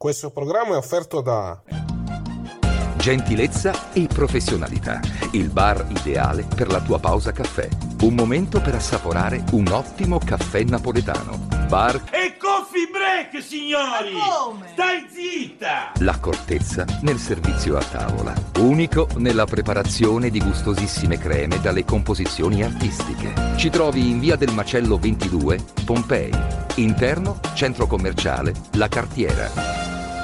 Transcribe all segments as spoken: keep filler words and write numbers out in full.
Questo programma è offerto da Gentilezza e professionalità. Il bar ideale per la tua pausa caffè. Un momento per assaporare un ottimo caffè napoletano. Bar e coffee break, signori! Stai zitta! L'accortezza nel servizio a tavola. Unico nella preparazione di gustosissime creme dalle composizioni artistiche. Ci trovi in via del Macello ventidue, Pompei. Interno, centro commerciale, La Cartiera.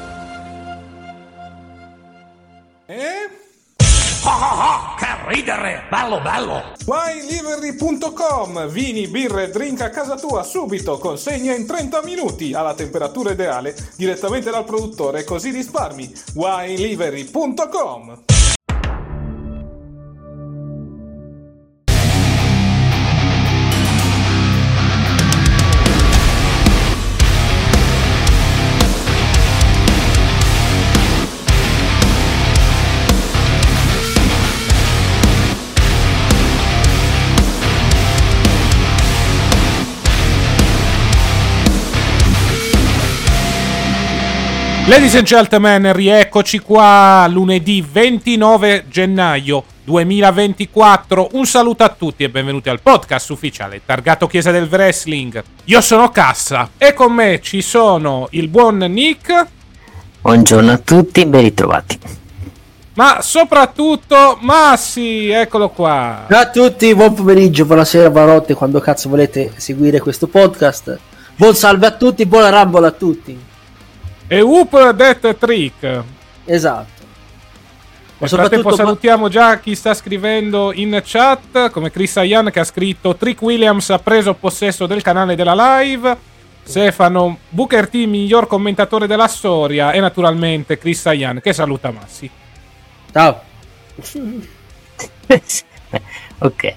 Oh, oh, oh, che ridere! Bello, bello! wine livery punto com. Vini, birre, drink a casa tua subito, consegna in trenta minuti alla temperatura ideale direttamente dal produttore, così risparmi. wine livery punto com. Ladies and gentlemen, rieccoci qua lunedì ventinove gennaio duemilaventiquattro. Un saluto a tutti e benvenuti al podcast ufficiale targato Chiesa del Wrestling. Io sono Cassa e con me ci sono il buon Nick. Buongiorno a tutti, ben ritrovati. Ma soprattutto Massi, eccolo qua. Ciao a tutti, buon pomeriggio, buonasera, buonanotte, quando cazzo volete seguire questo podcast. Buon salve a tutti, buona rambola a tutti. E whoop that trick. Esatto. Nel frattempo salutiamo già chi sta scrivendo in chat, come Chris Ayan che ha scritto: Trick Williams ha preso possesso del canale della live. Stefano, Booker T miglior commentatore della storia. E naturalmente Chris Ayan che saluta Massi. Ciao. Ok.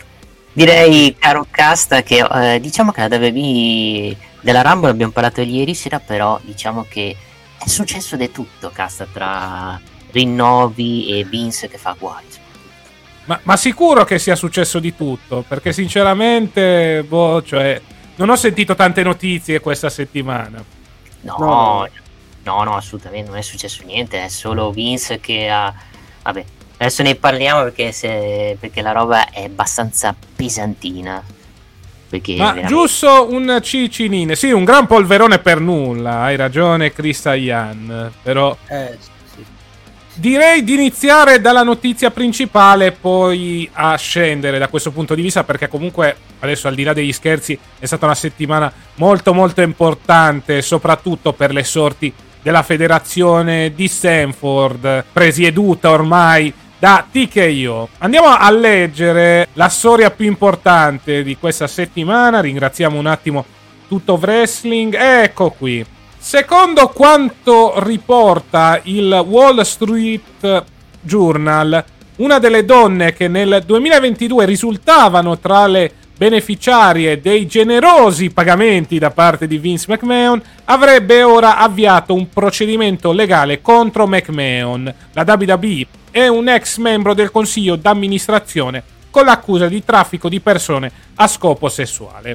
Direi, caro Casta, che eh, diciamo che la W W E della Rumble abbiamo parlato ieri sera, però diciamo che è successo di tutto, Casta, tra rinnovi e Vince che fa guai. Ma, ma sicuro che sia successo di tutto, perché sinceramente, boh, cioè, non ho sentito tante notizie questa settimana. No, no, no, no, assolutamente non è successo niente, è solo Vince che ha... Vabbè, adesso ne parliamo perché, se... perché la roba è abbastanza pesantina. Perché ma veramente... giusto un cicinine, sì, un gran polverone per nulla, hai ragione Chris Ayan, però eh, sì. Direi di iniziare dalla notizia principale, poi a scendere da questo punto di vista, perché comunque adesso, al di là degli scherzi, è stata una settimana molto molto importante, soprattutto per le sorti della federazione di Stanford, presieduta ormai da T K O. Andiamo a leggere la storia più importante di questa settimana. Ringraziamo un attimo Tutto Wrestling. Ecco qui. Secondo quanto riporta il Wall Street Journal, una delle donne che nel duemilaventidue risultavano tra le beneficiarie dei generosi pagamenti da parte di Vince McMahon avrebbe ora avviato un procedimento legale contro McMahon. La W W E è un ex membro del consiglio d'amministrazione con l'accusa di traffico di persone a scopo sessuale.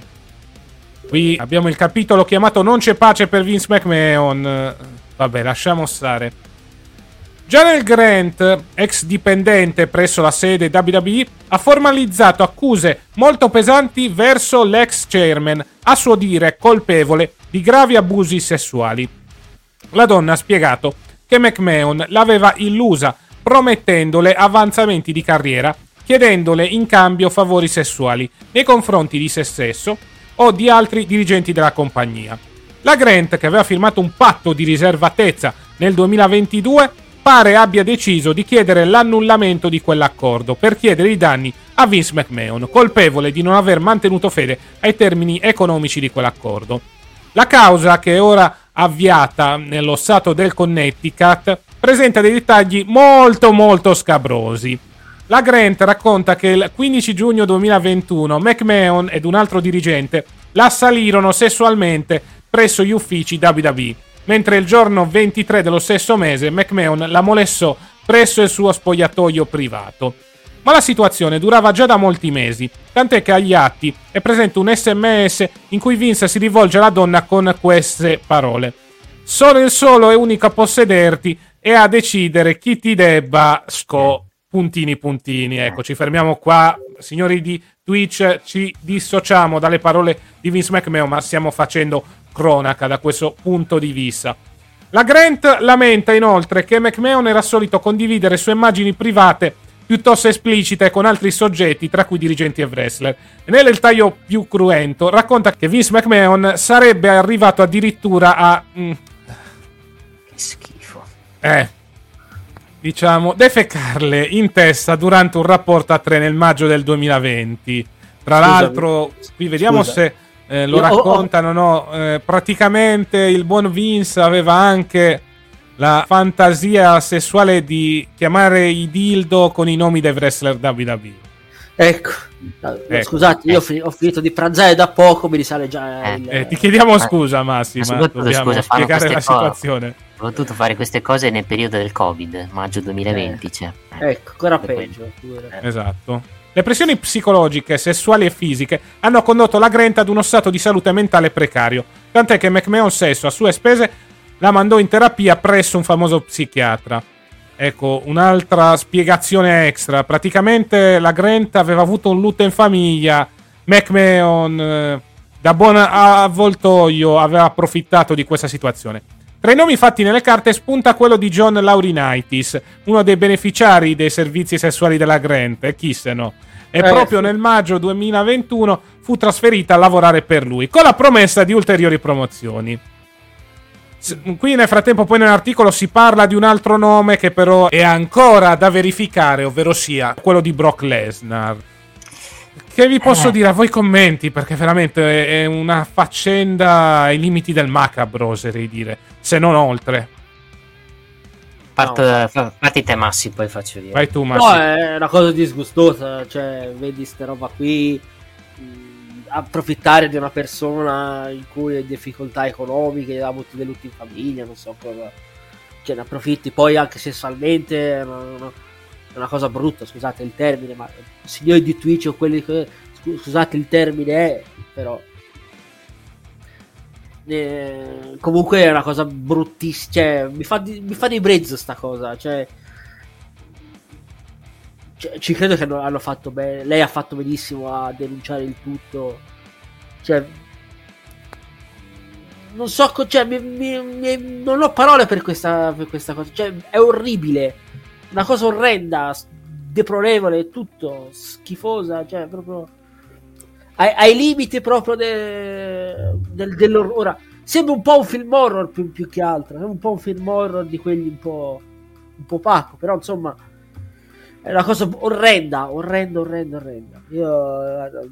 Qui abbiamo il capitolo chiamato Non c'è pace per Vince McMahon. Vabbè, lasciamo stare. Janelle Grant, ex dipendente presso la sede W W E, ha formalizzato accuse molto pesanti verso l'ex chairman, a suo dire colpevole di gravi abusi sessuali. La donna ha spiegato che McMahon l'aveva illusa promettendole avanzamenti di carriera, chiedendole in cambio favori sessuali nei confronti di se stesso o di altri dirigenti della compagnia. La Grant, che aveva firmato un patto di riservatezza nel duemilaventidue, pare abbia deciso di chiedere l'annullamento di quell'accordo per chiedere i danni a Vince McMahon, colpevole di non aver mantenuto fede ai termini economici di quell'accordo. La causa, che è ora avviata nello stato del Connecticut, presenta dei dettagli molto molto scabrosi. La Grant racconta che il quindici giugno duemilaventuno McMahon ed un altro dirigente la assalirono sessualmente presso gli uffici W W E, mentre il giorno ventitré dello stesso mese McMahon la molestò presso il suo spogliatoio privato. Ma la situazione durava già da molti mesi, tant'è che agli atti è presente un S M S in cui Vince si rivolge alla donna con queste parole: sono il solo e unico a possederti e a decidere chi ti debba sco puntini puntini. Ecco, ci fermiamo qua, signori di Twitch, ci dissociamo dalle parole di Vince McMahon, ma stiamo facendo cronaca da questo punto di vista. La Grant lamenta inoltre che McMahon era solito condividere sue immagini private piuttosto esplicite con altri soggetti, tra cui dirigenti e wrestler. E nel taglio più cruento racconta che Vince McMahon sarebbe arrivato addirittura a... Mm, che schifo. Eh, diciamo, defecarle in testa durante un rapporto a tre nel maggio del duemilaventi. Tra Scusami. l'altro, qui vediamo Scusa. se eh, lo Io, raccontano, oh, oh. no? Eh, praticamente il buon Vince aveva anche la fantasia sessuale di chiamare i dildo con i nomi dei wrestler W W E. Ecco, ecco. Scusate, io eh. ho finito di pranzare da poco, mi risale già eh. il... eh, Ti chiediamo scusa, Massimo, ma dobbiamo scusa, spiegare la co- situazione. Ho potuto fare queste cose nel periodo del Covid, maggio duemilaventi. Eh. Cioè. Ecco, ancora peggio. Eh. Esatto. Le pressioni psicologiche, sessuali e fisiche hanno condotto la Grant ad uno stato di salute mentale precario, tant'è che McMahon stesso, a sue spese, la mandò in terapia presso un famoso psichiatra. Ecco, un'altra spiegazione extra. Praticamente la Grant aveva avuto un lutto in famiglia. McMahon, eh, da buon avvoltoio, aveva approfittato di questa situazione. Tra i nomi fatti nelle carte spunta quello di John Laurinaitis, uno dei beneficiari dei servizi sessuali della Grant, e chi se no. E eh, proprio sì. nel maggio duemilaventuno fu trasferita a lavorare per lui, con la promessa di ulteriori promozioni. Qui nel frattempo poi nell'articolo si parla di un altro nome che però è ancora da verificare, ovvero sia quello di Brock Lesnar. Che vi posso eh. dire a voi commenti, perché veramente è una faccenda ai limiti del macabro, oserei dire, se non oltre. Parto, no. Parti te Massi, poi faccio io. Vai tu Massi. No, è una cosa disgustosa, cioè vedi ste roba qui, approfittare di una persona in cui ha difficoltà economiche, ha avuto dei lutti in famiglia, non so cosa, cioè ne approfitti poi anche sessualmente, è una, una, una cosa brutta, scusate il termine, ma signori di Twitch o quelli che, scusate il termine è, però eh, comunque è una cosa bruttissima, cioè mi fa di, mi fa di brezzo sta cosa, cioè ci credo che hanno fatto bene, lei ha fatto benissimo a denunciare il tutto, cioè non so, cioè mi, mi, mi, non ho parole per questa, per questa cosa, cioè è orribile, una cosa orrenda, deplorevole, tutto schifosa, cioè proprio ai, ai limiti proprio de, del, dell'orrore. Ora sembra un po' un film horror più, più che altro, è un po' un film horror di quelli un po' un po' opaco, però insomma è una cosa orrenda, orrenda, orrenda, orrenda. Io eh,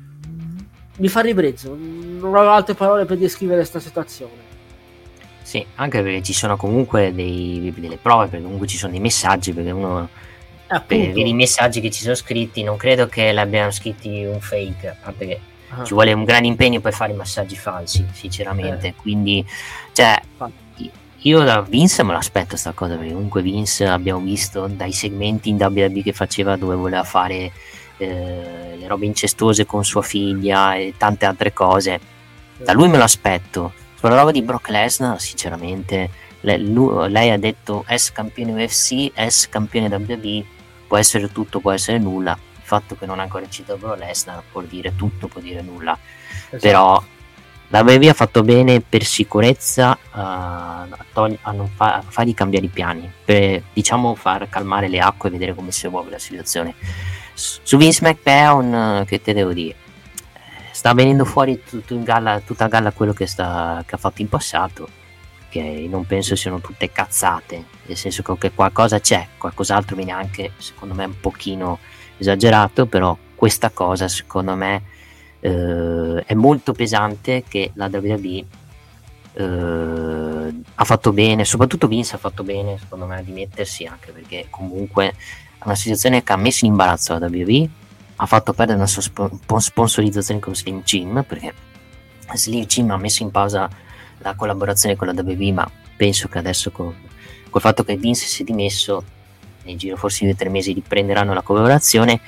mi fa ribrezzo, non ho altre parole per descrivere questa situazione. Sì, anche perché ci sono comunque dei, delle prove, perché comunque ci sono dei messaggi, perché uno per, per i messaggi che ci sono scritti non credo che l'abbiano scritti un fake, perché ah. ci vuole un gran impegno per fare i messaggi falsi, sinceramente. Eh. Quindi, cioè, io da Vince me l'aspetto sta cosa, perché comunque Vince abbiamo visto dai segmenti in W W E che faceva dove voleva fare eh, le robe incestuose con sua figlia e tante altre cose. Da lui me l'aspetto. Sulla roba di Brock Lesnar, sinceramente, lei, lui, lei ha detto ex campione U F C, ex campione W W E, può essere tutto, può essere nulla. Il fatto che non ha ancora citato Brock Lesnar può dire tutto, può dire nulla. Esatto. Però la W W E ha fatto bene per sicurezza a, togli- a non fa- a fargli cambiare i piani, per diciamo far calmare le acque e vedere come si evolve la situazione. S- su Vince McMahon, che te devo dire, sta venendo fuori tutto in galla, tutta a galla quello che, sta, che ha fatto in passato, che non penso siano tutte cazzate, nel senso che qualcosa c'è, qualcos'altro viene anche secondo me un pochino esagerato, però questa cosa secondo me Uh, è molto pesante, che la W W E uh, ha fatto bene, soprattutto Vince ha fatto bene secondo me a dimettersi, anche perché comunque è una situazione che ha messo in imbarazzo la W W E, ha fatto perdere una sua sp- sponsorizzazione con Slim Jim, perché Slim Jim ha messo in pausa la collaborazione con la W W E, ma penso che adesso con col fatto che Vince si è dimesso, nel giro forse di due o tre mesi riprenderanno la collaborazione.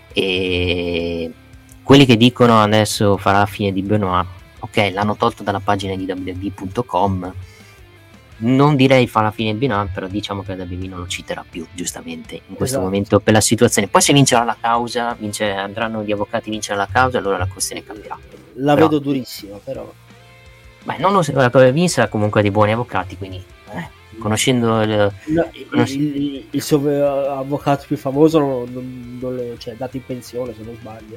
E quelli che dicono adesso farà la fine di Benoit, ok, l'hanno tolto dalla pagina di W W E punto com, non direi fa la fine di Binam, però diciamo che la W W E non lo citerà più, giustamente, in questo Esatto. momento per la situazione. Poi se vincerà la causa, vince, andranno gli avvocati a vincere la causa, allora la questione cambierà. La Però- vedo durissima, però. Beh, non lo so, la W W E ha comunque dei buoni avvocati, quindi eh, conoscendo il, No, il, il- il suo avvocato più famoso non, non, non le, cioè, è dato in pensione, se non sbaglio.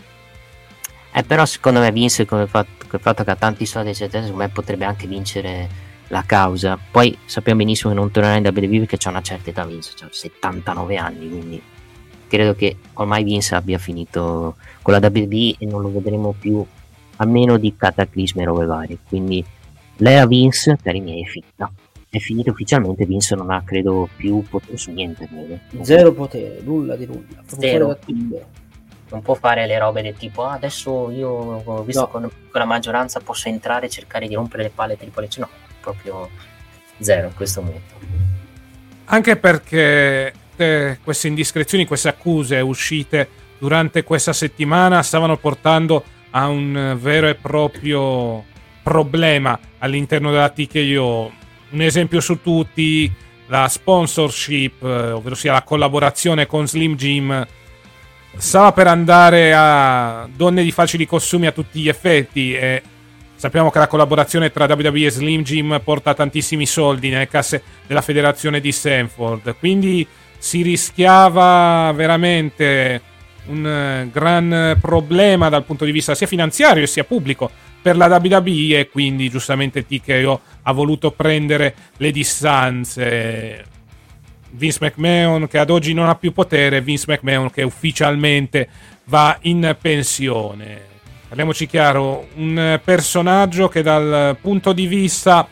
eh, però secondo me Vince con il fatto, col fatto che ha tanti soldi eccetera, secondo me potrebbe anche vincere la causa. Poi sappiamo benissimo che non tornerà in W W E perché c'ha una certa età Vince, c'ha settantanove anni, quindi credo che ormai Vince abbia finito con la W W E e non lo vedremo più, a meno di cataclismi e robe varie. Quindi l'era Vince per i miei è finita, è finita ufficialmente. Vince non ha credo più potere su niente, credo. Zero potere, nulla di nulla. proprio Zero. fuori da tutto. Non può fare le robe del tipo ah, adesso io ho visto No. con, con la maggioranza posso entrare e cercare di rompere le palle Triple H. No, proprio zero in questo momento. Anche perché eh, queste indiscrezioni, queste accuse uscite durante questa settimana stavano portando a un eh, vero e proprio problema all'interno della T K O. Un esempio su tutti, la sponsorship, eh, ovvero sia la collaborazione con Slim Jim, stava per andare a donne di facili costumi a tutti gli effetti, e sappiamo che la collaborazione tra W W E e Slim Jim porta tantissimi soldi nelle casse della federazione di Stanford, quindi si rischiava veramente un eh, gran problema dal punto di vista sia finanziario sia pubblico per la W W E, e quindi giustamente T K O ha voluto prendere le distanze. Vince McMahon che ad oggi non ha più potere, Vince McMahon che ufficialmente va in pensione. Parliamoci chiaro, un personaggio che dal punto di vista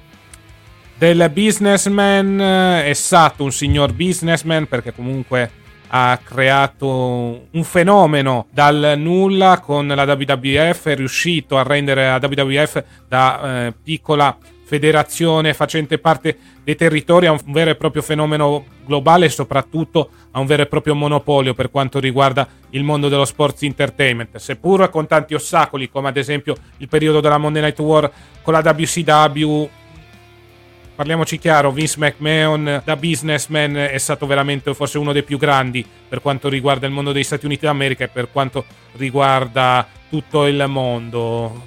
del businessman è stato un signor businessman, perché comunque ha creato un fenomeno dal nulla con la W W F, è riuscito a rendere la W W F da eh, piccola federazione facente parte dei territori a un vero e proprio fenomeno globale, e soprattutto a un vero e proprio monopolio per quanto riguarda il mondo dello sports entertainment, seppur con tanti ostacoli come ad esempio il periodo della Monday Night War con la W C W. Parliamoci chiaro, Vince McMahon da businessman è stato veramente forse uno dei più grandi per quanto riguarda il mondo degli Stati Uniti d'America e per quanto riguarda tutto il mondo.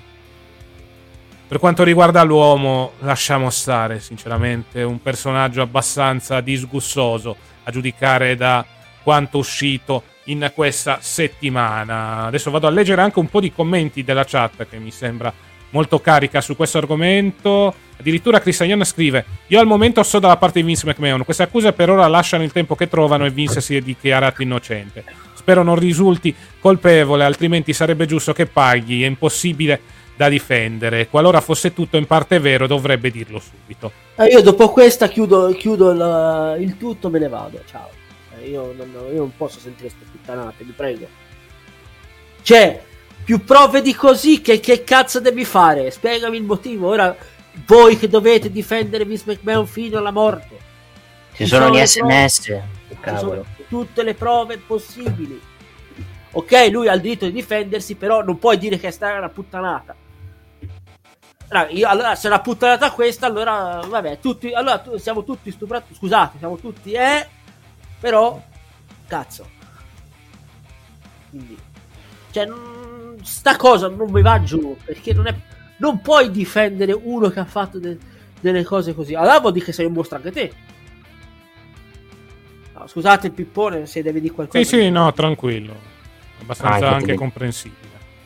Per quanto riguarda l'uomo, lasciamo stare, sinceramente, un personaggio abbastanza disgustoso a giudicare da quanto uscito in questa settimana. Adesso vado a leggere anche un po' di commenti della chat che mi sembra molto carica su questo argomento. Addirittura Christian scrive: io al momento sto dalla parte di Vince McMahon, queste accuse per ora lasciano il tempo che trovano e Vince si è dichiarato innocente. Spero non risulti colpevole, altrimenti sarebbe giusto che paghi, è impossibile da difendere. Qualora fosse tutto in parte vero, dovrebbe dirlo subito. Eh, io dopo questa chiudo, chiudo il, il tutto, me ne vado. Ciao. Eh, io, non, io non posso sentire queste puttanate, vi prego. C'è più prove di così, che, che cazzo devi fare? Spiegami il motivo. Ora voi che dovete difendere Vince McMahon fino alla morte. Ci sono gli le S M S. prove. Ci Cavolo. sono tutte le prove possibili. Ok, lui ha il diritto di difendersi, però non puoi dire che è stata una puttanata. Allora, io, allora se è una puttanata questa, allora vabbè, tutti, allora tu, siamo tutti stuprati, scusate, siamo tutti, eh, però, cazzo. Quindi, cioè, non- sta cosa non mi va giù, perché non è, non puoi difendere uno che ha fatto de- delle cose così. Allora vuol dire che sei un mostro anche te. No, scusate il pippone se deve dire qualcosa. Sì, sì, no, tranquillo. Abbastanza Ah, anche bene. comprensibile.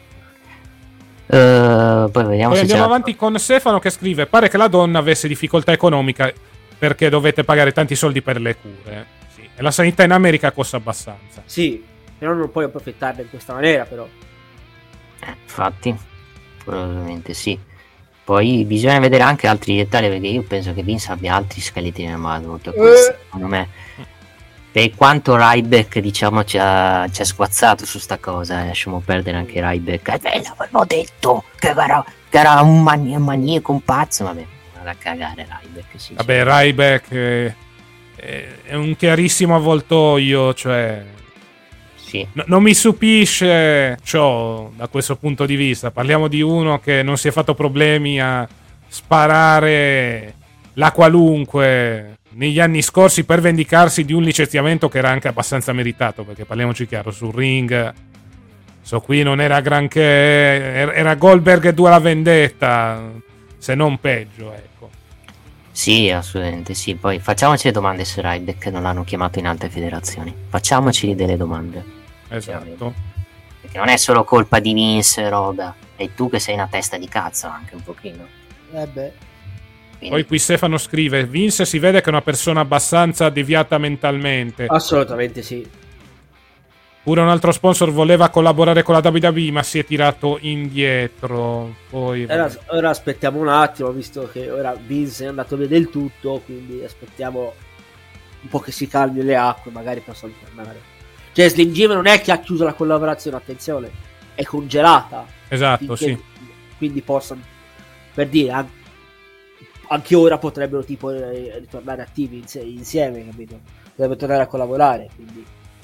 Uh, poi vediamo Poi se andiamo c'è avanti con Stefano che scrive: pare che la donna avesse difficoltà economica perché dovete pagare tanti soldi per le cure. Sì. E la sanità in America costa abbastanza. Sì, però non puoi approfittarne in questa maniera, però. Eh, infatti, probabilmente sì. Poi bisogna vedere anche altri dettagli, perché io penso che Vince abbia altri scheletri nella mano oltre a questo, secondo me. Per quanto Ryback, diciamo, ci ha, ci ha squazzato su sta cosa, eh, lasciamo perdere anche Ryback. Eh, beh, l'avevo detto che era, che era un, mani- un maniaco, un pazzo. Vabbè, vado a cagare Ryback. Sì, Vabbè, Ryback è, è un chiarissimo avvoltoio, cioè sì. no- non mi stupisce ciò da questo punto di vista. Parliamo di uno che non si è fatto problemi a sparare la qualunque negli anni scorsi per vendicarsi di un licenziamento che era anche abbastanza meritato, perché parliamoci chiaro, sul ring so qui non era granché, era Goldberg due alla vendetta, se non peggio, ecco. Sì, assolutamente sì. Poi facciamoci le domande su Ryback, che non l'hanno chiamato in altre federazioni. Facciamoci delle domande. Esatto. Perché non è solo colpa di Vince, roba. E tu che sei una testa di cazzo anche un pochino. Eh beh. Quindi... Poi qui Stefano scrive: Vince si vede che è una persona abbastanza deviata mentalmente. Assolutamente sì. Pure un altro sponsor voleva collaborare con la W W E, ma si è tirato indietro. Poi ora, ora aspettiamo un attimo, visto che ora Vince è andato via del tutto, quindi aspettiamo un po' che si calmi le acque, magari possono tornare. Cioè Slim Jim non è che ha chiuso la collaborazione, attenzione, è congelata. Esatto, finché, sì. Quindi possono, per dire, anche, anche ora potrebbero tipo ritornare attivi insieme, capito? Potrebbero tornare a collaborare, quindi...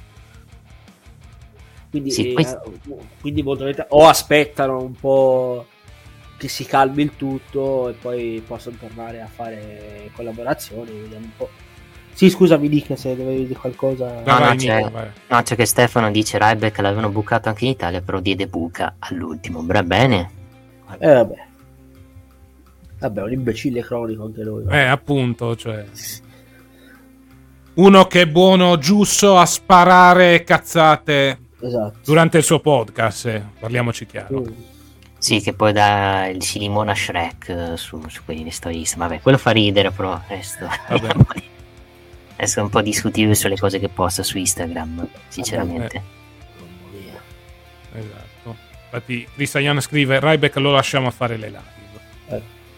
Quindi, sì, eh, questo... quindi molto o aspettano un po' che si calmi il tutto e poi possono tornare a fare collaborazioni, vediamo un po'. Sì, scusami Nick, se dovevi dire qualcosa. No, vai, no, Nico, c'è, no, c'è che Stefano dice Ryback l'avevano bucato anche in Italia, però diede buca all'ultimo. Bra bene. Eh vabbè. Vabbè, un imbecille cronico anche lui. Eh, appunto, cioè... Uno che è buono giusto a sparare cazzate... Esatto. Durante il suo podcast, eh, parliamoci chiaro. Mm. Sì, che poi dà il si limona Shrek uh, su, su quelle storie. Vabbè, quello fa ridere, però resto. Adesso è un po' discutibile sulle cose che posta su Instagram, sinceramente. Eh. Esatto. Infatti Cristian scrive Ryback lo lasciamo fare le live. Eh.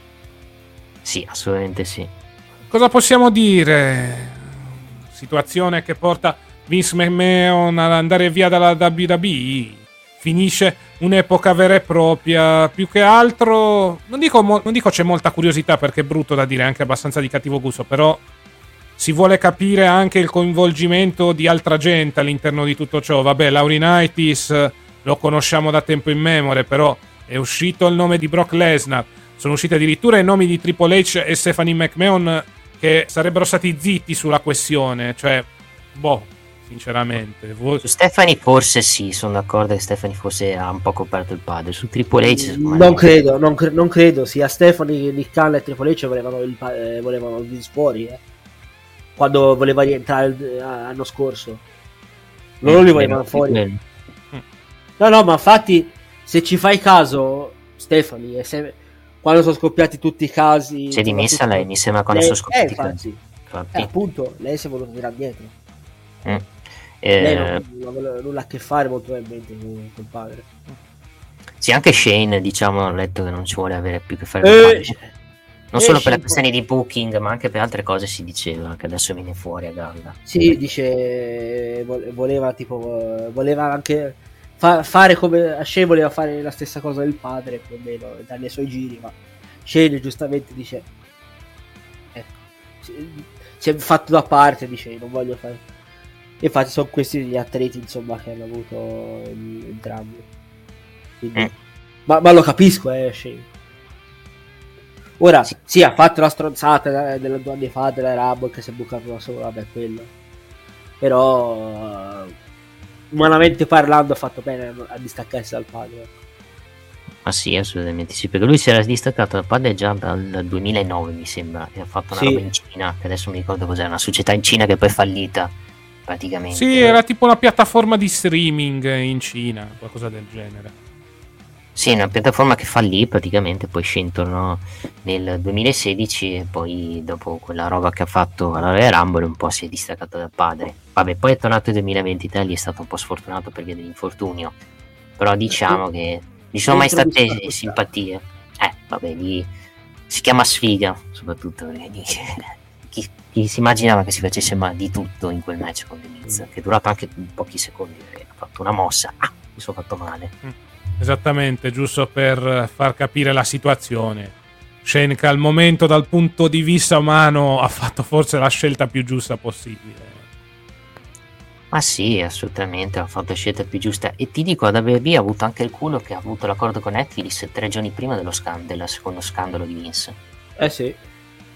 Sì, assolutamente sì. Cosa possiamo dire? Situazione che porta Vince McMahon ad andare via dalla W W E, finisce un'epoca vera e propria. Più che altro non dico, mo- non dico c'è molta curiosità, perché è brutto da dire, anche abbastanza di cattivo gusto, però si vuole capire anche il coinvolgimento di altra gente all'interno di tutto ciò. Vabbè, Laurinaitis lo conosciamo da tempo immemore, però è uscito il nome di Brock Lesnar, sono usciti addirittura i nomi di Triple H e Stephanie McMahon, che sarebbero stati zitti sulla questione, cioè boh, sinceramente. Voi... Su Stephanie forse sì, sono d'accordo che Stephanie forse ha un po' coperto il padre. Su Triple H non credo, non, cre- non credo sia Stephanie, Nick Khan e Triple H volevano il, pa- eh, volevano il Vince fuori, eh. Quando voleva rientrare eh, l'anno scorso loro li volevano fuori. Bello. No no, ma infatti se ci fai caso Stephanie, se... quando sono scoppiati tutti i casi si è dimessa lei, mi sembra, quando lei... sono scoppiati eh, i casi. Eh, appunto, lei si è voluta tirare dietro. Mm. Eh, lei non, non aveva nulla a che fare molto probabilmente con il padre. Sì, anche Shane, diciamo, ho letto che non ci vuole avere più che fare eh, con il padre. Non eh, solo per Shane... le questioni di booking, ma anche per altre cose si diceva, che adesso viene fuori a galla. Sì, dice voleva tipo voleva anche fa, fare come Shane voleva fare la stessa cosa del padre, più o meno, dare i suoi giri, ma Shane giustamente dice ecco, si è fatto da parte, dice non voglio fare. Infatti sono questi gli atleti insomma che hanno avuto entrambi. Quindi, mm. ma, ma lo capisco, eh Shane. Ora sì. sì, ha fatto la stronzata della due anni fa della Rumble che si è bucato da solo, vabbè, quello. Però uh, umanamente parlando ha fatto bene a, a distaccarsi dal padre. Ma sì, assolutamente sì, perché lui si era distaccato dal padre già dal duemilanove, mi sembra, e ha fatto una sì. roba in Cina, che adesso mi ricordo cos'era, una società in Cina che poi è fallita, praticamente. Sì, era tipo una piattaforma di streaming in Cina, qualcosa del genere. Sì, una piattaforma che fallì praticamente, poi Shane tornò nel duemilasedici e poi dopo quella roba che ha fatto alla Royal Rumble un po' si è distaccato dal padre. Vabbè, poi è tornato nel duemilaventitré, gli è stato un po' sfortunato per via dell'infortunio, però diciamo che non ci sono mai state simpatie. Eh, vabbè, lì si chiama sfiga, soprattutto perché lì, chi, chi si immaginava che si facesse male di tutto in quel match con The Miz, che è durato anche pochi secondi, ha fatto una mossa, ah, mi sono fatto male. Mm. Esattamente, giusto per far capire la situazione. Shane, che al momento dal punto di vista umano ha fatto forse la scelta più giusta possibile. Ma sì, assolutamente, ha fatto la scelta più giusta. E ti dico, la W W E ha avuto anche il culo che ha avuto l'accordo con Netflix tre giorni prima dello scandalo, del secondo scandalo di Vince. Eh sì.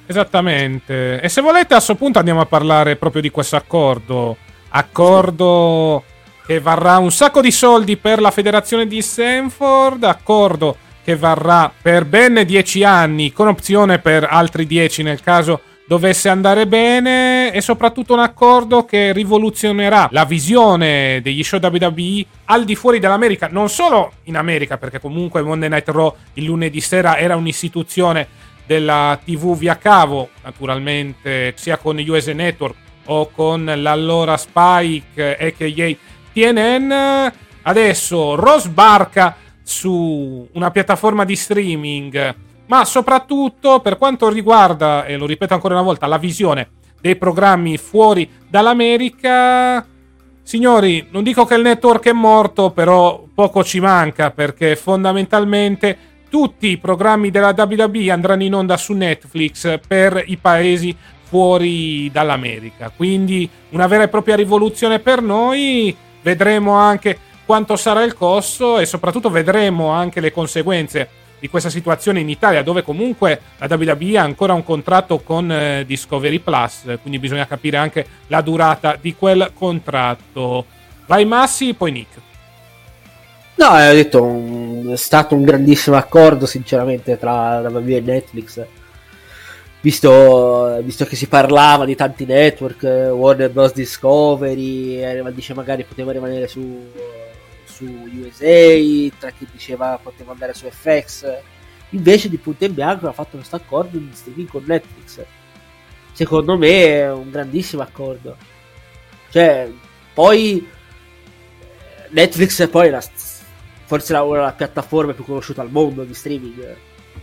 Esattamente. E se volete a questo punto andiamo a parlare proprio di questo accordo. Accordo che varrà un sacco di soldi per la federazione di Stanford, accordo che varrà per ben dieci anni con opzione per altri dieci nel caso dovesse andare bene, e soprattutto un accordo che rivoluzionerà la visione degli show W W E al di fuori dell'America, non solo in America, perché comunque Monday Night Raw il lunedì sera era un'istituzione della tivù via cavo, naturalmente sia con U S A Network o con l'allora Spike a k a. T N N. Adesso Raw sbarca su una piattaforma di streaming, ma soprattutto per quanto riguarda, e lo ripeto ancora una volta, la visione dei programmi fuori dall'America, signori, non dico che il network è morto, però poco ci manca, perché fondamentalmente tutti i programmi della W W E andranno in onda su Netflix per i paesi fuori dall'America, quindi una vera e propria rivoluzione per noi. Vedremo anche quanto sarà il costo e soprattutto vedremo anche le conseguenze di questa situazione in Italia, dove comunque la W W E ha ancora un contratto con eh, Discovery Plus, quindi bisogna capire anche la durata di quel contratto. Vai Massi, poi Nick. No, ho detto, un, è stato un grandissimo accordo sinceramente tra la W W E e Netflix, visto, visto che si parlava di tanti network, Warner Bros. Discovery, eh, dice magari poteva rimanere su su U S A, tra chi diceva poteva andare su F X, invece di punto in bianco ha fatto questo accordo di streaming con Netflix. Secondo me è un grandissimo accordo, cioè poi Netflix è poi la, forse la, una delle piattaforme più conosciute al mondo di streaming,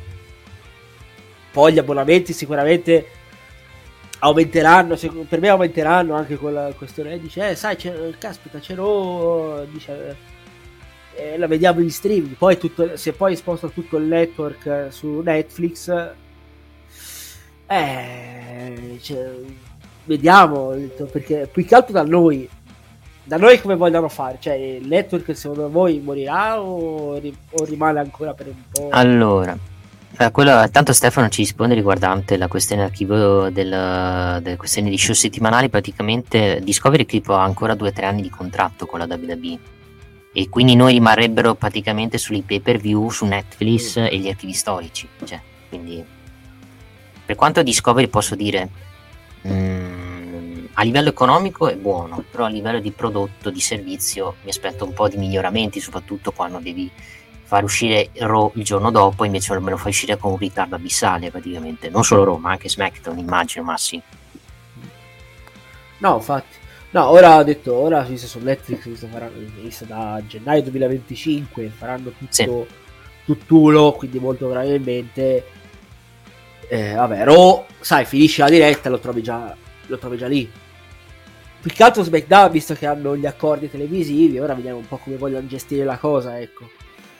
poi gli abbonamenti sicuramente aumenteranno, per me aumenteranno anche con la questione, eh, dice eh sai c'è, caspita c'ero, dice eh, la vediamo in streaming, poi tutto, se poi sposta tutto il network su Netflix, eh cioè, vediamo, perché più che altro da noi da noi come vogliono fare, cioè il network secondo voi morirà o, o rimane ancora per un po'? Allora, Eh, quello, tanto Stefano ci risponde riguardante la questione archivio del, delle questioni di show settimanali. Praticamente Discovery tipo ha ancora due o tre anni di contratto con la W W E e quindi noi rimarrebbero praticamente sui pay per view su Netflix mm. e gli archivi storici, cioè, quindi per quanto Discovery posso dire mm, a livello economico è buono, però a livello di prodotto, di servizio mi aspetto un po' di miglioramenti, soprattutto quando devi far uscire Raw il giorno dopo, invece me lo fai uscire con un ritardo abissale praticamente, non solo Raw ma anche SmackDown, immagino, ma sì. No, infatti, no, ora ho detto, ora visto su Netflix, visto, faranno, visto da gennaio duemilaventicinque faranno tutto sì. tutt'uno, quindi molto probabilmente eh, vabbè, Raw, sai, finisce la diretta e lo trovi già, lo trovi già lì. Più che altro SmackDown, visto che hanno gli accordi televisivi, ora vediamo un po' come vogliono gestire la cosa, ecco.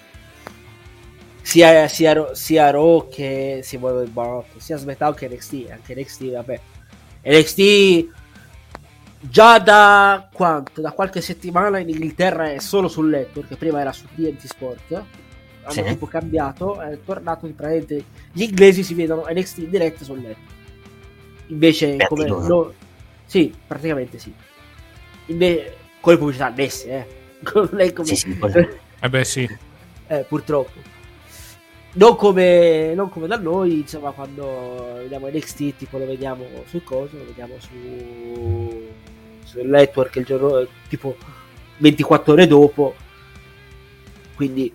Sia, sia, sia Raw che si vuole il buonotto, sia SmackDown che N X T, anche N X T, vabbè. N X T già da quanto? Da qualche settimana in Inghilterra è solo sul network, perché prima era su T N T Sport, hanno sì. tipo cambiato, è tornato praticamente, gli inglesi si vedono N X T in diretta sul network. Invece Beh, come no, sì, praticamente sì. Invece con le pubblicità annesse, eh. Non è come sì, sì, eh beh sì. Eh, purtroppo. Non come, non come da noi, insomma, quando vediamo N X T, tipo lo vediamo sul coso, lo vediamo su sul network il giorno, tipo ventiquattro ore dopo. Quindi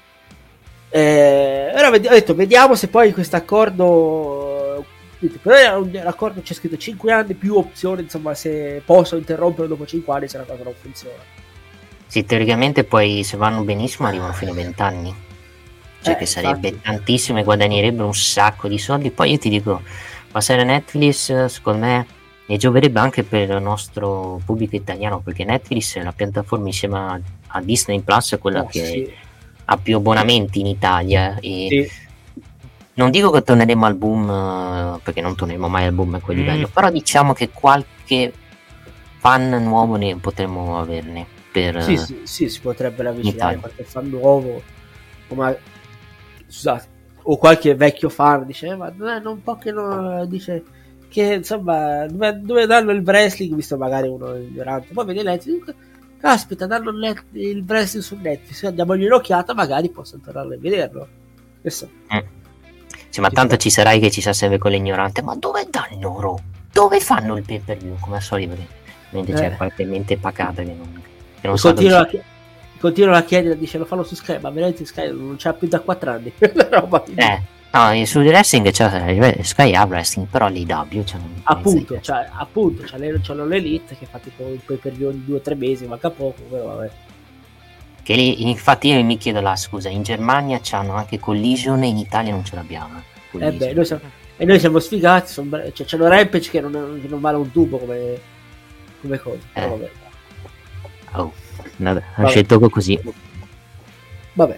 eh, ora vedi- ho detto, vediamo se poi questo accordo, però l'accordo c'è scritto cinque anni più opzione, insomma, se posso interrompere dopo cinque anni se la cosa non funziona. Sì, teoricamente poi se vanno benissimo arrivano fino a venti anni. Cioè eh, che sarebbe infatti. Tantissimo e guadagnerebbero un sacco di soldi. Poi io ti dico, passare a Netflix secondo me ne gioverebbe anche per il nostro pubblico italiano, perché Netflix è la piattaforma insieme a Disney Plus è quella oh, che sì. ha più abbonamenti in Italia e sì. non dico che torneremo al boom, perché non torneremo mai al boom a quel mm. livello, però diciamo che qualche fan nuovo ne potremmo averne per sì, sì, sì, si potrebbe avvicinare qualche fan nuovo, ma scusate, o qualche vecchio fan dice, eh, ma non, non può che non dice che insomma dove, dove danno il wrestling, visto magari uno ignorante, poi vede Netflix, caspita, danno net, il wrestling su Netflix, andiamogli un'occhiata, magari possono tornare a vederlo. Questo. Mm. Sì, ma tanto ci sarai che ci sa sempre con l'ignorante, ma dove danno Raw? Dove fanno il pay per view? Come al solito, mentre eh. c'è qualche mente pacata che non, che non sa continua, a, continua a chiedere, dice lo fanno su Sky, ma veramente Sky non c'ha più da quattro anni. roba eh, no, sul wrestling c'è Sky ha wrestling, però l'I W c'è un appunto, cioè, appunto c'è l'Elite che fa tipo il pay per view di due o tre mesi, manca poco, però vabbè. Che lì, infatti io mi chiedo la scusa, in Germania c'hanno anche Collision e in Italia non ce l'abbiamo. Eh beh, noi siamo, e noi siamo sfigati, son, cioè, c'hanno Rampage che non, che non vale un tubo come, come cosa. Eh. Vabbè. Oh, vabbè, ho scelto così. Vabbè.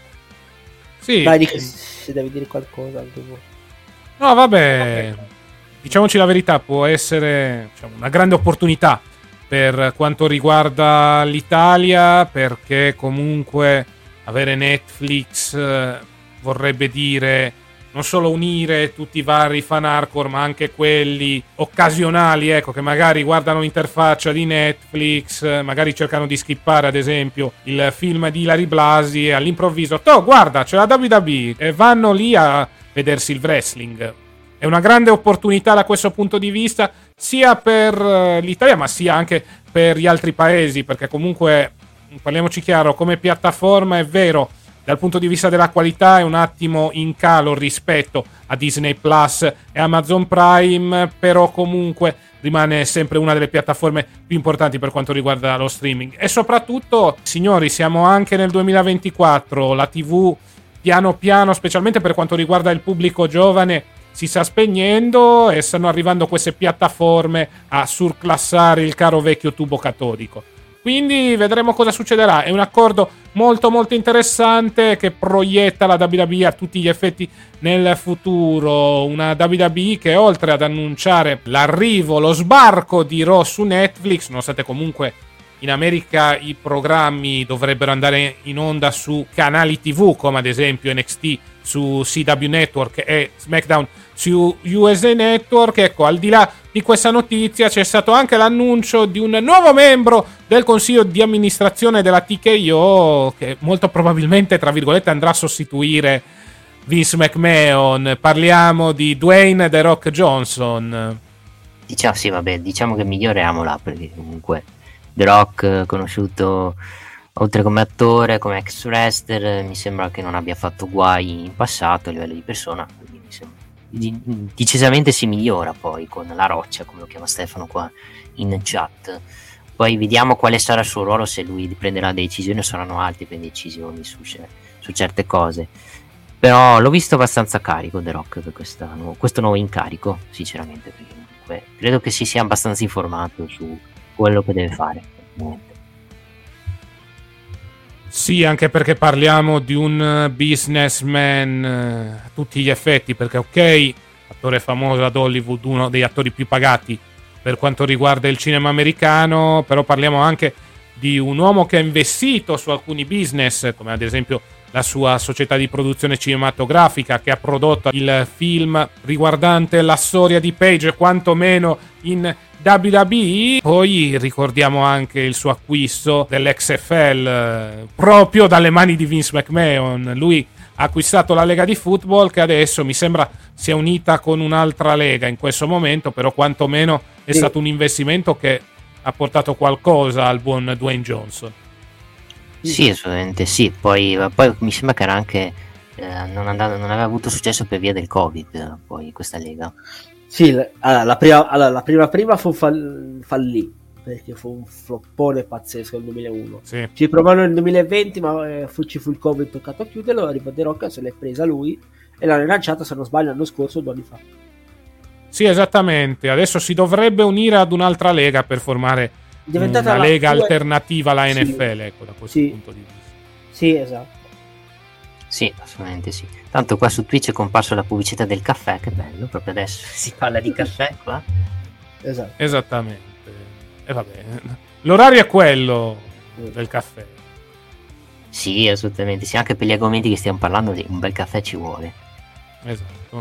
Sì. Dai, dico, se devi dire qualcosa anche voi. No, vabbè. Diciamoci la verità, può essere, diciamo, una grande opportunità per quanto riguarda l'Italia, perché comunque avere Netflix eh, vorrebbe dire non solo unire tutti i vari fan hardcore, ma anche quelli occasionali, ecco, che magari guardano l'interfaccia di Netflix, magari cercano di skippare ad esempio il film di Ilari Blasi e all'improvviso, toh, guarda, c'è la W W E, e vanno lì a vedersi il wrestling. È una grande opportunità da questo punto di vista, sia per l'Italia ma sia anche per gli altri paesi, perché comunque, parliamoci chiaro, come piattaforma è vero, dal punto di vista della qualità è un attimo in calo rispetto a Disney Plus e Amazon Prime, però comunque rimane sempre una delle piattaforme più importanti per quanto riguarda lo streaming. E soprattutto, signori, siamo anche nel duemilaventiquattro, la tivù piano piano, specialmente per quanto riguarda il pubblico giovane, si sta spegnendo e stanno arrivando queste piattaforme a surclassare il caro vecchio tubo catodico. Quindi vedremo cosa succederà. È un accordo molto molto interessante che proietta la W W E a tutti gli effetti nel futuro. Una W W E che, oltre ad annunciare l'arrivo, lo sbarco di Raw su Netflix, nonostante comunque in America i programmi dovrebbero andare in onda su canali tivù come ad esempio N X T su C W Network e SmackDown su U S A Network, ecco, al di là di questa notizia c'è stato anche l'annuncio di un nuovo membro del consiglio di amministrazione della T K O che molto probabilmente, tra virgolette, andrà a sostituire Vince McMahon. Parliamo di Dwayne The Rock Johnson. Diciamo, sì, vabbè, diciamo che miglioriamola, perché comunque The Rock, conosciuto oltre come attore, come ex wrestler, mi sembra che non abbia fatto guai in passato a livello di persona, quindi mi sembra decisamente si migliora poi con la roccia, come lo chiama Stefano qua in chat. Poi vediamo quale sarà il suo ruolo, se lui prenderà decisioni o saranno altri per decisioni su, su certe cose. Però l'ho visto abbastanza carico The Rock per questa, questo nuovo incarico, sinceramente, perché comunque credo che si sia abbastanza informato su quello che deve fare. Sì, anche perché parliamo di un businessman a tutti gli effetti, perché ok, attore famoso ad Hollywood, uno degli attori più pagati per quanto riguarda il cinema americano, però parliamo anche di un uomo che ha investito su alcuni business, come ad esempio la sua società di produzione cinematografica, che ha prodotto il film riguardante la storia di Page, quantomeno in W W E. Poi ricordiamo anche il suo acquisto dell'X F L proprio dalle mani di Vince McMahon. Lui ha acquistato la lega di football, che adesso mi sembra sia unita con un'altra lega in questo momento, però quantomeno è sì. stato un investimento che ha portato qualcosa al buon Dwayne Johnson. Sì, assolutamente sì. Poi, poi mi sembra che era anche eh, non, andava, non aveva avuto successo per via del Covid, poi questa lega. Sì, allora, la prima allora, la prima prima fu fall, fallì perché fu un floppone pazzesco nel duemilauno. Sì. Ci provarono nel duemilaventi, ma eh, fu, ci fu il Covid toccato a chiuderlo. Arrivò The Rock, se l'è presa lui e l'ha rilanciata, se non sbaglio, l'anno scorso, due anni fa. Sì, esattamente. Adesso si dovrebbe unire ad un'altra lega per formare diventata una lega sua... alternativa alla N F L, sì. Ecco, da questo sì. punto di vista. Sì, esatto. Sì, assolutamente sì. Tanto qua su Twitch è comparso la pubblicità del caffè, che bello, proprio adesso si parla di caffè qua. Esatto. Esattamente. E vabbè, l'orario è quello del caffè. Sì, assolutamente sì, anche per gli argomenti che stiamo parlando un bel caffè ci vuole. Esatto.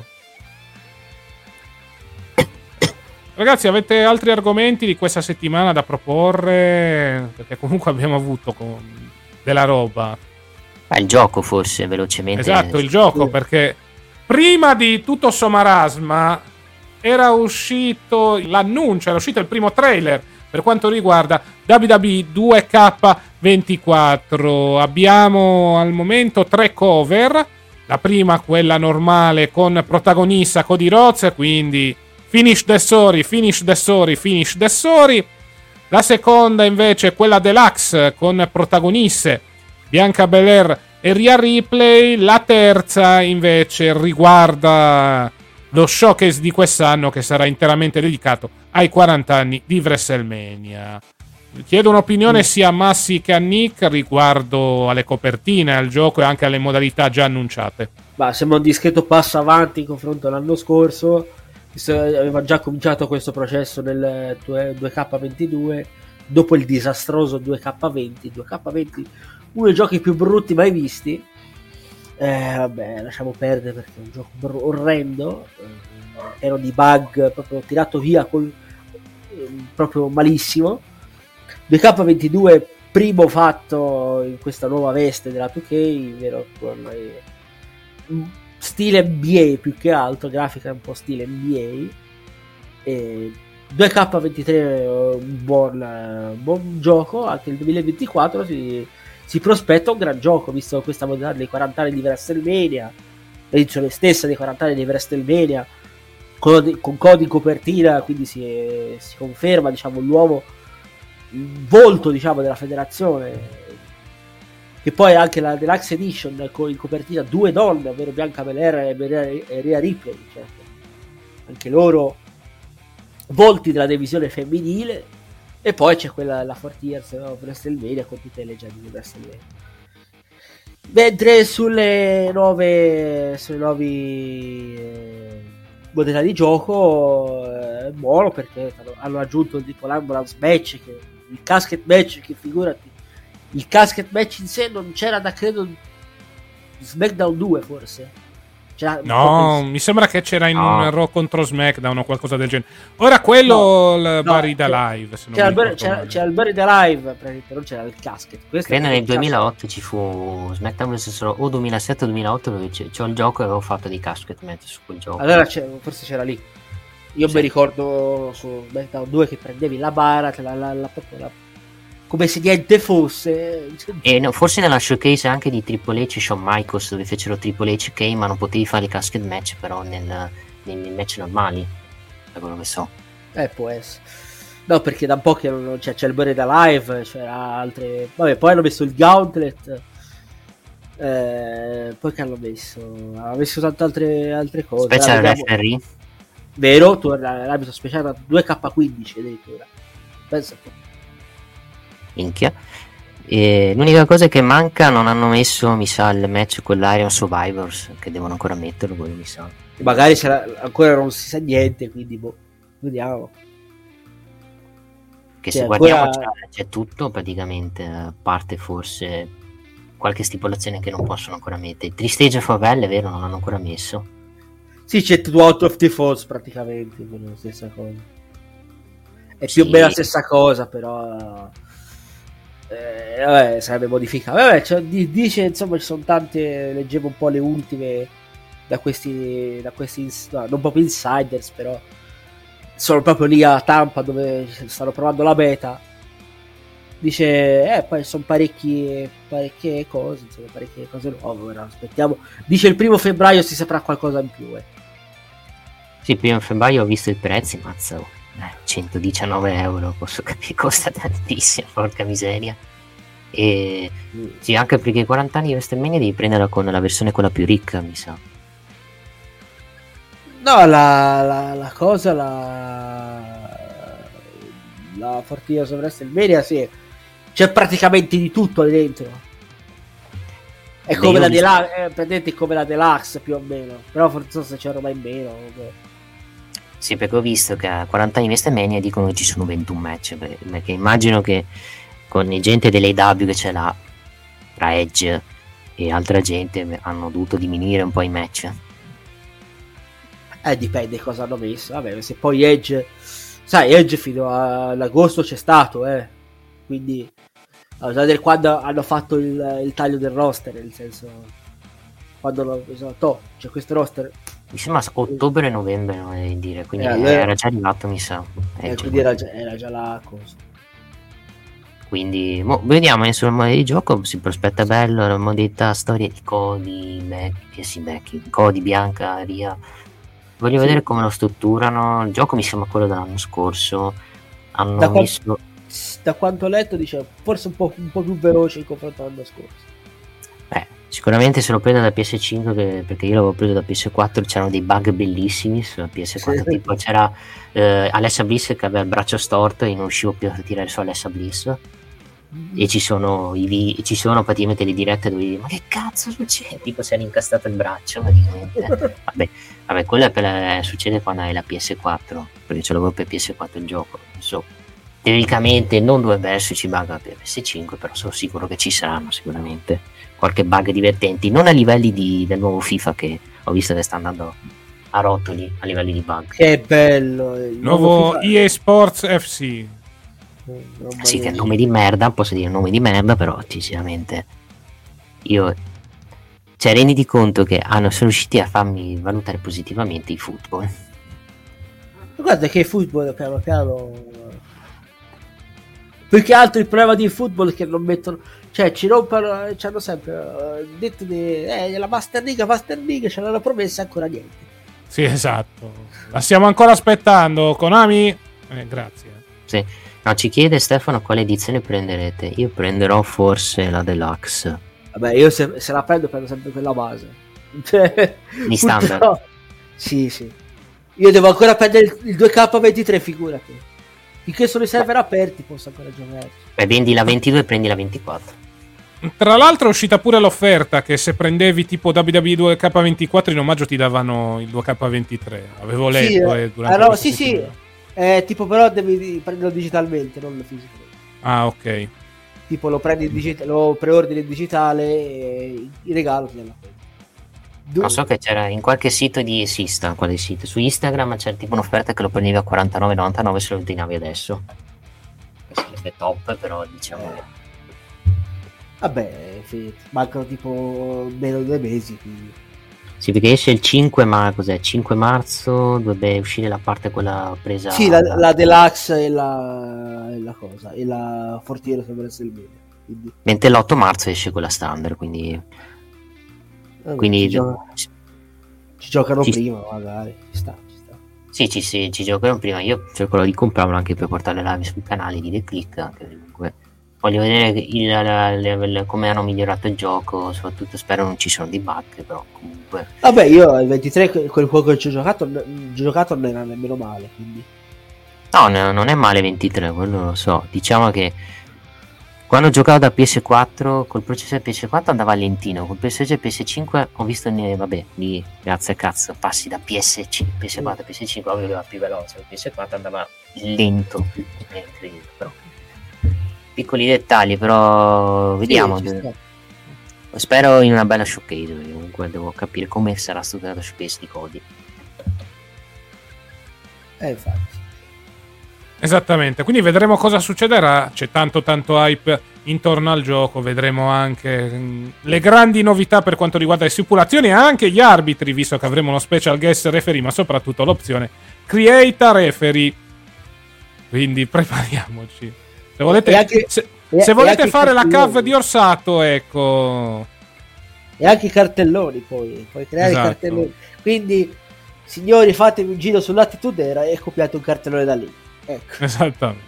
Ragazzi, avete altri argomenti di questa settimana da proporre? Perché comunque abbiamo avuto con della roba. Ah, il gioco forse, velocemente. Esatto, il gioco, sì. Perché prima di tutto sto marasma era uscito l'annuncio, era uscito il primo trailer per quanto riguarda W W E due K ventiquattro. Abbiamo al momento tre cover. La prima, quella normale, con protagonista Cody Rhodes, quindi Finish the story, finish the story, finish the story. La seconda invece è quella deluxe con protagoniste Bianca Belair e Rhea Ripley. La terza invece riguarda lo showcase di quest'anno che sarà interamente dedicato ai quaranta anni di WrestleMania. Chiedo un'opinione sia a Massi che a Nick riguardo alle copertine, al gioco e anche alle modalità già annunciate. Ma sembra un discreto passo avanti in confronto all'anno scorso. Aveva già cominciato questo processo nel due K ventidue dopo il disastroso due K venti. due K venti, uno dei giochi più brutti mai visti. Eh, vabbè, lasciamo perdere perché è un gioco br- orrendo. Eh, ero di bug proprio tirato via col, eh, proprio malissimo. due K ventidue, primo fatto in questa nuova veste della due K, vero, con eh, stile N B A più che altro, grafica un po' stile N B A. E due K ventitré è un buon, un buon gioco. Anche il duemilaventiquattro si, si prospetta un gran gioco, visto questa modalità dei quaranta anni di WrestleMania, l'edizione stessa dei quaranta anni di WrestleMania, con, con codi in copertina, quindi si, si conferma, diciamo, il nuovo volto, diciamo, della federazione. Che poi anche la Deluxe Edition con in copertina due donne, ovvero Bianca Belair e Rhea Ripley, cioè, anche loro volti della divisione femminile. E poi c'è quella, la quattro Years of WrestleMania con tutte le leggende di WrestleMania. Mentre sulle nuove sulle nuovi eh, modalità di gioco è eh, buono, perché hanno aggiunto tipo l'ambulance match, che, il casket match, che figurati, il casket match in sé non c'era da, credo, SmackDown due forse. C'era, no, mi sembra che c'era in no. un Raw contro SmackDown o qualcosa del genere. Ora quello, no, il no, Buried Alive. Se c'era, non il c'era, c'era il Buried Alive, però c'era il casket. Questo credo nel duemilaotto ci fu SmackDown versus Raw, o duemilasette o duemilaotto, dove c'è, c'è il gioco e avevo fatto dei casket match su quel gioco. Allora c'era, forse c'era lì. Io sì. mi ricordo su SmackDown due che prendevi la bara, la, la, la, la, come se niente fosse. E no, forse nella showcase anche di Triple H e Shawn Michaels, dove fecero Triple H K, ma non potevi fare i casket match però nel, nei match normali, da quello che so. Eh, può essere. No, perché da un po' che non c'è, c'è il Buried Alive, c'era altre. Vabbè, poi hanno messo il Gauntlet. Eh, poi che hanno messo? Hanno messo tante altre, altre cose. Special referee. Vero, tu l'abito speciale da due K quindici addirittura. Pensa un po'. Minchia. E l'unica cosa che manca, non hanno messo, mi sa, il match con l'Iron Survivors, che devono ancora metterlo, quello mi sa. Magari c'era, ancora non si sa niente, quindi boh, vediamo. Che se ancora... guardiamo c'è, c'è tutto praticamente, a parte forse qualche stipulazione che non possono ancora mettere. Tristage of Abel, è vero, non l'hanno ancora messo. Sì, c'è tutto Out of the Falls praticamente, la stessa cosa. È sì. più o meno la stessa cosa, però eh, vabbè, sarebbe modificato. Vabbè, cioè, dice, insomma, ci sono tante, leggevo un po' le ultime da questi, da questi no, non proprio insiders, però sono proprio lì a Tampa dove stanno provando la beta. Dice, eh, poi sono parecchie, parecchie cose, insomma, parecchie cose nuove. Ora aspettiamo. Dice il primo febbraio si saprà qualcosa in più. Eh. Sì, il primo febbraio ho visto i prezzi, mazza, oh. eh, centodiciannove euro, posso capire, costa tantissimo, porca miseria. E mm. sì, anche perché i quaranta anni di WrestleMania devi prenderla con la versione quella più ricca, mi sa. No, la, la, la cosa, la la quattro Years of WrestleMania, sì, c'è praticamente di tutto lì dentro. È come Beh, la Deluxe, eh, prendete come la Deluxe più o meno, però forse se c'è roba in meno. Okay. Sì, perché ho visto che a quaranta anni di WrestleMania dicono che ci sono ventuno match, perché immagino che con gente dell'A E W che ce l'ha, tra Edge e altra gente, hanno dovuto diminuire un po' i match. Eh, dipende cosa hanno messo. Vabbè, se poi Edge, sai, Edge fino all'agosto c'è stato, eh. Quindi, allora, quando hanno fatto il, il taglio del roster, nel senso, quando l'ho esatto, c'è questo roster. Mi sembra ottobre novembre, non è dire, quindi eh, allora, era già arrivato, mi sa. Eh, quindi era già, era già la cosa. Quindi mo, vediamo adesso il modo di gioco, si prospetta bello, la modalità storia di Cody, Becky, eh sì, Becky, Cody, Bianca, Ria. Voglio sì. vedere come lo strutturano. Il gioco mi sembra quello dell'anno scorso. Hanno da, messo... quanto, da quanto ho letto, dice forse un po', un po' più veloce in confronto all'anno scorso. Beh, sicuramente se lo prendo da P S cinque, che, perché io l'avevo preso da P S quattro, c'erano dei bug bellissimi sulla P S quattro, sì. tipo c'era eh, Alexa Bliss che aveva il braccio storto e non riuscivo più a tirare su Alexa Bliss. E ci sono i vi- ci sono praticamente le dirette dove dici, ma che cazzo succede? Tipo si è incastrato il braccio praticamente. vabbè, vabbè, quello è per la- succede quando hai la P S quattro, perché ce l'avevo per P S quattro il gioco. So, teoricamente non dovrebbe esserci bug per P S cinque, però sono sicuro che ci saranno sicuramente qualche bug divertenti, non a livelli di, del nuovo FIFA, che ho visto che sta andando a rotoli a livelli di bug. Che bello il nuovo, nuovo E A Sports F C. Sì, che è nome di merda, posso dire nome di merda, però sinceramente io, cioè, renditi conto che hanno sono riusciti a farmi valutare positivamente il football. Guarda che il football piano piano, più che altro il problema di football è che non mettono, cioè ci rompono, ci hanno sempre uh, detto di eh, la Master League, Master League, ce l'hanno promessa, ancora niente. Sì, esatto, la stiamo ancora aspettando. Konami, eh, grazie. Sì. No, ci chiede Stefano quale edizione prenderete. Io prenderò forse la Deluxe. Vabbè, io se, se la prendo prendo sempre quella base. Di standard. No. Sì, sì. Io devo ancora prendere il, il due K ventitré, figurati. Finché sono i server aperti posso ancora giocare. Beh, vendi la ventidue e prendi la ventiquattro. Tra l'altro è uscita pure l'offerta che se prendevi tipo W W E due K ventiquattro in omaggio ti davano il due K ventitré. Avevo letto. Sì, eh, durante allora, sì, sì. Eh, tipo però devi prenderlo digitalmente, non fisico. Ah, ok. Tipo lo prendi in digitale, lo preordini in digitale e il regalo ti du- non so che c'era in qualche sito di esista, quale sito su Instagram c'era tipo un'offerta che lo prendevi a quarantanove virgola novantanove se lo ordinavi adesso. Sarebbe top, però diciamo eh. Vabbè, mancano tipo meno di due mesi, quindi. Sì, perché esce il cinque, ma cos'è? cinque marzo dovrebbe uscire la parte quella presa. Sì, la, la Deluxe e la, e la cosa, e la Fortiere sembra essere il meglio. Quindi. Mentre l'otto marzo esce quella standard, quindi. Allora, quindi ci, gioca... ci giocano ci... prima, magari. Ci sta, ci sta. Sì, ci, sì, ci giocano prima. Io cercherò di comprarlo anche per portare live sul canale di The Click, anche comunque. Voglio vedere il, la, la, la, come hanno migliorato il gioco, soprattutto spero non ci sono dei bug, però comunque. Vabbè, io il ventitré, quel poco che ci ho giocato, ho giocato non era nemmeno male, quindi. No, no, non è male ventitré, quello lo so. Diciamo che quando giocavo da P S quattro, col processore P S quattro andava lentino, col P S cinque P S cinque ho visto, ne, vabbè, lì, grazie al cazzo, passi da P S cinque, P S quattro a P S cinque, ovvio andava più veloce, il P S quattro andava lento, è incredibile, però. Piccoli dettagli, però vediamo. Sì, spero in una bella showcase, comunque devo capire come sarà strutturato la showcase di Cody. Eh, infatti. Esattamente, quindi vedremo cosa succederà. C'è tanto tanto hype intorno al gioco. Vedremo anche mh, le grandi novità per quanto riguarda le stipulazioni e anche gli arbitri, visto che avremo uno special guest referee, ma soprattutto l'opzione create a referee. Quindi prepariamoci. Se volete, anche, se, e, se volete fare la cave di Orsato, ecco. E anche i cartelloni, poi puoi creare esatto. i cartelloni. Quindi, signori, fatevi un giro sull'attitudera e copiate un cartellone da lì. Ecco. Esattamente.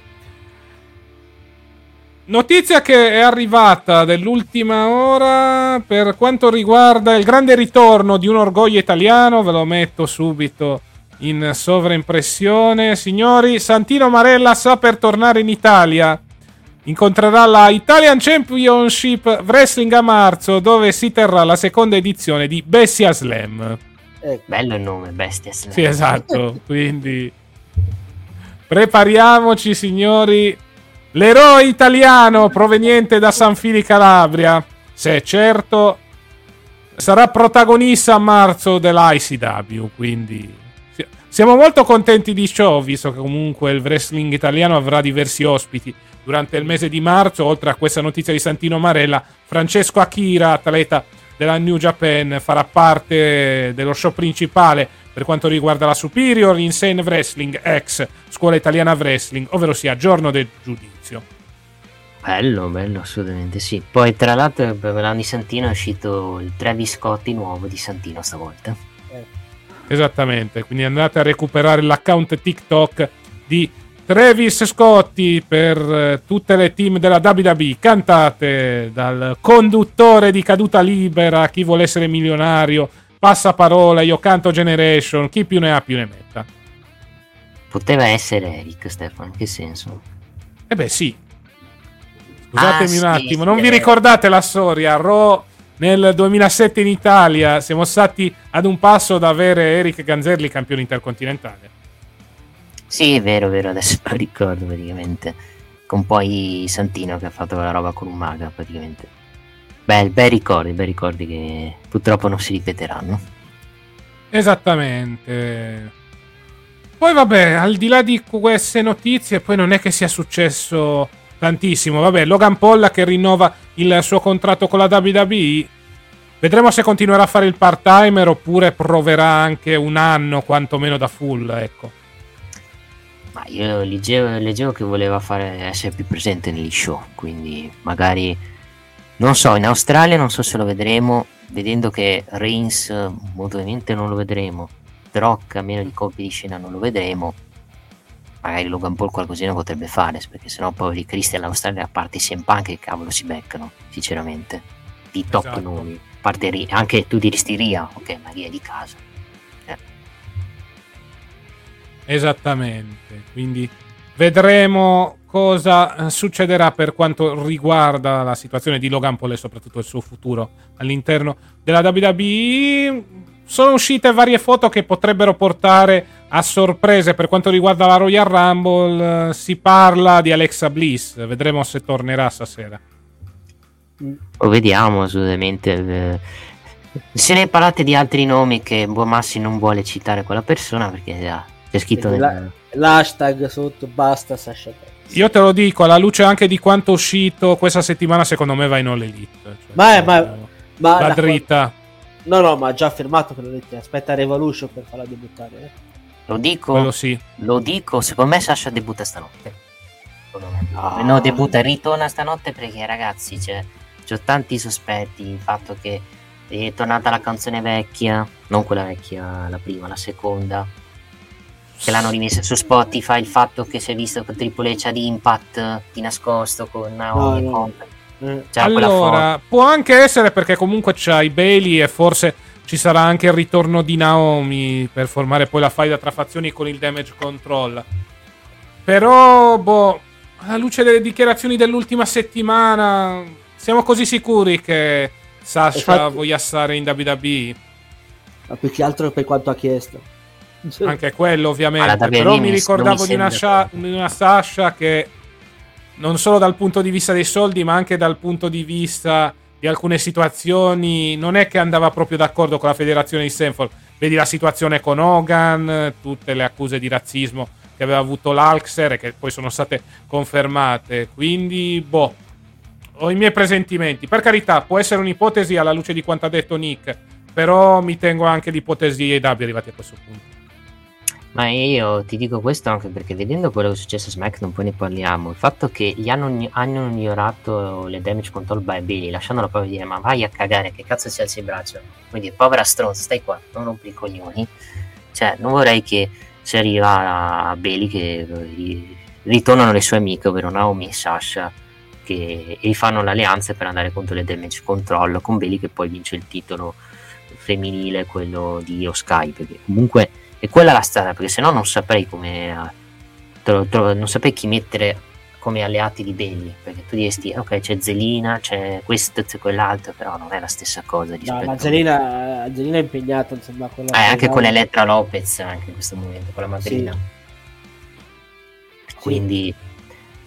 Notizia che è arrivata dell'ultima ora per quanto riguarda il grande ritorno di un orgoglio italiano. Ve lo metto subito in sovraimpressione. Signori, Santino Marella sta per tornare in Italia. Incontrerà la Italian Championship Wrestling a marzo, dove si terrà la seconda edizione di Bestia Slam. Eh, bello il nome, Bestia Slam. Sì, esatto. Quindi prepariamoci, signori. L'eroe italiano proveniente da San Fili Calabria, se è certo, sarà protagonista a marzo dell'I C W, quindi siamo molto contenti di ciò, visto che comunque il wrestling italiano avrà diversi ospiti durante il mese di marzo. Oltre a questa notizia di Santino Marella, Francesco Akira, atleta della New Japan, farà parte dello show principale per quanto riguarda la Superior Insane Wrestling ex Scuola Italiana Wrestling, ovvero sia Giorno del Giudizio. Bello, bello, assolutamente sì. Poi tra l'altro per l'anno di Santino è uscito il Travis Scott nuovo di Santino stavolta. Esattamente, quindi andate a recuperare l'account TikTok di Travis Scotti per eh, tutte le team della W W E, cantate dal conduttore di Caduta Libera, Chi vuole essere milionario, Passaparola, Io canto Generation, chi più ne ha più ne metta. Poteva essere Eric, Stefano, in che senso? Eh beh sì, scusatemi ah, un sì, attimo, sì, non eh. vi ricordate la storia? Raw nel duemilasette in Italia siamo stati ad un passo da avere Eric Ganzerli campione intercontinentale. Sì, è vero, è vero, adesso lo ricordo praticamente. Con poi Santino che ha fatto la roba con un maga praticamente. Beh, bei ricordi, bei ricordi che purtroppo non si ripeteranno. Esattamente. Poi vabbè, al di là di queste notizie, poi non è che sia successo tantissimo. Vabbè, Logan Paul che rinnova il suo contratto con la W W E. Vedremo se continuerà a fare il part-timer oppure proverà anche un anno quantomeno da full, ecco. Ma io leggevo, leggevo che voleva fare essere più presente negli show, quindi magari, non so, in Australia non so se lo vedremo, vedendo che Reigns molto ovviamente non lo vedremo, Brock a meno di colpi di scena non lo vedremo, magari Logan Paul qualcosina potrebbe fare, perché sennò poveri cristi all'Australia, a parte i C M Punk, che cavolo si beccano, sinceramente, di top Esatto. nomi, a parte Ri- anche tu diresti Ria, ok, ma Ria è di casa. Esattamente, quindi vedremo cosa succederà per quanto riguarda la situazione di Logan Paul e soprattutto il suo futuro all'interno della W W E. Sono uscite varie foto che potrebbero portare a sorprese per quanto riguarda la Royal Rumble. Si parla di Alexa Bliss, vedremo se tornerà stasera. Lo vediamo assolutamente. Se ne parlate di altri nomi che Bomassi non vuole citare quella persona perché ah, c'è scritto nel... La, l'hashtag sotto basta Sasha Banks. Io te lo dico, alla luce anche di quanto è uscito questa settimana, secondo me va in All Elite. Cioè, Ma è, ma, ma va la- dritta. No, no, ma ha già firmato per le aspetta Revolution per farla debuttare. Eh. Lo dico, Quello sì. lo dico, secondo me Sasha debutta stanotte. Secondo me. No. No, debutta, ritorna stanotte perché ragazzi c'è, c'ho tanti sospetti, il fatto che è tornata la canzone vecchia, non quella vecchia, la prima, la seconda, che l'hanno rimessa su Spotify, il fatto che si è visto con Triple H ad Impact di nascosto con Naomi No, e no. Punk. Eh. C'era quella foto. Allora, può anche essere perché comunque c'hai Bailey e forse ci sarà anche il ritorno di Naomi per formare poi la faida tra fazioni con il Damage Control. Però, boh, alla luce delle dichiarazioni dell'ultima settimana, siamo così sicuri che Sasha Infatti- voglia stare in W W E? Ma più che altro per quanto ha chiesto. Anche quello ovviamente. Ma la W W E Però mi non mi ricordavo di una, sembra- Sha- di una Sasha che non solo dal punto di vista dei soldi, ma anche dal punto di vista di alcune situazioni, non è che andava proprio d'accordo con la federazione di Stanford. Vedi la situazione con Hogan, tutte le accuse di razzismo che aveva avuto l'Alxer e che poi sono state confermate. Quindi, boh, ho i miei presentimenti. Per carità, può essere un'ipotesi alla luce di quanto ha detto Nick, però mi tengo anche l'ipotesi A E W arrivati a questo punto. Ma io ti dico questo anche perché vedendo quello che è successo a SmackDown, poi ne parliamo, il fatto che gli hanno, hanno ignorato le damage control by Bailey, lasciandolo proprio dire ma vai a cagare, che cazzo si alza il braccio, quindi povera stronza, stai qua, non rompi i coglioni, cioè non vorrei che si arriva a Bailey che ri- ritornano le sue amiche, ovvero Naomi e Sasha, che e fanno l'alleanza per andare contro le damage control con Bailey che poi vince il titolo femminile, quello di Io Sky, perché comunque è quella la strada, perché sennò non saprei come tro- tro- non saprei chi mettere come alleati di Bailey, perché tu diresti ok c'è Zelina, c'è questo, c'è quell'altro, però non è la stessa cosa No, rispetto ma Zelina, Zelina è impegnata insomma con la eh, anche con Elettra Lopez anche in questo momento con la madrina, Sì. quindi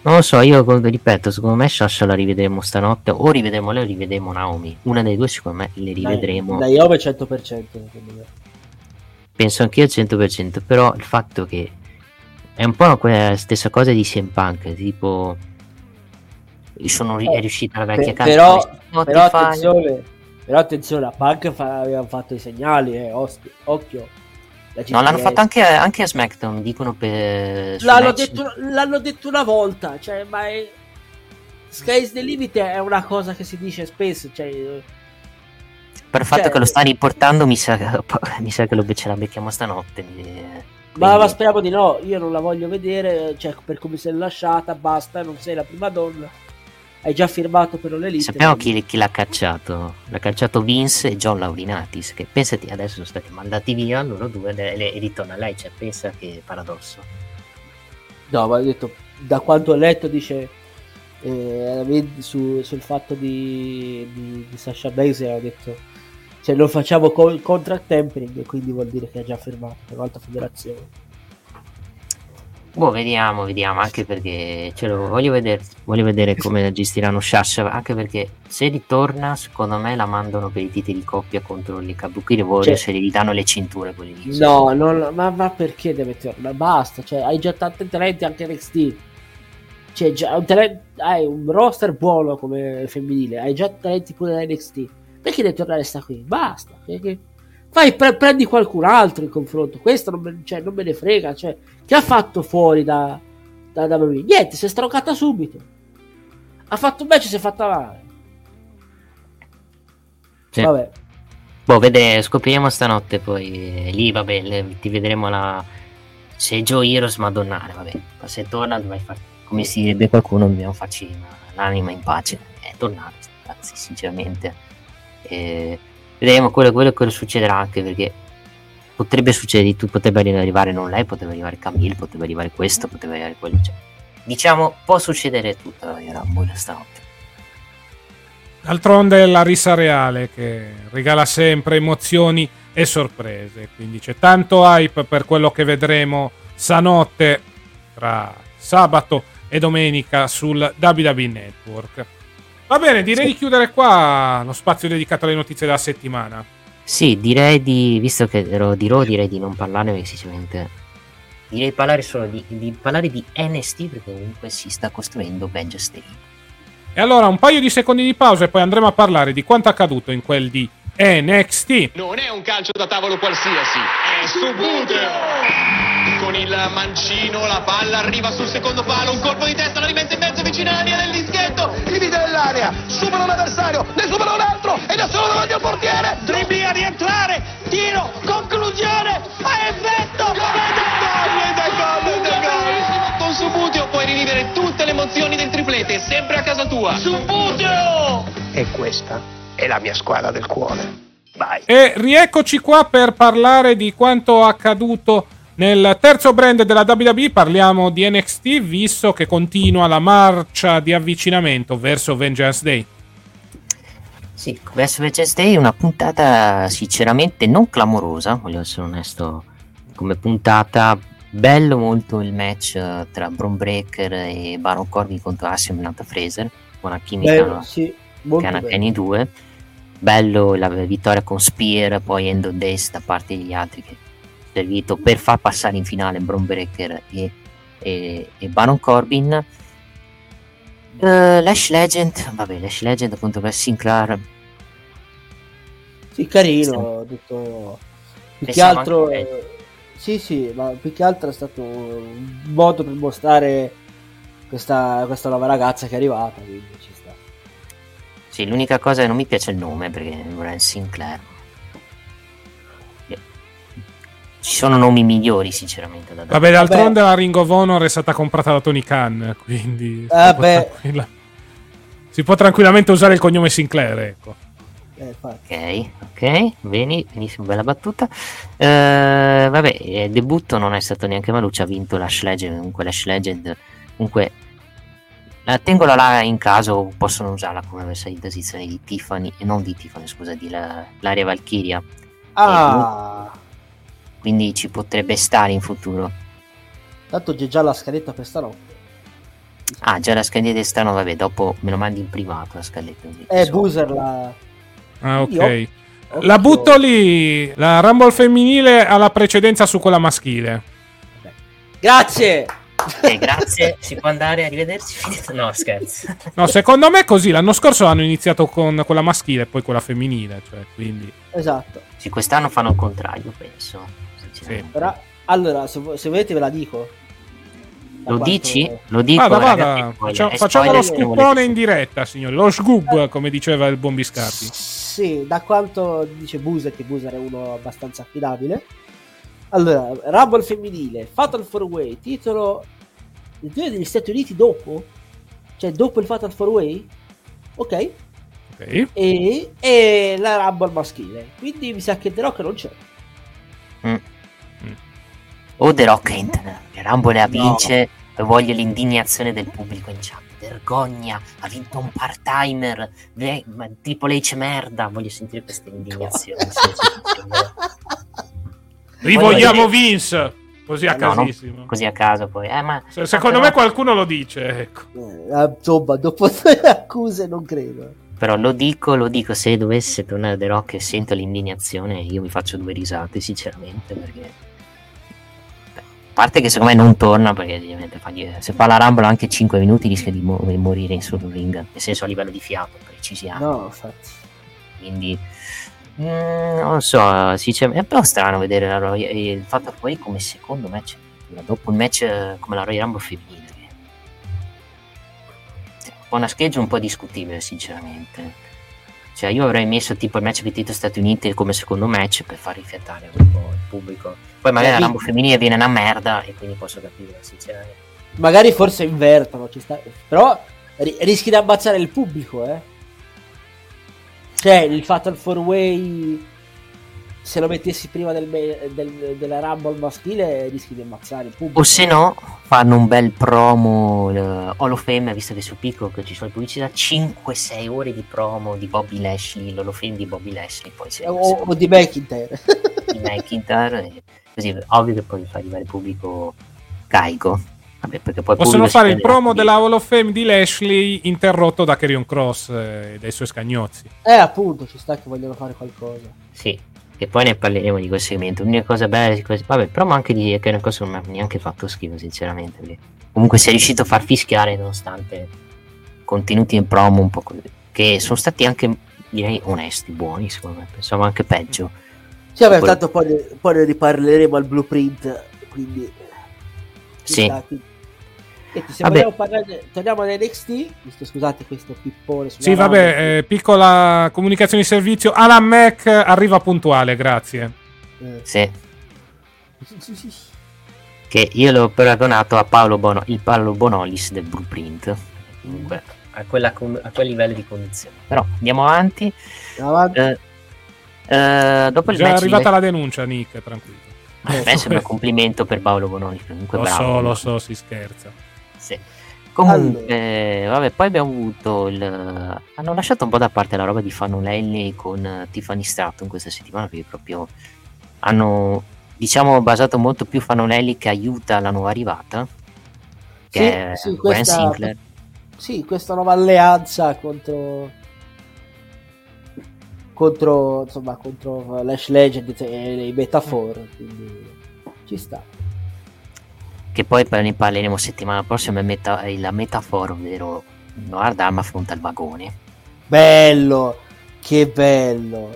Non lo so, io ripeto, secondo me Sasha la rivedremo stanotte, o rivedremo lei o rivedremo Naomi. Una dei due secondo me le rivedremo. Da Naomi cento per cento secondo me. Penso anch'io al cento per cento, però il fatto che è un po' quella stessa cosa di C M Punk, tipo sono è riuscita la vecchia casa. Però, però attenzione, però attenzione, a Punk fa, avevano fatto i segnali, eh, osti, occhio. No, l'hanno fatto anche, anche a SmackDown, dicono per... L'hanno detto, l'hanno detto una volta, cioè, ma è... Sky's the limit è una cosa che si dice spesso, cioè... Per il fatto cioè, che lo sta riportando mi sa, mi sa che lo, ce la becchiamo stanotte. Quindi... Ma, ma speriamo di no, io non la voglio vedere, cioè per come si è lasciata, basta, non sei la prima donna. Hai già firmato per l'Elite. Sappiamo chi, chi l'ha cacciato. L'ha cacciato Vince e John Laurinatis. Che pensati, adesso sono stati mandati via loro due e ritorna lei. Cioè, pensa che paradosso. No, ma ho detto, da quanto ho letto, dice eh, su, sul fatto di, di, di Sasha Banks, ha detto, cioè lo facciamo con il contract tempering, quindi vuol dire che ha già firmato per un'altra federazione. Boh, vediamo, vediamo, anche perché ce lo voglio vedere, voglio vedere come gestiranno Sasha, anche perché se ritorna, secondo me la mandano per i titoli di coppia contro il Kabuki Warriors, cioè, se gli danno le cinture quelli lì. No, non, ma, ma perché deve tornare? Basta, cioè hai già tanti talenti anche N X T. Cioè, già un talento, hai un roster buono come femminile, hai già talenti pure da N X T. Perché deve tornare sta qui? Basta, perché... Fai, pre- prendi qualcun altro in confronto. Questo non me, cioè, non me ne frega. Cioè, che ha fatto fuori da da W W E? Niente, si è stroncata subito. Ha fatto un match e si è fatta male. Sì. Vabbè. Boh, vede, scopriremo stanotte. Poi lì, vabbè, le, ti vedremo la. Se Joe Heroes madonnare, vabbè. Ma se torna, dovrai fare. Come si direbbe qualcuno, dobbiamo farci l'anima in pace. È tornato, ragazzi, sinceramente. E. Vedremo quello, quello, quello succederà, anche perché potrebbe succedere di tutto, potrebbe arrivare non lei, potrebbe arrivare Camille, potrebbe arrivare questo, potrebbe arrivare quello, cioè, diciamo può succedere tutto a Rumble stanotte. D'altronde è la risa reale che regala sempre emozioni e sorprese, quindi c'è tanto hype per quello che vedremo stanotte tra sabato e domenica sul W W E Network. Va bene, direi sì. di chiudere qua lo spazio dedicato alle notizie della settimana. Sì, direi di, visto che ero di Raw, direi di non parlarne semplicemente. Direi di parlare solo di, di parlare di N X T, perché comunque si sta costruendo Vengeance Day. E allora un paio di secondi di pausa e poi andremo a parlare di quanto accaduto in quel di N X T. Non è un calcio da tavolo qualsiasi, è Subuteo! Con il mancino, la palla arriva sul secondo palo, un colpo di testa, la rimette in mezzo vicino alla linea del dischetto, divide l'area, supera un avversario, ne supera un altro ed è solo davanti al portiere. Dribbling a rientrare, tiro, conclusione, a effetto! Con Subuteo puoi rivivere tutte le emozioni del triplete, sempre a casa tua. Subuteo! E questa è la mia squadra del cuore. Vai. E rieccoci qua per parlare di quanto accaduto nel terzo brand della W W E. Parliamo di N X T, visto che continua la marcia di avvicinamento verso Vengeance Day. Sì, verso Vengeance Day, una puntata sinceramente non clamorosa, voglio essere onesto, come puntata. Bello molto il match tra Bron Breakker e Baron Corbin contro Asim Nata Fraser, con una chimica bello, sì, che hanno i due. Bello la vittoria con Spear, poi End of Days da parte degli altri, che è servito per far passare in finale Bron Breakker e, e, e Baron Corbin. uh, Lash Legend, vabbè, Lash Legend contro Wes Sinclair, sì, carino, ho detto più che altro sì sì, ma più che altro è stato un modo per mostrare questa, questa nuova ragazza che è arrivata, quindi ci sta. Sì, l'unica cosa è che non mi piace il nome, perché è Sinclair. Ci sono nomi migliori sinceramente da dare. Vabbè, d'altronde Vabbè. la Ring of Honor è stata comprata da Tony Khan, quindi Vabbè. Si, può si può tranquillamente usare il cognome Sinclair, ecco. Eh, ok, ok, bene, benissimo, bella battuta. Uh, vabbè, il debutto non è stato neanche maluccio, ha vinto Lash Legend, comunque Lash Legend, comunque la tengola là in caso, possono usarla come avversaria di posizione di Tiffany, e non di Tiffany, scusa, di la, l'area Valkyria. Ah, e, quindi ci potrebbe stare in futuro. Tanto c'è già la scaletta per stanotte. Ah, già la scheda di strano, vabbè, dopo me lo mandi in privato la scaletta. Eh, Boozer la... Ah, ok. Io... La butto lì. La Rumble femminile ha la precedenza su quella maschile. Grazie! Ok, grazie. Si può andare a rivedersi? No, scherzo. No, secondo me è così. L'anno scorso hanno iniziato con quella maschile e poi quella femminile. Cioè, quindi... Esatto. Sì, quest'anno fanno il contrario, penso. Sì. Però, allora, se, se volete ve la dico. Da Lo quanto... dici? Lo dico, vada, ragazzi, vada. spoiler. Facciamo, È facciamo lo spoiler se non scoopone volete in diretta, signori. Lo scoop, come diceva il buon Biscardi. Sì, da quanto dice Boozer, che Boozer è uno abbastanza affidabile. Allora, Rumble femminile, Fatal four way, titolo il due degli Stati Uniti dopo? Cioè dopo il Fatal four way? Ok. Ok. E, e la Rumble maschile. Quindi mi sa che The Rock non c'è. Mm. Mm. O The Rock entra, Rumble la vince, no. Voglio l'indignazione del pubblico in chat. Vergogna, ha vinto un part-timer, Beh, ma Triple H merda, voglio sentire questa indignazione. Rivogliamo Vince, così a no, casissimo. No, così a caso poi. Eh, ma, Se, secondo ma me però... qualcuno lo dice, ecco. Eh, insomma, dopo le accuse non credo. Però lo dico, lo dico, se dovesse tornare The Rock e sento l'indignazione, io mi faccio due risate, sinceramente, perché... A parte che secondo me non torna, perché se fa la Rumble anche cinque minuti rischia di, mo- di morire in sul ring, nel senso a livello di fiato, precisiamo. No, infatti. Quindi mm, non so, sinceramente è però strano vedere la Roy- il fatto poi come secondo match, dopo un match come la Royal Rumble femminile. Un po' una schedule un po' discutibile, sinceramente. Cioè io avrei messo tipo il match Tito Stati Uniti come secondo match per far rifiatare un po' il pubblico. Poi magari la Rumble femminile viene una merda e quindi posso capire, sinceramente. Magari forse invertono, ci sta... però ri- rischi di ammazzare il pubblico, eh. Cioè il Fatal four way, se lo mettessi prima del, del, della Rumble maschile, rischi di ammazzare il pubblico. O se no fanno un bel promo uh, Hall of Fame, visto che su Peacock ci sono le pubblicità, cinque sei ore di promo di Bobby Lashley, l'Hall of Fame di Bobby Lashley, poi se, o, se o di McIntyre. Di McIntyre, e così ovvio che poi fa arrivare il pubblico carico. Vabbè, perché poi possono fare il promo della Hall of Fame di Lashley interrotto da Karrion Cross e dai suoi scagnozzi. Eh appunto, ci sta che vogliono fare qualcosa. Sì, che poi ne parleremo di quel segmento. L'unica cosa bella di questo, vabbè, però anche di Karrion Cross non mi ha neanche fatto schifo, sinceramente, perché comunque si è riuscito a far fischiare nonostante contenuti in promo un po' così, che sono stati anche, direi, onesti, buoni, secondo me, pensavo anche peggio. Sì, vabbè, tanto poi ne, poi ne riparleremo al blueprint, quindi sì. Sta, quindi. E se vogliamo parlare, torniamo all'N X T, visto, scusate questo pippone sulla sì, vabbè, eh, piccola comunicazione di servizio. Alan Mac arriva puntuale, grazie. Eh. Sì. Che io l'ho paragonato a Paolo Bono, il Paolo Bonolis del Blueprint. Comunque a, quella, a quel livello di condizione. Però andiamo avanti. avanti. Eh, eh, dopo il Già match è arrivata di... la denuncia, Nick, tranquillo. A me sembra un complimento per Paolo Bonolis. Comunque lo bravo. so, lo so, si scherza. Sì. Comunque, allora. vabbè, poi abbiamo avuto il. Hanno lasciato un po' da parte la roba di Fanolelli con uh, Tiffany Stratton questa settimana, perché proprio hanno, diciamo, basato molto più Fanolelli che aiuta la nuova arrivata, che sì, è sì, Bryan questa, Sinclair. Sì, questa nuova alleanza contro. contro insomma contro Lash Legend e i Metafor, quindi ci sta. Che poi ne parleremo settimana prossima, è meta, la Metafor, ovvero Noir Dame affronta il vagone. Bello, che bello,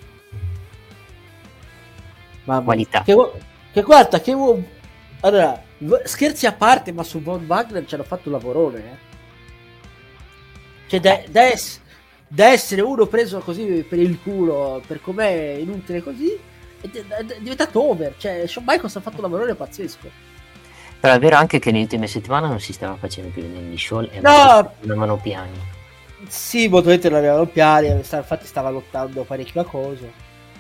mamma, qualità. Che, che guarda, che allora, scherzi a parte, ma su Von Wagner ci hanno fatto un lavorone, eh. Cioè da, da, es, da essere uno preso così per il culo, per com'è inutile così, è, è, è diventato over. Cioè Shawn Michaels ha fatto un lavorone pazzesco. Però è vero anche che nelle ultime settimane non si stava facendo più negli show e no, avevano piani. Sì, molto non avevano piani, infatti stava lottando parecchio a coso.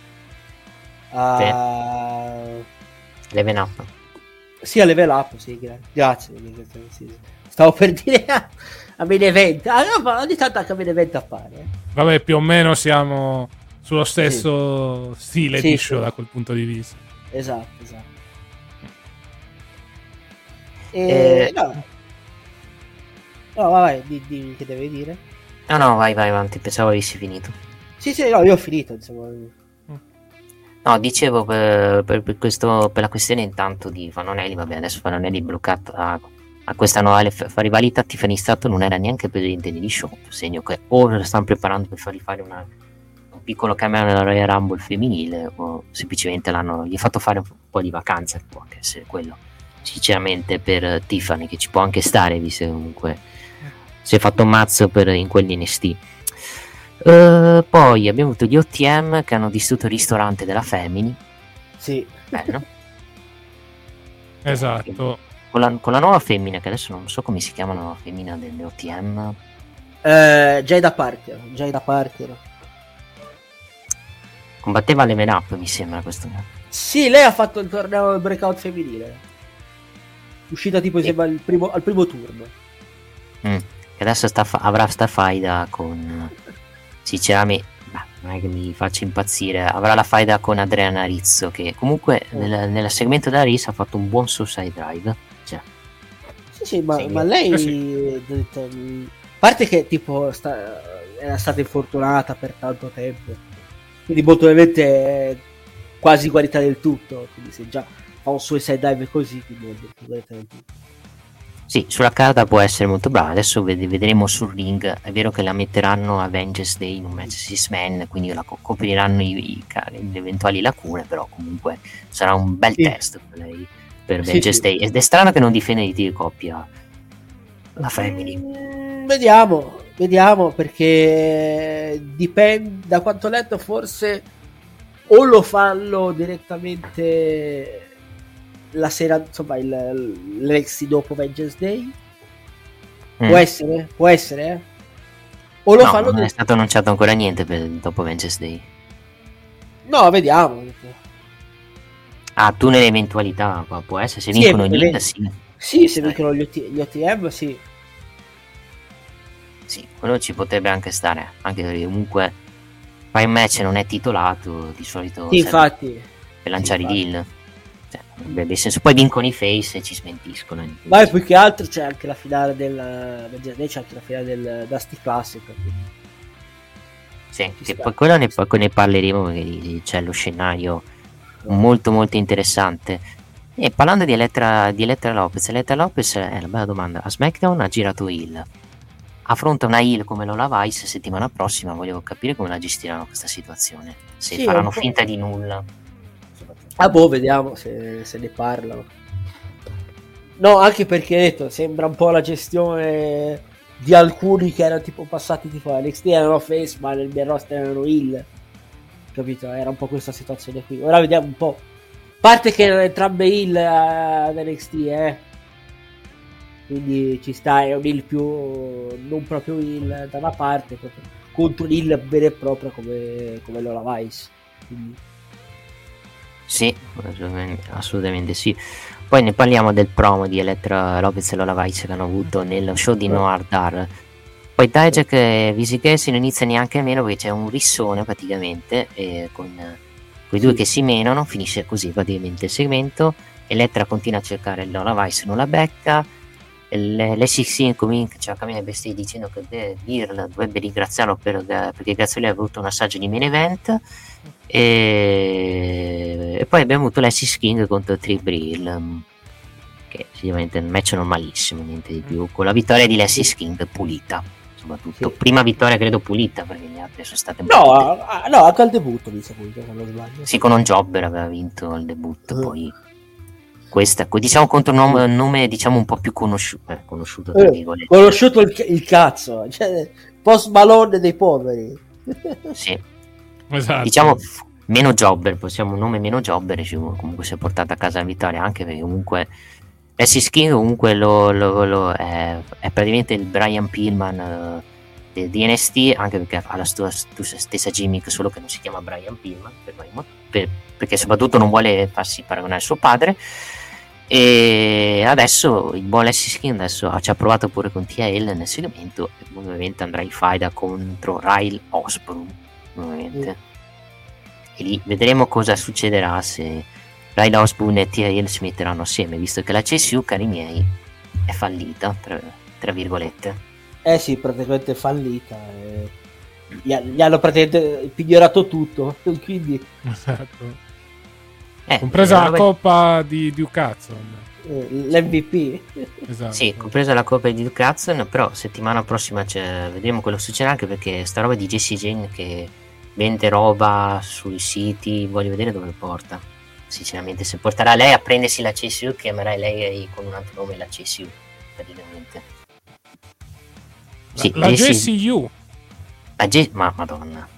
Uh... Level up. Sì, a level up, sì, gra- grazie. Stavo per dire a, a main event. Ah, no, ogni tanto anche a main event appare. Eh. Vabbè, più o meno siamo sullo stesso sì. stile sì, di show sì. da quel punto di vista. Esatto, esatto. E, eh, no. No, vai, di, di, che devi dire? No, no, vai, vai avanti, pensavo avessi finito. Sì, sì, no, io ho finito, insomma. No, dicevo per, per, per questo, per la questione intanto di Fanonelli, vabbè, adesso Fanonelli è bloccato a, a questa nuova fa rivalità. Tiffany Stratton non era neanche presente negli show, segno che o lo stanno preparando per fargli fare una, un piccolo cameo nella Royal Rumble femminile, o semplicemente l'hanno gli ha fatto fare un po' di vacanza, può anche essere quello, sinceramente, per Tiffany, che ci può anche stare, visto che comunque si è fatto un mazzo per, in quell'N X T. Uh, poi abbiamo avuto gli O T M che hanno distrutto il ristorante della Femini. Sì, bello. Esatto. Con la, con la nuova femmina, che adesso non so come si chiama la nuova femmina delle O T M. eh, Jada Parker. Jada Parker. Combatteva Level Up, mi sembra questo. Sì, lei ha fatto il torneo del breakout femminile. Uscita tipo sì. al, primo, al primo turno. Mm. Che adesso sta fa- avrà sta faida con. Sinceramente, beh, non è che mi faccia impazzire. Avrà la faida con Adriana Rizzo, che comunque oh. nel, nel segmento della Rizzo ha fatto un buon suicide drive. Cioè. Sì, sì, ma, sì, ma lei. eh sì. Detto, a parte che tipo sta, era stata infortunata per tanto tempo, quindi molto probabilmente quasi guarita del tutto. Quindi se già fa un suicide dive così, quindi è guarita del tutto. Sì, sulla carta può essere molto brava. Adesso ved- vedremo sul ring. È vero che la metteranno a Vengeance Day in un match six man, quindi la co- copriranno i, i, le eventuali lacune, però comunque sarà un bel sì. test per lei per sì, Vengeance sì. Day. Ed è strano che non difenda di tiro coppia la Family. Mm, vediamo, vediamo, perché dipende, da quanto ho letto forse o lo fanno direttamente la sera, insomma, il, l'N X T dopo Vengeance Day. Mm. Può essere, può essere, eh? O lo no, fanno. Non del... è stato annunciato ancora niente per dopo Vengeance Day. No, vediamo. Ah, tu nelle eventualità, può essere, se sì, vincono i Nil, sì. Sì, se vincono gli, gli O T M, sì. Sì, quello ci potrebbe anche stare, anche perché comunque fai un match non è titolato, di solito sì, infatti. Per lanciare sì, i deal. Cioè, nel senso, poi vincono i face e ci smentiscono. Ma più che altro c'è anche la finale del c'è anche la finale del Dusty Classic. Sì, che poi quello ne, poi ne parleremo, perché c'è lo scenario no. molto molto interessante. E parlando di Elettra, di Elettra Lopez, Elettra Lopez è una bella domanda. A SmackDown ha girato heel, affronta una heel come Lola Vice settimana prossima. Volevo capire come la gestiranno questa situazione, se sì, faranno finta di nulla. Ah boh, vediamo se, se ne parlano. No, anche perché detto, sembra un po' la gestione di alcuni che erano tipo passati tipo N X T erano face, ma nel main roster erano heel. Capito? Era un po' questa situazione qui. Ora vediamo un po'. A parte che erano entrambe heel ad N X T, eh. Quindi ci sta, è un heel più non proprio heel da una parte, proprio contro un heel vero e proprio come, come Lola Vice. Quindi sì, assolutamente sì. Poi ne parliamo del promo di Elettra Lopez e Lola Vice che hanno avuto nello show di Noir Dar. Poi Dijak e Visigesi non inizia neanche meno, perché c'è un rissone praticamente, e con quei due che si menano, finisce così praticamente il segmento. Elettra continua a cercare Lola Vice, non la becca. L'S comincia a camminare vestiti dicendo che Beal dovrebbe ringraziarlo per, perché grazie a lui ha avuto un assaggio di main event. E, e poi abbiamo avuto l'S King contro Tribril, che sicuramente è un match normalissimo, niente di più, con la vittoria di Leslie King pulita, soprattutto sì. Prima vittoria credo pulita, perché le altre sono state no, a, a, no anche al debutto mi sa pulita, se non sbaglio. Sì, con un jobber aveva vinto il debutto, uh. poi questa diciamo contro un nome, nome diciamo un po' più conosciuto, eh, conosciuto tra eh, conosciuto il, il cazzo, cioè Post Malone dei poveri. Sì. Esatto. Diciamo meno jobber, possiamo un nome meno jobber, comunque si è portata a casa la vittoria, anche perché comunque S King comunque lo, lo, lo è, è praticamente il Brian Pillman uh, di N X T, anche perché ha la sua, sua stessa gimmick, solo che non si chiama Brian Pillman per, per, perché soprattutto non vuole farsi paragonare al suo padre. E adesso il buon S King adesso ci ha provato pure con T L nel segmento, e ovviamente andrà in faida contro Ryle Osborne. Ovviamente. E lì vedremo cosa succederà, se Ryle Osborne e T L si metteranno assieme, visto che la C S U, cari miei, è fallita per, tra virgolette. Eh sì, praticamente fallita. Eh. Gli, gli hanno praticamente pignorato tutto, quindi... Esatto. Eh, compresa la roba... coppa di Duke Hudson. Eh, l'M V P. Esatto. Sì, compresa la coppa di Duke Hudson, però settimana prossima c'è, vedremo quello che succederà, anche perché sta roba di Jessie Jane che vende roba sui siti, voglio vedere dove porta. Sinceramente, se porterà lei a prendersi la C S U, chiamerai lei con un altro nome la C S U, praticamente. La, sì, la J C U. La J... Ma madonna.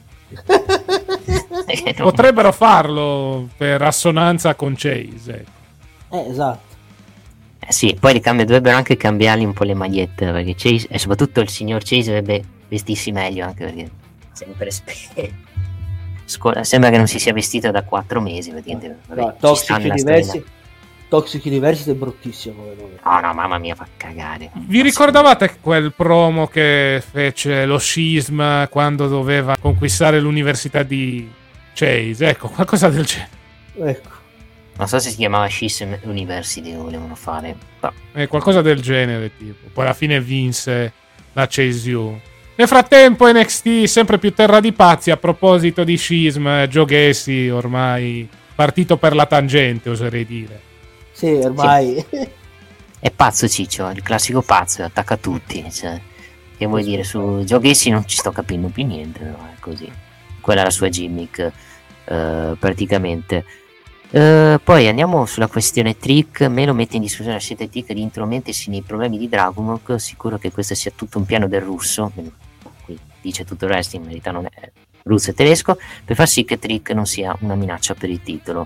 Potrebbero farlo per assonanza con Chase. Eh, esatto. Eh sì, poi li cambia, dovrebbero anche cambiargli un po' le magliette, perché Chase, e soprattutto il signor Chase dovrebbe vestirsi meglio, anche perché sempre spe... Scuola, sembra che non si sia vestito da quattro mesi. Vabbè, no, Toxic University, Toxic University è bruttissimo come nome. No, no, mamma mia, fa cagare. Vi ricordavate quel promo che fece lo Schism quando doveva conquistare l'università di Chase? Ecco, qualcosa del genere. Ecco. Non so se si chiamava Schism University o volevano fare. No. Eh, qualcosa del genere, tipo. Poi alla fine vinse la Chase U. Nel frattempo N X T sempre più terra di pazzi. A proposito di Schism, Joe Gacy ormai partito per la tangente, oserei dire. Sì, ormai sì. È pazzo Ciccio, il classico pazzo, attacca tutti, cioè, che vuoi dire, su Joe Gacy non ci sto capendo più niente, no? È così, quella è la sua gimmick, uh, praticamente. Uh, poi andiamo sulla questione Trick. Me lo mette in discussione la scelta di Trick di intromettersi nei problemi di Dragunov. Sicuro che questo sia tutto un piano del russo, qui dice tutto il resto, in verità non è russo e tedesco, per far sì che Trick non sia una minaccia per il titolo.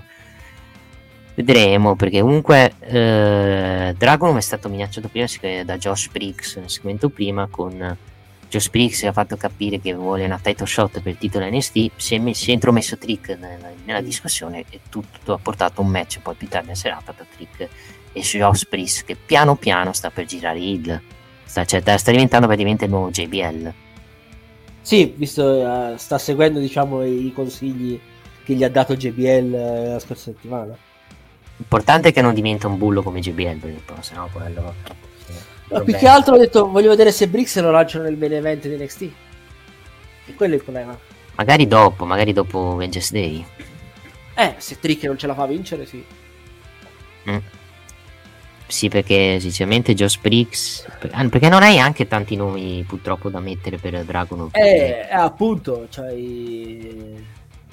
Vedremo, perché comunque eh, Dragunov è stato minacciato prima da Josh Briggs nel segmento prima, con Josh Briggs che ha fatto capire che vuole una title shot per il titolo N X T. Si è, messo, si è intromesso Trick nella, nella discussione e tutto, tutto ha portato un match poi più tardi in serata tra Trick e Josh Briggs, che piano piano sta per girare heel, sta, cioè, sta diventando praticamente il nuovo J B L. Sì, visto uh, sta seguendo diciamo i consigli che gli ha dato J B L uh, la scorsa settimana. L'importante è che non diventa un bullo come J B L, perché poi sennò quello... No, più che altro ho detto voglio vedere se Briggs lo lanciano nel main event di N X T, e quello è il problema. Magari dopo, magari dopo Vengeance Day. Eh, se Trick non ce la fa vincere, sì. Mm. Sì, perché sinceramente Josh Briggs, perché non hai anche tanti nomi purtroppo da mettere per Dragunov. Eh, eh appunto, c'hai...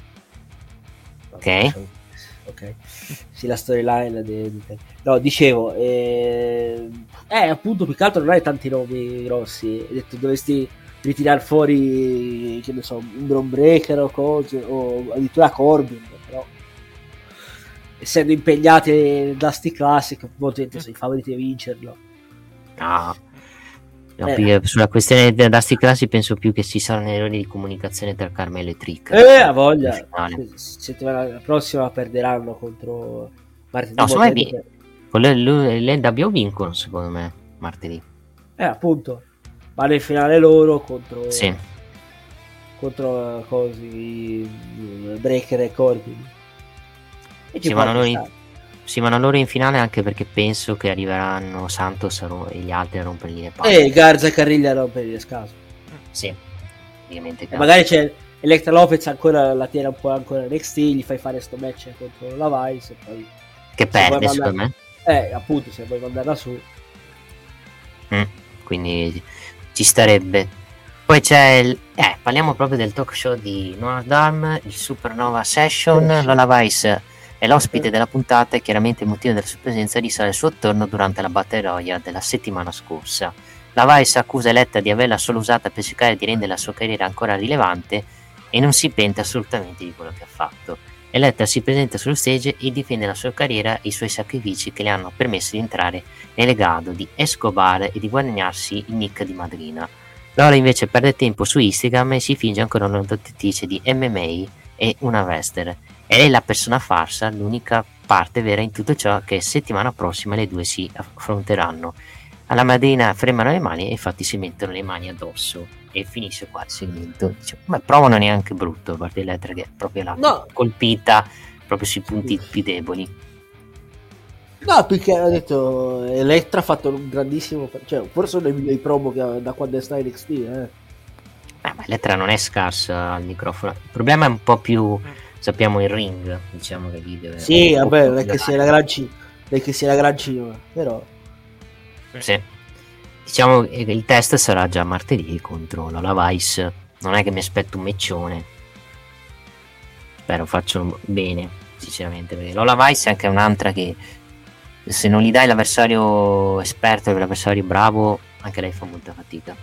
Ok. Ok, sì, la storyline di, di... no, dicevo eh... eh, appunto, più che altro non hai tanti nomi grossi. Hai detto dovresti ritirare fuori, che ne so, un Bron Breaker o cose, o addirittura Corbin, però essendo impegnati nel Dusty Classic molti sono i favoriti a vincerlo. No, no eh. Sulla questione del Dusty Classic penso più che ci saranno errori di comunicazione tra Carmelo e Trick. Eh, a voglia. Settimana prossima perderanno contro martedì. No, secondo me con l'N W O vincono, secondo me, martedì. Eh, appunto. Ma nel finale loro contro... Sì. Contro così Breaker e Corbin. E ci vanno loro in... Sì, ma non loro in finale, anche perché penso che arriveranno Santos e gli altri a rompergli le palle. E Garza e Carriglia a rompergli le scatole. Sì, ovviamente. Magari c'è Electra Lopez ancora, la tiene un po' ancora N X T, gli fai fare sto match contro la Vice e poi... Che perde, secondo me. Eh, appunto, se vuoi mandarla su. Mm, quindi ci starebbe. Poi c'è il... Eh, parliamo proprio del talk show di Noah Darm, il Supernova Session. Sì. Lola Vice è l'ospite della puntata e chiaramente il motivo della sua presenza risale al suo torno durante la Battle Royale della settimana scorsa. La Vice accusa Eletta di averla solo usata per cercare di rendere la sua carriera ancora rilevante e non si pente assolutamente di quello che ha fatto. Eletta si presenta sullo stage e difende la sua carriera e i suoi sacrifici che le hanno permesso di entrare nel legado di Escobar e di guadagnarsi il nick di madrina. Lola invece perde tempo su Instagram e si finge ancora una lottatrice di M M A e una wrestler. E lei è la persona farsa, l'unica parte vera in tutto ciò, che settimana prossima le due si affronteranno. Alla madrina fremano le mani e infatti si mettono le mani addosso e finisce qua il segmento. Diciamo, ma provano neanche brutto, a parte l'altra che è proprio la no. colpita proprio sui punti più deboli. No, perché ho detto Elettra ha fatto un grandissimo, cioè forse uno dei migliori promo che ha da quando sta in N X T, eh. Eh, ma Elettra non è scarsa al microfono. Il problema è un po' più, sappiamo, il ring, diciamo che lì deve... Sì, vabbè, non è che sia la gran C, non è che sia la gran cima, però... Sì. Diciamo che il test sarà già martedì contro Lola Vice. Non è che mi aspetto un meccione. Spero facciano bene, sinceramente, perché Lola Vice è anche un'altra che se non gli dai l'avversario esperto e l'avversario bravo, anche lei fa molta fatica,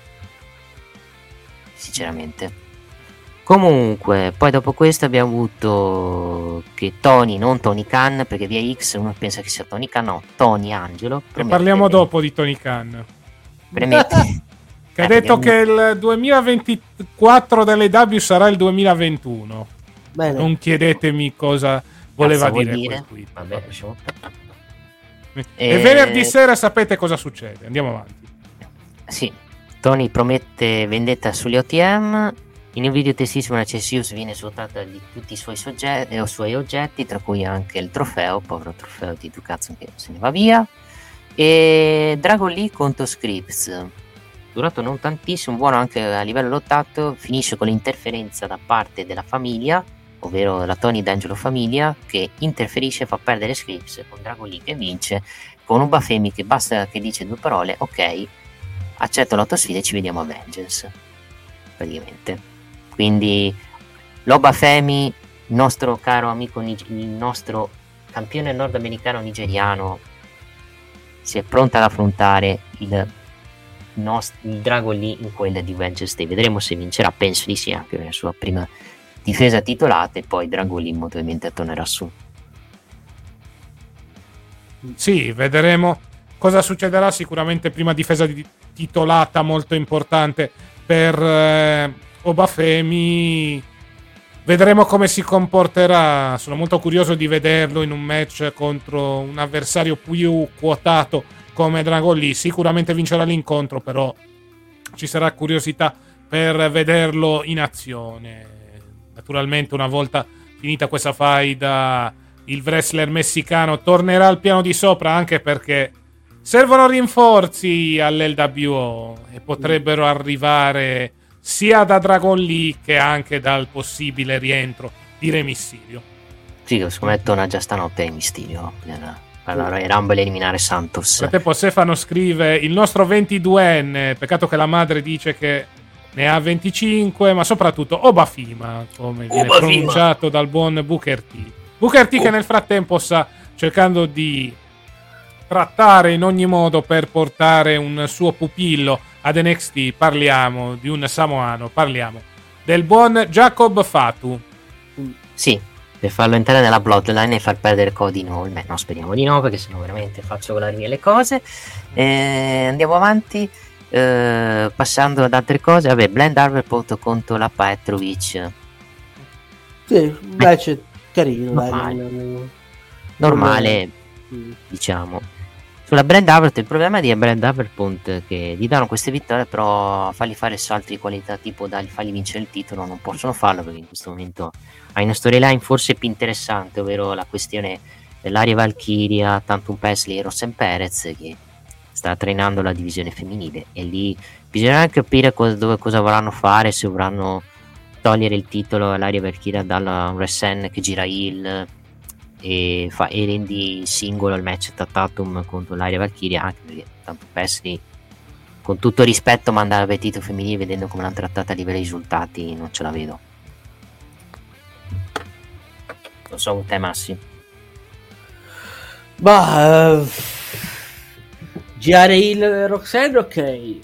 sinceramente. Comunque, poi dopo questo abbiamo avuto che Tony, non Tony Khan, perché via X uno pensa che sia Tony Khan, no, Tony Angelo. Ne parliamo dopo di Tony Khan. Premette. Che ha detto che il duemilaventiquattro delle W sarà il duemilaventuno. Bene. Non chiedetemi cosa voleva Cazzo dire, vuol dire? quel tweet. Vabbè, lasciamo. E Eh, venerdì sera sapete cosa succede. Andiamo avanti. Sì, Tony promette vendetta sugli O T M. In un video testissimo la C S U viene svuotata di tutti i suoi soggetti o suoi oggetti, tra cui anche il trofeo, povero trofeo di Ducazzo che se ne va via. E Dragon Lee contro Scripps, durato non tantissimo, buono anche a livello lottato, finisce con l'interferenza da parte della famiglia, ovvero la Tony D'Angelo famiglia, che interferisce e fa perdere Scripps, con Dragon Lee che vince, con un Bafemi che basta che dice due parole, ok, accetto l'autosfida e ci vediamo a Vengeance, praticamente. Quindi Loba Femi, il nostro caro amico, il nostro campione nordamericano nigeriano, si è pronta ad affrontare il, nost- il Dragon Lee in quella di Vengeance Day. Vedremo se vincerà, penso di sì, anche nella sua prima difesa titolata, e poi Dragon Lee molto ovviamente tornerà su. Sì, vedremo cosa succederà. Sicuramente prima difesa di- titolata molto importante per eh, Obafemi. Vedremo come si comporterà. Sono molto curioso di vederlo in un match contro un avversario più quotato come Dragon Lee. Sicuramente vincerà l'incontro, però ci sarà curiosità per vederlo in azione. Naturalmente, una volta finita questa faida, il wrestler messicano tornerà al piano di sopra, anche perché servono rinforzi all'L W O e potrebbero arrivare sia da Dragon Lee che anche dal possibile rientro di Re Mysterio. Sì, secondo me torna già stanotte Re Mysterio per, per la Royal Rumble eliminare Santos. Nel frattempo Stefano scrive: il nostro ventiduenne, peccato che la madre dice che ne ha venticinque, ma soprattutto Obafima, come viene Obafima. pronunciato dal buon Booker T. Booker T oh. che nel frattempo sta cercando di trattare in ogni modo per portare un suo pupillo ad N X T. Parliamo di un samoano, parliamo del buon Jacob Fatu. Sì, per farlo entrare nella Bloodline e far perdere Cody Hall. Beh, no, speriamo di no, perché sennò veramente faccio volare via le cose. Eh, andiamo avanti, eh, passando ad altre cose. Vabbè, Blend Harper contro la Petrovic. Sì, invece carino, normale, dai, normale mm. diciamo. Sulla Brand Harper, il problema di Brand Harper che gli danno queste vittorie, però fargli fare salti di qualità, tipo dargli, fargli vincere il titolo, non possono farlo, perché in questo momento hai una storyline forse più interessante, ovvero la questione dell'Aria Valkyria, Tantum Pasley e Rosen Perez, che sta trainando la divisione femminile, e lì bisognerà capire cosa, dove, cosa vorranno fare, se vorranno togliere il titolo all'Aria Valkyria dalla Rosen che gira heel e, fa, e rendi singolo il match tra Tatum contro l'Aria Valkyria, anche perché tanto Pasley, con tutto rispetto, manda l'appetito femminile, vedendo come l'hanno trattata a livello di risultati non ce la vedo. Non so, te Massi. Ma uh, girare il Roxanne ok,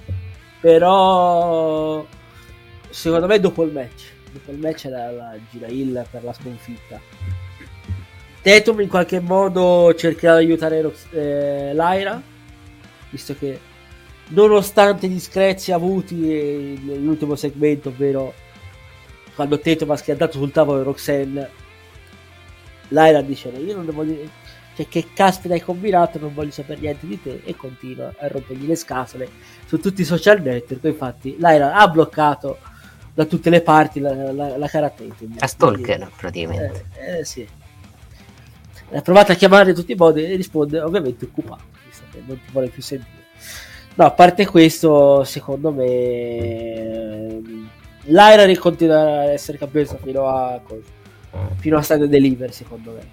però secondo me dopo il match dopo il match era la gira il per la sconfitta. Tatum in qualche modo cercherà di aiutare Rox- eh, Lyra, visto che nonostante gli screzi avuti nell'ultimo segmento, ovvero quando Tatum ha schiantato sul tavolo Roxanne, Lyra dice: io non devo dire, cioè, che caspita hai combinato, non voglio sapere niente di te, e continua a rompergli le scatole su tutti i social network. Infatti Lyra ha bloccato da tutte le parti la, la, la cara Tatum, a stalker praticamente. eh, eh, sì. ha provato a chiamare in tutti i modi e risponde ovviamente occupato, visto che non ti vuole più sentire. No, a parte questo, secondo me l'Iron continuerà a essere campione fino a fino a Stand Deliver, secondo me.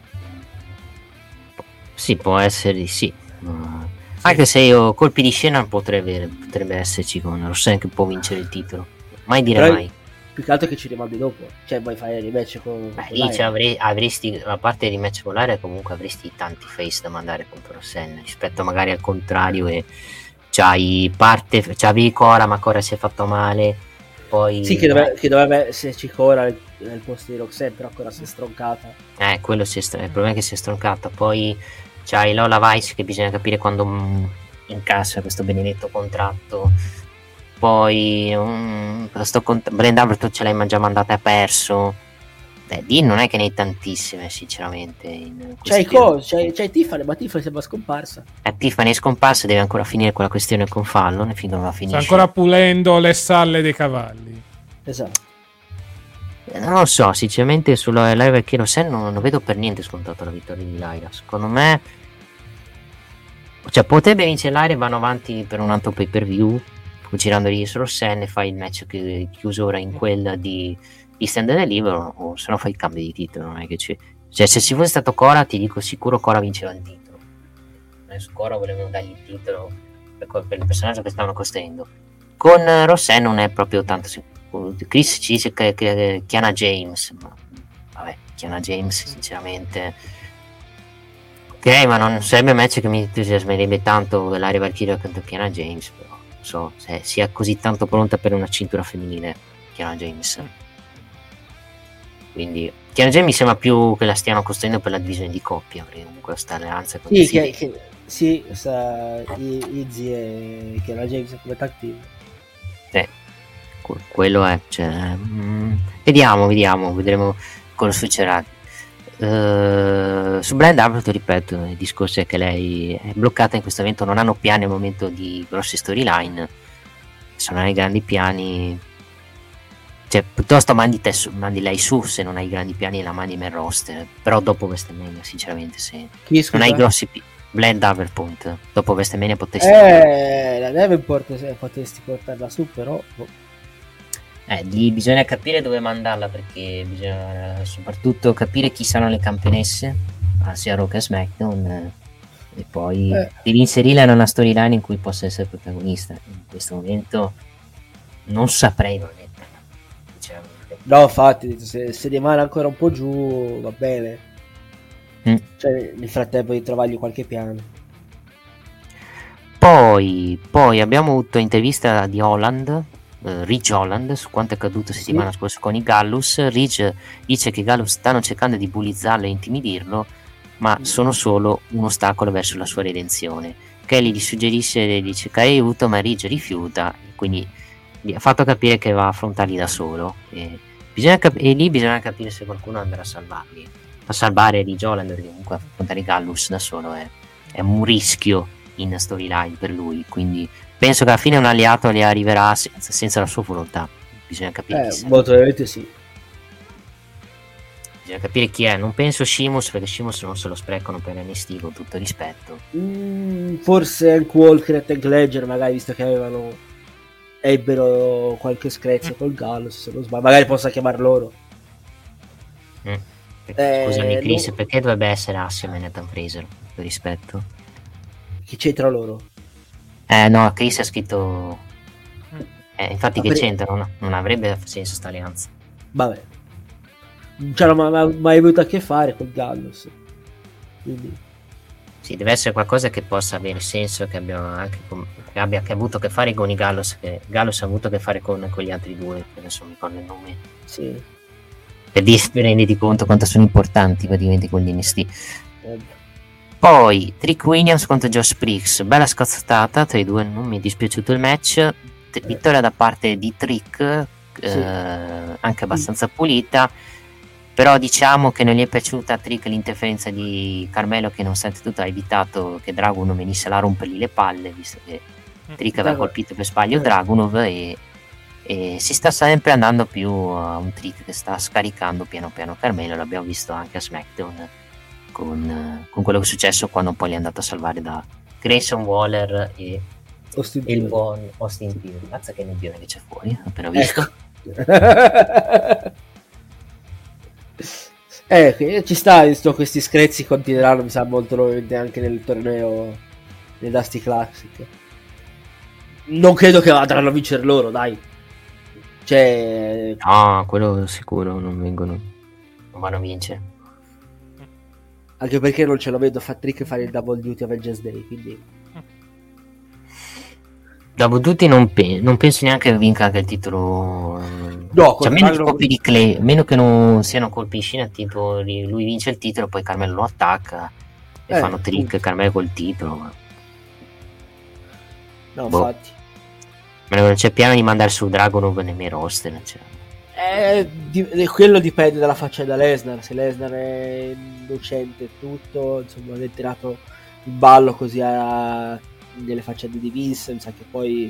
Sì, può essere di sì. Uh, sì. Anche se io colpi di scena potrebbe, potrebbe esserci con Rosen che può vincere il titolo. Mai dire Però mai. Più che altro che ci rimandi dopo. Cioè, vuoi fare il rematch con. Beh, con lì cioè, avrei, avresti, a parte il rematch con l'Aria, comunque avresti tanti face da mandare contro Rosen rispetto magari al contrario. E c'hai parte, c'avevi Cora, ma Cora si è fatto male. Poi. Sì, che dovrebbe, che dovrebbe esserci Cora nel posto di Roxanne, però Cora si è stroncata. Eh, quello si è str- il problema è che si è stroncata. Poi c'hai Lola Vice che bisogna capire quando mh, incassa questo benedetto contratto. Poi um, sto cont- Brand Alberton ce l'hai già mandata e perso. Beh, Dean non è che ne hai tantissime sinceramente in c'hai, co- c'hai, c'hai Tiffany, ma Tiffany sembra scomparsa. Eh, Tiffany è scomparsa, deve ancora finire quella questione con Fallon e finché non la finisce sta ancora pulendo le salle dei cavalli. Esatto. eh, non lo so, sinceramente sulla Lyra Kiro Sen non, non vedo per niente scontato la vittoria di Lyra. Secondo me cioè potrebbe vincere Lyra e vanno avanti per un altro pay per view girandogli solo Sen e fai il match che chiuso ora in quella di, di Stand and Deliver, o se no fai il cambio di titolo. Non è che c'è, cioè se ci fosse stato Cora ti dico sicuro Cora vinceva il titolo. Adesso Cora volevano dargli il titolo per, per il personaggio che stavano costruendo. Con Rosen non è proprio tanto sicuro. Chris ci dice che, che Kiana James, ma vabbè, Kiana James sinceramente ok, ma non sarebbe un match che mi entusiasmerebbe tanto l'Aria Valkyria contro Kiana James, però so se sia così tanto pronta per una cintura femminile Kiana James. Quindi Kiana James mi sembra più che la stiano costruendo per la divisione di coppia, perché comunque questa alleanza con sì, che, che, sì, sta Izzy e Kiana James come tag team. Eh, quello è, cioè, mm, vediamo, vediamo, vedremo cosa succederà. Uh, su Brand Alberton, ripeto, il discorso è che lei è bloccata in questo evento, non hanno piani al momento di grosse storyline, se non hai grandi piani, cioè piuttosto mandi, te su, mandi lei su se non hai grandi piani e la mandi nel roster, però dopo WrestleMania sinceramente se Chi, non hai grossi piani, Brand Alberton dopo WrestleMania potresti eh, la Davenport potresti portarla su, però Eh, lì bisogna capire dove mandarla, perché bisogna soprattutto capire chi saranno le campionesse sia Raw che SmackDown, eh, e poi eh. devi inserirla in una storyline in cui possa essere protagonista. In questo momento non saprei veramente, sinceramente. No, infatti se, se rimane ancora un po' giù va bene, mm. cioè nel frattempo di trovargli qualche piano. Poi, poi abbiamo avuto intervista di Holland, Uh, Ridge Holland, su quanto è accaduto sì. settimana scorsa con i Gallus. Ridge dice che i Gallus stanno cercando di bullizzarlo e intimidirlo, ma mm. sono solo un ostacolo verso la sua redenzione. Kelly gli suggerisce, dice che hai aiuto, ma Ridge rifiuta, quindi gli ha fatto capire che va a affrontarli da solo, e, bisogna cap- e lì bisogna capire se qualcuno andrà a salvarli, a salvare Ridge Holland, perché comunque affrontare i Gallus da solo è, è un rischio in storyline per lui, quindi penso che alla fine un alleato le arriverà senza, senza la sua volontà. Bisogna capire eh, chi molto probabilmente sì. Bisogna capire chi è. Non penso Sheamus, perché Sheamus non se lo sprecano per N X T, con tutto rispetto. Mm, forse Hank Walker e Tank Ledger, magari, visto che avevano ebbero qualche screzio mm. col Gallus, se non sbaglio. Magari possa chiamar loro. Mm. Eh, Scusami Chris, no. Perché dovrebbe essere assieme a Nathan Fraser, con tutto rispetto? Chi c'entra loro? Eh no, Chris ha scritto eh, infatti ah, che per... c'entra, non, non avrebbe senso sta alleanza. Vabbè, non c'era mai, mai avuto a che fare col Gallus, quindi sì, deve essere qualcosa che possa avere senso, che abbia anche con, che abbia che avuto a che fare con i Gallus, che Gallus ha avuto a che fare con, con gli altri due, che adesso non mi ricordo il nome. Sì. Per di renditi conto quanto sono importanti praticamente con gli N X T. Eh. Poi Trick Williams contro Josh Briggs, bella scazzata tra i due, non mi è dispiaciuto il match, T- vittoria da parte di Trick, sì. eh, anche abbastanza pulita, però diciamo che non gli è piaciuta a Trick l'interferenza di Carmelo, che nonostante tutto ha evitato che Dragunov venisse là a rompergli le palle, visto che Trick aveva colpito per sbaglio Dragunov, e, e si sta sempre andando più a un Trick che sta scaricando piano piano Carmelo, l'abbiamo visto anche a SmackDown. con, con quello che è successo quando poi li è andato a salvare da Grayson Waller e, Austin e il Theory. buon Austin Theory. Mazza che nebbione che c'è fuori, ho appena visto. Eh, ci sta, visto questi screzi continueranno, mi sa, molto probabilmente anche nel torneo nei Dusty Classic. Non credo che andranno a vincere loro, dai. Cioè, No, quello sicuro non vengono, non vanno a vincere. anche perché non ce lo vedo fa trick fare il double duty Avengers Day, quindi Dopo tutti non, pe- non penso neanche che vinca anche il titolo. No, cioè, meno, che Carmelo- colpi di Clay, meno che non siano colpi in scena, tipo lui vince il titolo, poi Carmelo lo attacca e Eh, fanno trick appunto. Carmelo col titolo. Ma no, Boh. infatti. ma non c'è piano di mandare su Dragunov nei miei roster. Cioè. Eh, di- eh, quello dipende dalla faccia da Lesnar. Se Lesnar è innocente e tutto, insomma, è tirato in ballo così a delle faccende di Vince, mi sa che poi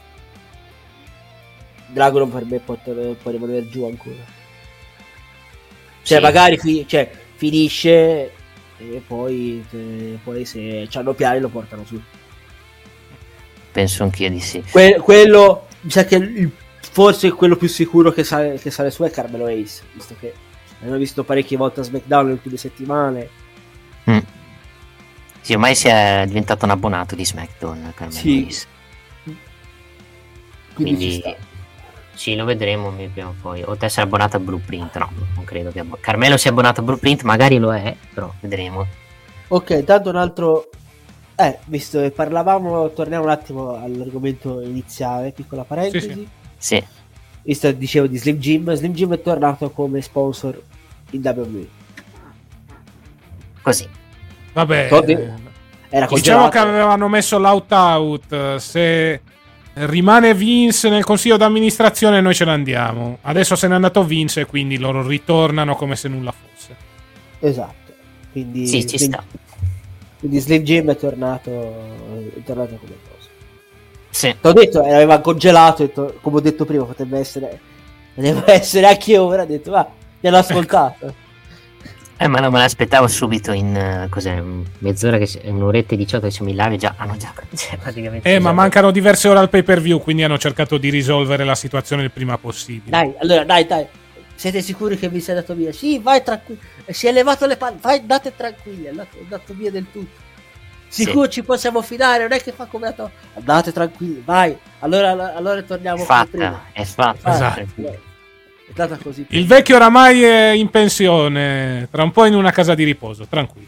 Dragon per me può, può rimanere giù ancora. Cioè, Sì. magari fi- cioè, finisce e poi, eh, poi se c'hanno piani lo portano su. Penso anch'io di sì. Que- quello, mi sa che il- forse quello più sicuro che sale, che sale su è Carmelo Ace, visto che abbiamo visto parecchie volte a SmackDown nelle ultime settimane. Mm. Sì, ormai si è diventato un abbonato di SmackDown. Carmelo Sì. Hayes. Quindi, ci Quindi sta. sì, lo vedremo prima o poi. O te sei abbonato a Blueprint? No, non credo che abbo- Carmelo sia abbonato a Blueprint, magari lo è, però vedremo. Ok, tanto un altro. Eh, visto che parlavamo, torniamo un attimo all'argomento iniziale, piccola parentesi. Sì, sì. Sì, Visto dicevo di Slim Jim, Slim Jim è tornato come sponsor in W W E. così. Vabbè, Todi- eh, Era diciamo congelato. che avevano messo l'out-out. Se rimane Vince nel consiglio d'amministrazione, noi ce ne andiamo. Adesso se n'è andato Vince, quindi loro ritornano come se nulla fosse. Esatto. Quindi, Sì, ci quindi, sta. quindi Slim Jim è tornato, è tornato come cosa. Sì. Ti ho detto, eh, aveva congelato, ho detto- come ho detto prima, potrebbe essere, potrebbe essere anche ora. Ho detto, va, mi hanno ascoltato. Eh, ma non me l'aspettavo subito in eh, cos'è, un- mezz'ora, che si- un'oretta e diciotto che siamo in live, già hanno già cioè, praticamente. Eh, ma già- mancano diverse ore al pay per view, quindi hanno cercato di risolvere la situazione il prima possibile. Dai, allora, dai, dai. Siete sicuri che vi sia dato via? Sì, vai tranquillo. Si è levato le palle. Vai, andate tranquilli. È andato, è andato via del tutto. Sicuro ci possiamo fidare. Non è che fa come dato. Andate tranquilli, vai. Allora, allora torniamo È come prima. fatta, è fatta. Ah, Esatto. tranquillo. È stata così. Il vecchio oramai è in pensione, tra un po' in una casa di riposo, tranquilli.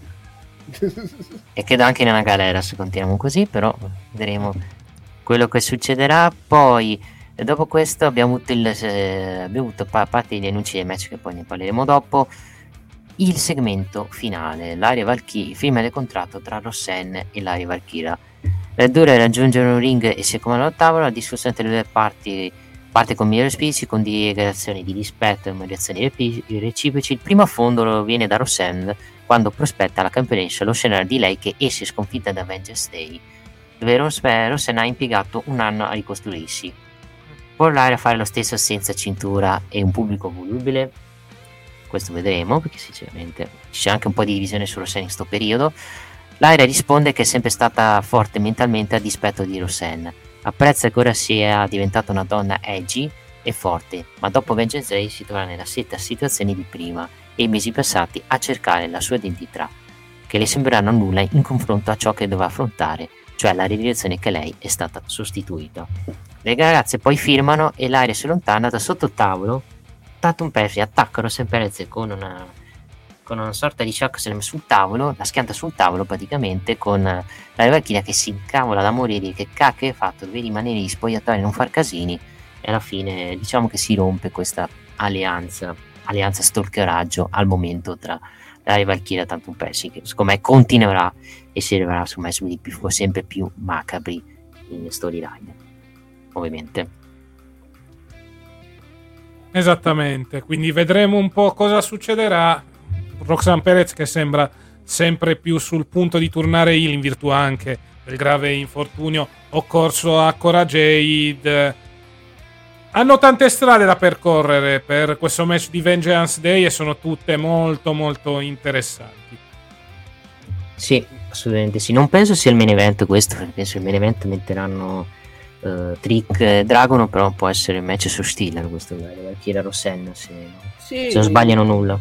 E credo anche nella galera se continuiamo così, però vedremo quello che succederà. Poi eh, dopo questo abbiamo avuto, il, eh, abbiamo avuto a parte gli annunci dei match, che poi ne parleremo dopo, il segmento finale, Laria Valkyria, firma del contratto tra Roxanne e Laria Valkyria. Le due raggiungono il ring e si accomodano al tavolo. La discussione tra le due parti parte con migliori spiriti, con dichiarazioni di rispetto e ammirazioni repi- reciproci. Il primo affondo viene da Roxanne quando prospetta alla campionessa lo scenario di lei che esce sconfitta da Avengers Day, dove Roxanne Roxanne ha impiegato un anno a ricostruirsi. Può Laria fare lo stesso senza cintura e un pubblico volubile? Questo vedremo, perché sinceramente c'è anche un po' di divisione su Roxanne in questo periodo. Laria risponde che è sempre stata forte mentalmente a dispetto di Roxanne. Apprezza che ora sia diventata una donna edgy e forte, ma dopo Avengers Day si troverà nella stessa situazione di prima e i mesi passati a cercare la sua identità, che le sembreranno nulla in confronto a ciò che doveva affrontare, cioè la realizzazione che lei è stata sostituita. Le ragazze poi firmano e Laria si allontana da sotto il tavolo. Tatum Perry attacca Roxanne Perez con una, con una sorta di ciocco sul tavolo, la schianta sul tavolo praticamente, con la Valkyria che si incavola da morire, che cacchio hai fatto, devi rimanere in spogliatoio e non far casini, e alla fine diciamo che si rompe questa alleanza, alleanza stalkeraggio al momento tra la Valkyria e Tatum Perry, che secondo me continuerà e si arriverà su me di più, sempre più macabri in storyline, ovviamente. Esattamente, quindi vedremo un po' cosa succederà. Roxanne Perez che sembra sempre più sul punto di tornare heel in virtù anche del grave infortunio occorso a Cora Jade. Hanno tante strade da percorrere per questo match di Vengeance Day e sono tutte molto molto interessanti. Sì, assolutamente sì. Non penso sia il main event questo, perché penso che il main event metteranno uh, Trick e Dragon, però può essere il match su Steeler questo, Valkyria Rosenna, se, Sì. se non sbagliano nulla.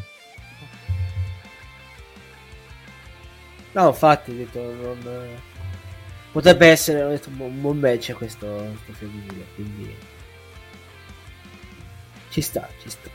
No, infatti, ho detto, non... potrebbe essere, ho detto, un buon match questo, questo femminile, quindi ci sta, ci sta.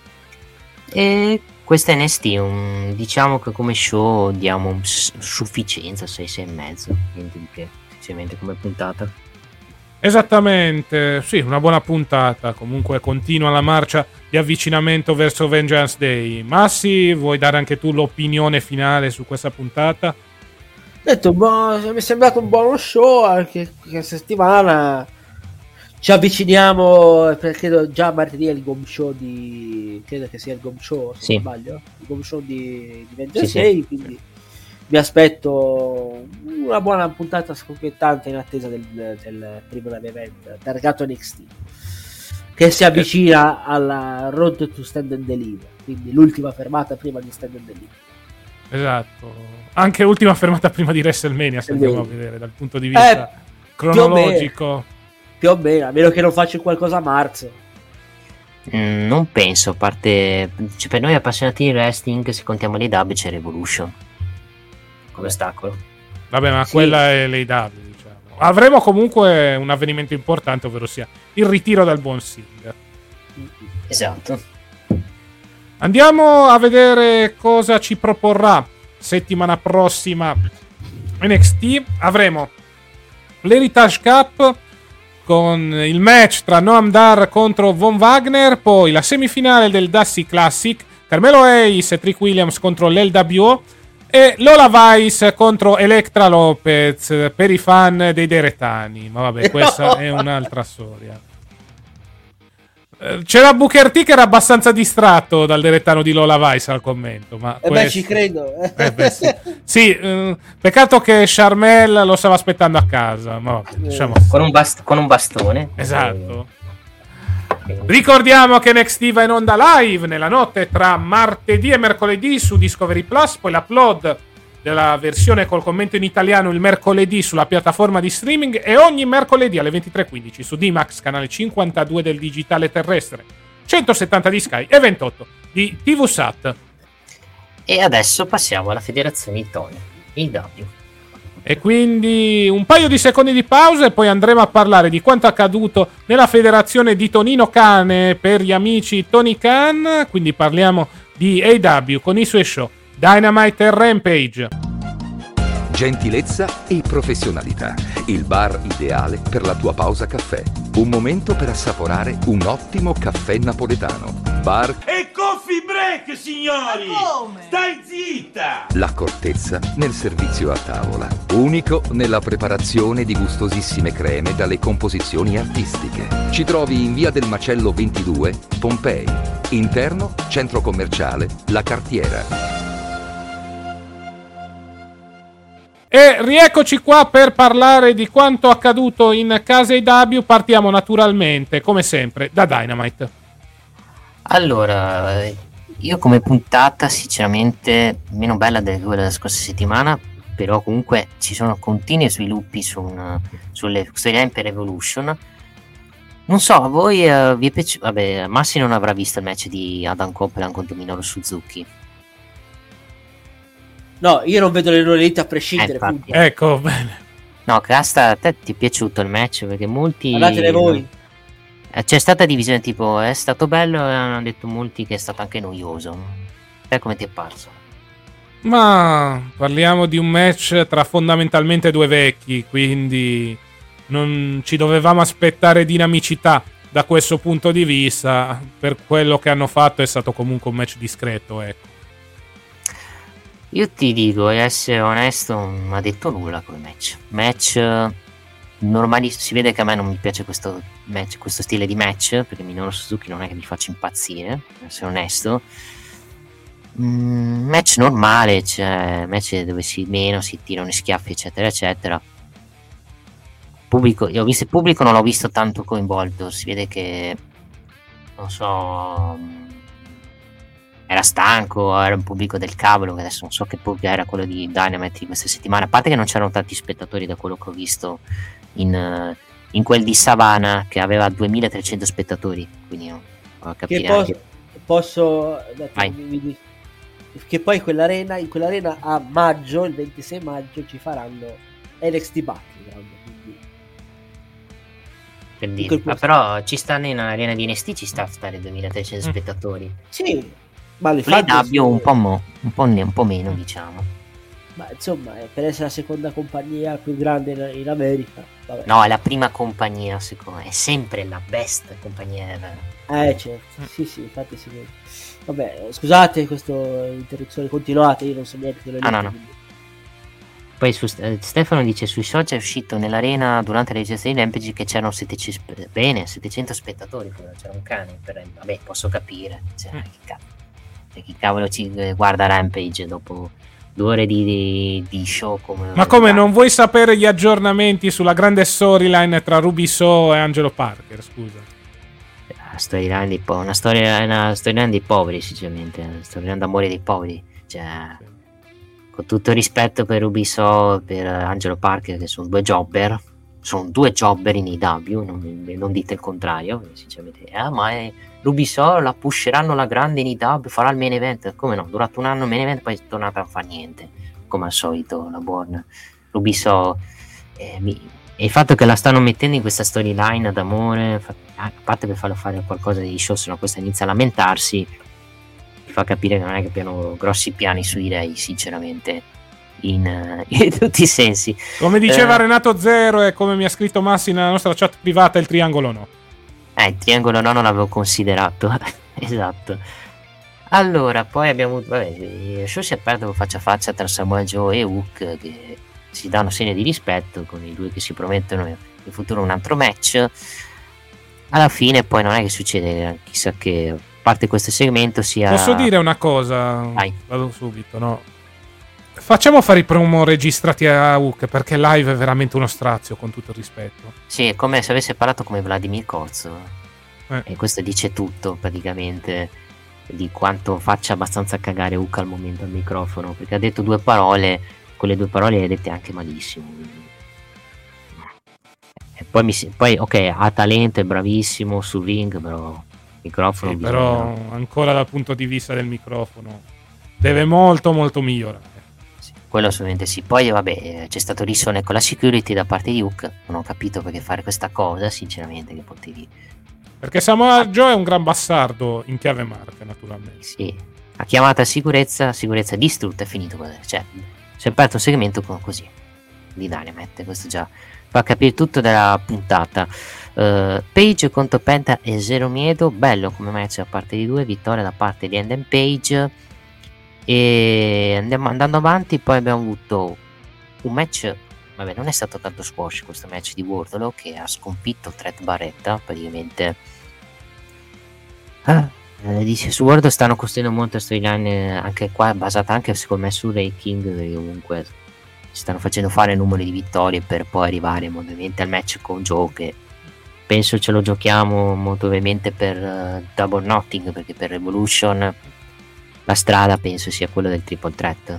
E questa N X T, un, diciamo che come show diamo un s- sufficienza, sei, sei e mezzo, niente di che, semplicemente come puntata. Esattamente, sì, una buona puntata. Comunque continua la marcia di avvicinamento verso Vengeance Day. Massi, vuoi dare anche tu l'opinione finale su questa puntata? Ho detto, boh, mi è sembrato un buono show anche questa settimana. Ci avviciniamo, perché credo già martedì è il Gom Show di... credo che sia il Gom Show, se Sì. non sbaglio. Il Gom Show di, di Vengeance Sì, sì. Day, quindi mi aspetto una buona puntata scoppiettante in attesa del, del primo live event targato N X T, che si avvicina alla Road to Stand and Deliver, quindi l'ultima fermata prima di Stand and Deliver. Esatto, anche ultima fermata prima di WrestleMania, se andiamo a vedere dal punto di vista Eh, cronologico. Più o meno, a meno che non faccia qualcosa a marzo. Mm, non penso, a parte, cioè, per noi appassionati di wrestling, se contiamo l'A E W c'è Revolution come ostacolo. Vabbè, ma Sì. quella è l'A E W, diciamo. Avremo comunque un avvenimento importante, ovvero sia il ritiro dal buon Singh. Esatto. Andiamo a vedere cosa ci proporrà settimana prossima N X T. Avremo l'Heritage Cup con il match tra Noam Dar contro Von Wagner, poi la semifinale del Dusty Classic, Carmelo Hayes e Trick Williams contro l'L W O e Lola Vice contro Electra Lopez per i fan dei Deretani. Ma vabbè, questa è un'altra storia. Eh, C'era Booker T che era abbastanza distratto dal Deretano di Lola Vice al commento, ma E beh, questo- ci credo. Eh beh, sì, sì, eh, peccato che Charmel lo stava aspettando a casa, ma vabbè, lasciamo stare. Con un, bast- con un bastone. Esatto. Ricordiamo che N X T va in onda live nella notte tra martedì e mercoledì su Discovery Plus, poi l'upload della versione col commento in italiano il mercoledì sulla piattaforma di streaming e ogni mercoledì alle ventitré e quindici su D-Max, canale cinquantadue del digitale terrestre, centosettanta di Sky e ventotto di TVSAT. E adesso passiamo alla federazione di Tony, I W. E quindi un paio di secondi di pausa e poi andremo a parlare di quanto accaduto nella federazione di Tonino Cane per gli amici Tony Khan. Quindi parliamo di A E W con i suoi show Dynamite e Rampage. Gentilezza e professionalità. Il bar ideale per la tua pausa caffè. Un momento per assaporare un ottimo caffè napoletano. Bar E coffee break, signori! Stai zitta! L'accortezza nel servizio a tavola. Unico nella preparazione di gustosissime creme dalle composizioni artistiche. Ci trovi in via del Macello ventidue, Pompei. Interno, centro commerciale, La Cartiera. E rieccoci qua per parlare di quanto accaduto in casa A E W. Partiamo naturalmente, come sempre, da Dynamite. Allora, io come puntata sinceramente meno bella di quella della scorsa settimana, però comunque ci sono continui sviluppi su un, sulle storyline per Evolution. Non so, a voi eh, vi è piaciuto? Vabbè, Massi non avrà visto il match di Adam Copeland contro Minoru Suzuki. No, io non vedo le loro elite a prescindere. Eh, infatti. punto. Ecco, bene. No, Casta, a te ti è piaciuto il match? Perché molti... Guardatele voi. Eh, C'è stata divisione tipo, è stato bello e hanno detto molti che è stato anche noioso. Te come ti è parso? Ma parliamo di un match tra fondamentalmente due vecchi, quindi non ci dovevamo aspettare dinamicità da questo punto di vista. Per quello che hanno fatto è stato comunque un match discreto, ecco. Io ti dico, e essere onesto, non mi ha detto nulla quel match. Match eh, normali, si vede che a me non mi piace questo match, questo stile di match, perché Minoru Suzuki non è che mi faccia impazzire, per essere onesto. Mm, match normale, cioè match dove si meno si tirano i schiaffi, eccetera, eccetera. Pubblico, io ho visto il pubblico, non l'ho visto tanto coinvolto, si vede che non so. era stanco, era un pubblico del cavolo, che adesso non so che pubblico era quello di Dynamite di questa settimana, a parte che non c'erano tanti spettatori da quello che ho visto in, in quel di Savannah, che aveva duemilatrecento spettatori, quindi no, ho capire che posso, anche... posso detto, mi, mi, che poi quell'arena, in quell'arena a maggio, il ventisei maggio, ci faranno N X T Battleground, quindi... per dire. Ma però ci stanno in un'arena di N X T, ci sta a stare duemilatrecento mm. spettatori. Sì, ma le W un po', mo, un, po ne, un po' meno, diciamo. Ma insomma, per essere la seconda compagnia più grande in, in America, vabbè. No, è la prima compagnia, secondo me, è sempre la best compagnia ever. Eh certo, sì sì, infatti sì. Vabbè, scusate questa interruzione, continuate, io non so niente delle ah, no, no. Poi su, eh, Stefano dice sui social è uscito nell'arena durante la registrazione di Rampage che c'erano settecento, bene, settecento spettatori, c'era un cane per, vabbè, posso capire, cioè, mm. che, cavolo, chi cavolo ci guarda Rampage dopo due ore di, di, di show come... Ma come, non vuoi sapere gli aggiornamenti sulla grande storyline tra Ruby So e Angelo Parker, scusa? La storyline di po- una storia una storyline dei poveri, sinceramente, una storyline d'amore dei poveri, cioè sì. Con tutto il rispetto per Ruby So e per Angelo Parker, che sono due jobber, sono due jobber in I W, non, non dite il contrario, sinceramente, eh, ma è, Ruby So la pusheranno la grande in I W, farà il main event, come no, durato un anno il main event, poi è tornata a fare niente, come al solito la buona Ruby So, eh, mi, e il fatto che la stanno mettendo in questa storyline d'amore, a parte per farlo fare qualcosa di show, se no questa inizia a lamentarsi, mi fa capire che non è che abbiano grossi piani su di lei, sinceramente, in, in tutti i sensi. Come diceva eh, Renato Zero e come mi ha scritto Massi nella nostra chat privata, il triangolo no. Eh, il triangolo no, non l'avevo considerato. Esatto. Allora, poi abbiamo avuto, vabbè, il show si è aperto faccia a faccia tra Samoa Joe e Hook, che si danno segno di rispetto, con i due che si promettono in futuro un altro match. Alla fine poi non è che succede chissà che, a parte questo segmento sia... Posso dire una cosa? Vai. Vado subito, no? Facciamo fare i promo registrati a Hook, perché live è veramente uno strazio, con tutto il rispetto. Sì, è come se avesse parlato come Vladimir Kozzo. Eh. E questo dice tutto, praticamente, di quanto faccia abbastanza cagare Hook al momento al microfono, perché ha detto due parole, quelle due parole le ha dette anche malissimo. E poi, mi, poi ok, ha talento, è bravissimo sul ring, però microfono sì, bisogna... però ancora dal punto di vista del microfono deve molto molto migliorare. Sì, quello assolutamente sì. Poi vabbè, c'è stato rissone con la security da parte di Hook, non ho capito perché fare questa cosa, sinceramente, che potevi... Perché Samoa Joe è un gran bastardo in chiave marca, naturalmente. Sì, ha chiamato a sicurezza, sicurezza distrutta, è finito così. Cioè, si è aperto un segmento con così di Dynamite, questo già fa capire tutto della puntata. uh, Page contro Penta e Zero Miedo, bello come match da parte di due, vittoria da parte di Enden Page. E andiamo andando avanti, poi abbiamo avuto un match, vabbè, non è stato tanto squash questo match di Wardlow, che ha sconfitto Threat Barretta praticamente. ah, eh, dice, su Wardlow stanno costruendo molto storyline, anche qua basata anche secondo me su Ray King, che comunque stanno facendo fare numeri di vittorie per poi arrivare ovviamente al match con Joe, che penso ce lo giochiamo molto ovviamente per uh, Double Knotting, perché per Revolution la strada penso sia quella del triple threat.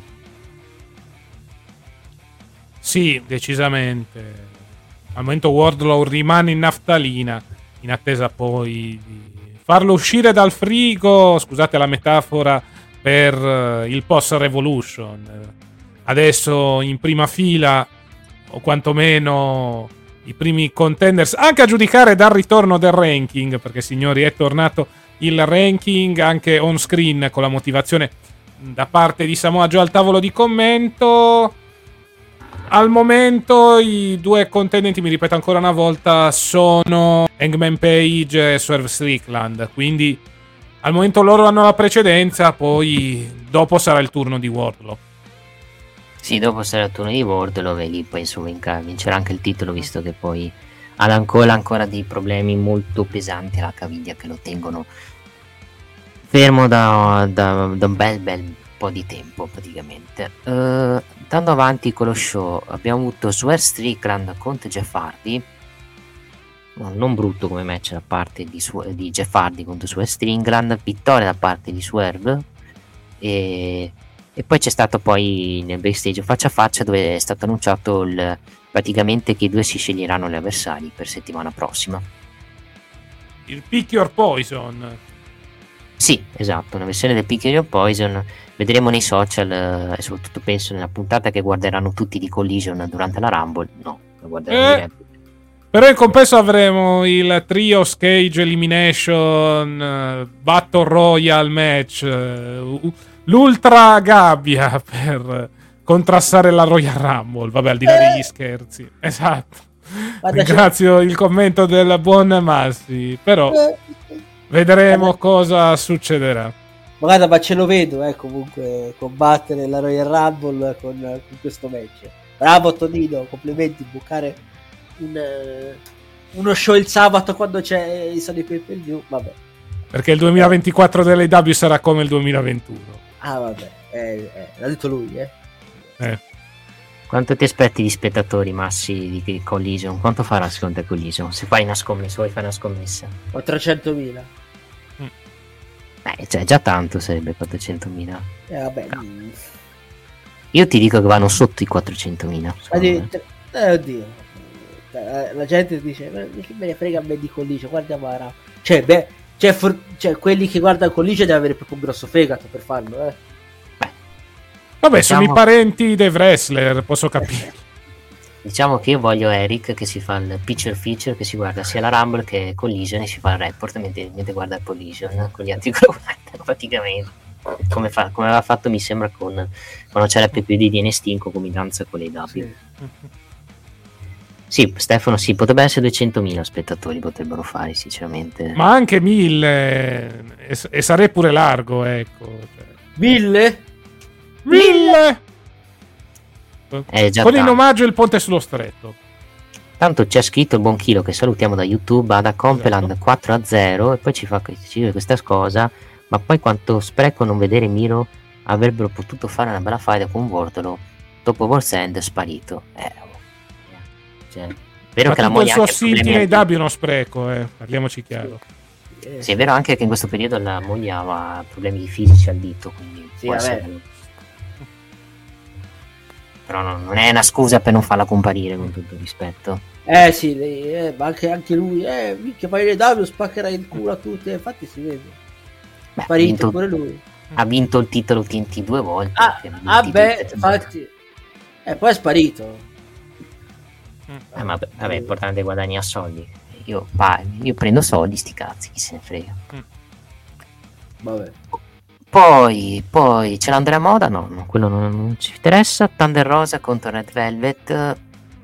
Sì, decisamente. Al momento Wardlow rimane in naftalina, in attesa poi di farlo uscire dal frigo, scusate la metafora, per uh, il post Revolution. Adesso in prima fila, o quantomeno i primi contenders, anche a giudicare dal ritorno del ranking, perché signori è tornato il ranking anche on screen con la motivazione da parte di Samoa Joe al tavolo di commento. Al momento i due contendenti, mi ripeto ancora una volta, sono Hangman Page e Swerve Strickland, quindi al momento loro hanno la precedenza, poi dopo sarà il turno di Wardlow. Sì, dopo sarà il turno di Wardlow e lì penso vincerà anche il titolo, visto che poi ha ancora, ancora dei problemi molto pesanti alla caviglia che lo tengono fermo da, da, da un bel bel po' di tempo praticamente. Uh, andando avanti con lo show abbiamo avuto Swerve Strickland contro Jeff Hardy, no, non brutto come match da parte di, di Jeff Hardy contro Swerve Strickland, vittoria da parte di Swerve e, e poi c'è stato poi nel backstage faccia a faccia dove è stato annunciato il, praticamente che i due si sceglieranno gli avversari per settimana prossima. Il Pick Your Poison. Sì, esatto, una versione del Pick Your Poison. Vedremo nei social eh, e soprattutto penso nella puntata che guarderanno tutti di Collision durante la Rumble. No, lo guarderanno Eh. diretto. Però in compenso avremo il Trios Cage Elimination uh, Battle Royale match, uh, l'Ultra Gabbia per contrastare la Royal Rumble. Vabbè, al di là degli scherzi. Esatto. Guarda, Ringrazio il commento del buon Massi. Però vedremo cosa succederà. Ma guarda, ma ce lo vedo, eh, comunque, combattere la Royal Rumble con, con questo match. Bravo Tonino, complimenti, bucare un, uh, uno show il sabato quando c'è i Sony Pay Per View, vabbè. Perché il duemilaventiquattro dell'A E W sarà come il duemilaventuno. Ah, vabbè, eh, eh, l'ha detto lui, eh. Eh. Quanto ti aspetti di spettatori, Massi, di Collision? Quanto farà secondo te Collision? Se fai una scommessa, se vuoi fare una scommessa. quattrocentomila. Beh, cioè già tanto sarebbe quattrocentomila. Eh, vabbè. No. Io ti dico che vanno sotto i quattrocentomila. Addio, eh, oddio. La gente dice, ma che me ne frega a me di Collision, guardiamo la Rumble. Cioè, beh, cioè, for- cioè, quelli che guardano Collision devono avere proprio un grosso fegato per farlo, eh. Beh, Vabbè, diciamo... sono i parenti dei wrestler, posso capire. Diciamo che io voglio Eric che si fa il picture feature, che si guarda sia la Rumble che Collision e si fa il report mentre, mentre guarda il Collision con gli altri che lo guardano praticamente. Come, fa, come aveva fatto mi sembra con quando c'era il P P D di N X T in comitanza con le W. Sì. Sì, Stefano, sì, potrebbe essere duecentomila spettatori, potrebbero fare sinceramente. Ma anche mille, e, e sarei pure largo, ecco. Cioè. Mille? Mille! Eh, già con tanto. in omaggio il ponte sullo stretto. Tanto c'è scritto il buon Chilo, che salutiamo da YouTube, Ada Compeland esatto. quattro a zero, e poi ci fa ci dice questa cosa, ma poi quanto spreco non vedere Miro, avrebbero potuto fare una bella fight con Wardlow, dopo War's End è sparito. Eh, cioè, vero ma che la tutto il moglie suo anche Sinti problemi nei W è uno spreco, eh. Parliamoci chiaro. Sì, è vero anche che in questo periodo la moglie aveva problemi fisici al dito, quindi sì, può essere... Però no, non è una scusa per non farla comparire, con tutto il rispetto. Eh sì, eh, ma anche, anche lui, eh, minchia, fai le W, spaccherai il culo a tutti, infatti si vede. Beh, Sparito vinto, pure lui. Ha vinto il titolo T N T due volte. Ah, ah beh, infatti. E poi è sparito. Eh, ma vabbè, è importante guadagnare soldi. Io, vai, io prendo soldi, sti cazzi, chi se ne frega. Vabbè. Poi, poi c'è l'Andrea Moda, no, no quello non, non ci interessa. Thunder Rosa contro Red Velvet.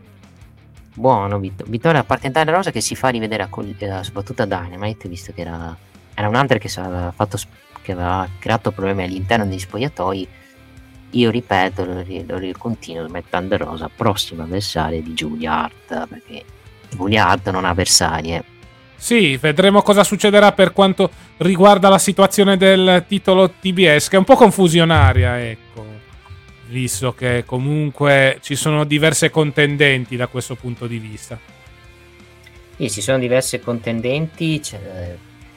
Buono, Vitt- vittoria a parte Thunder Rosa che si fa rivedere a col- eh, soprattutto a Dynamite, visto che era, era un Hunter che, aveva fatto, che aveva creato problemi all'interno degli spogliatoi. Io ripeto, lo, lo, lo continuo, lo metto Thunder Rosa, prossima avversaria di Julia Hart, perché Julia Hart non ha avversarie. Sì, vedremo cosa succederà per quanto riguarda la situazione del titolo T B S, che è un po' confusionaria, ecco, visto che comunque ci sono diverse contendenti da questo punto di vista. Sì, ci sono diverse contendenti, c'è...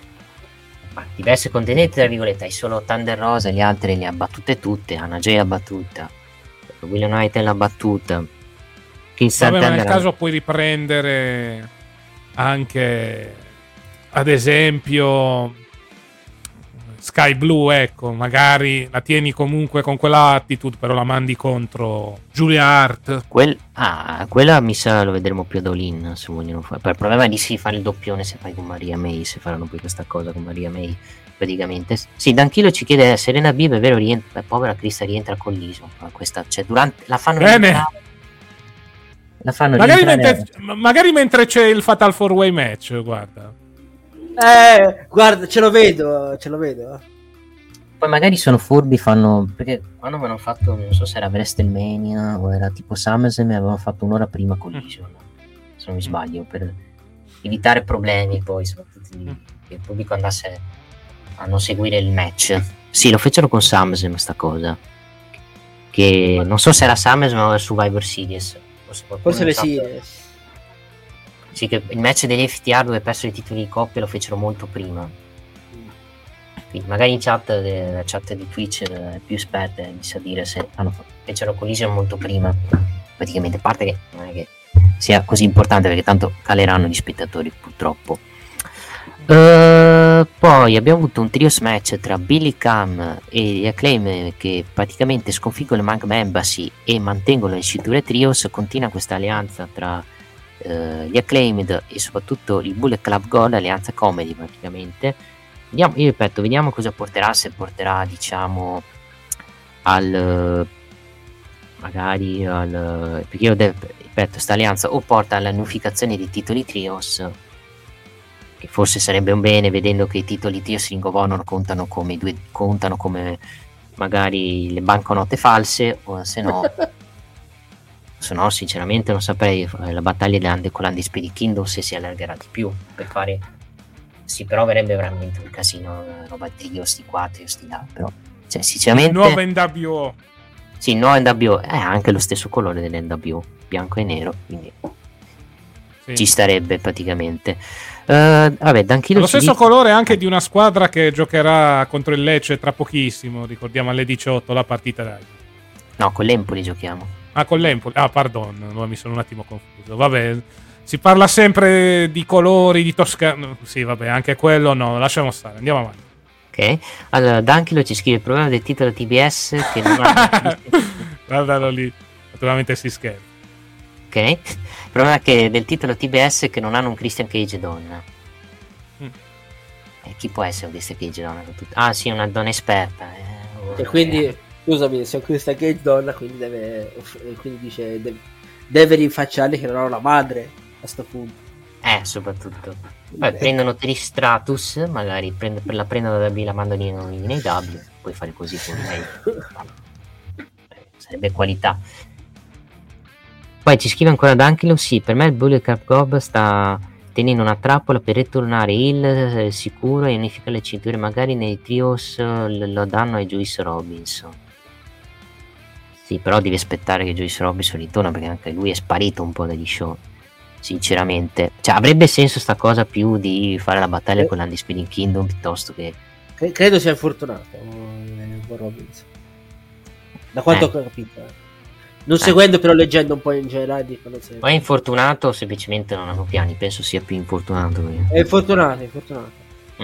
ma diverse contendenti tra virgolette, hai solo Thunder Rosa, gli altri le ha battute tutte, Anna Jay l'ha battuta, William Knight l'ha battuta. Vabbè, ma nel caso puoi riprendere anche ad esempio Sky Blue, ecco, magari la tieni comunque con quella attitude, però la mandi contro Julia Hart. Quel, ah, quella mi sa lo vedremo più ad All-In, se vogliono fare. Il problema è di sì fare il doppione se fai con Maria May, se faranno poi questa cosa con Maria May praticamente. Sì, Danchilo ci chiede Serena Bibb, è vero, rientra, povera Crista rientra con l'Iso, questa, cioè durante la fanno bene. La fanno magari mentre, magari mentre c'è il Fatal four way match, guarda. Eh, guarda, ce lo vedo, ce lo vedo. Poi magari sono furbi, fanno, perché quando avevano fatto, non so se era WrestleMania o era tipo SummerSlam, avevano fatto un'ora prima Collision, se non mi sbaglio, per evitare problemi poi, soprattutto che il pubblico andasse a non seguire il match. Sì, lo fecero con SummerSlam sta cosa, che non so se era SummerSlam o era Survivor Series. Forse le sì. Sì, che il match degli F T R dove persero i titoli di coppia lo fecero molto prima. Quindi magari in chat, eh, la chat di Twitch è più esperta, mi sa dire se hanno fecero collision molto prima, praticamente, a parte che non è che sia così importante perché tanto caleranno gli spettatori purtroppo. Uh, poi abbiamo avuto un trios match tra Billy Cam e gli Acclaim che praticamente sconfiggono le Magnum Embassy e mantengono le cinture trios. Continua questa alleanza tra uh, gli Acclaimed e soprattutto il Bullet Club Gold, alleanza comedy praticamente. Vediamo, io ripeto, vediamo cosa porterà, se porterà diciamo al magari al perché io de- ripeto, sta alleanza o porta alla unificazione dei titoli trios, che forse sarebbe un bene, vedendo che i titoli Trios Ring of Honor contano come due, contano come magari le banconote false, o se no se no sinceramente non saprei la battaglia con l'Undisputed Kingdom se si allargherà di più per fare, sì, però verrebbe veramente un casino, roba Trios di qua, Trios di là, però cioè sinceramente nuova N W O, sì, nuova N W O è anche lo stesso colore dell'N W O, bianco e nero, quindi sì, ci starebbe praticamente. Uh, vabbè, Danchilo lo stesso dice... colore anche di una squadra che giocherà contro il Lecce tra pochissimo, ricordiamo alle diciotto la partita, dai. No, con l'Empoli giochiamo. Ah, con l'Empoli, ah pardon, mi sono un attimo confuso, vabbè, si parla sempre di colori, di Toscana, sì vabbè, anche quello no, lasciamo stare, andiamo avanti. Ok, allora Danchilo ci scrive il problema del titolo T B S che non ha... guardalo lì, naturalmente si scherza. Ok, il problema è che del titolo T B S che non hanno un Christian Cage donna. Mm. E chi può essere un Christian Cage donna? Ah sì, una donna esperta. Eh. E quindi, scusami, se è un Christian Cage donna, quindi deve, quindi dice, deve, deve rinfacciarli che non hanno la madre a sto punto. Eh, soprattutto. Poi prendono Trish Stratus, magari prend- la prendono da B, la mandano in A E W, puoi fare così con lei. Sarebbe qualità. Poi ci scrive ancora Danchilo, sì, per me il Bullet Club Gob sta tenendo una trappola per ritornare il eh, sicuro e unificare le cinture, magari nei trios eh, lo danno ai Juice Robinson. Sì, però devi aspettare che Juice Robinson ritorna, perché anche lui è sparito un po' dagli show, sinceramente. Cioè avrebbe senso sta cosa più di fare la battaglia eh. con l'Undisputed Kingdom piuttosto che... Credo sia infortunato eh, Robinson, da quanto eh. ho capito. Non eh. seguendo, però leggendo un po' in generale dicono se... Ma è infortunato o semplicemente non hanno piani? Penso sia più infortunato. È infortunato, è infortunato. Mm.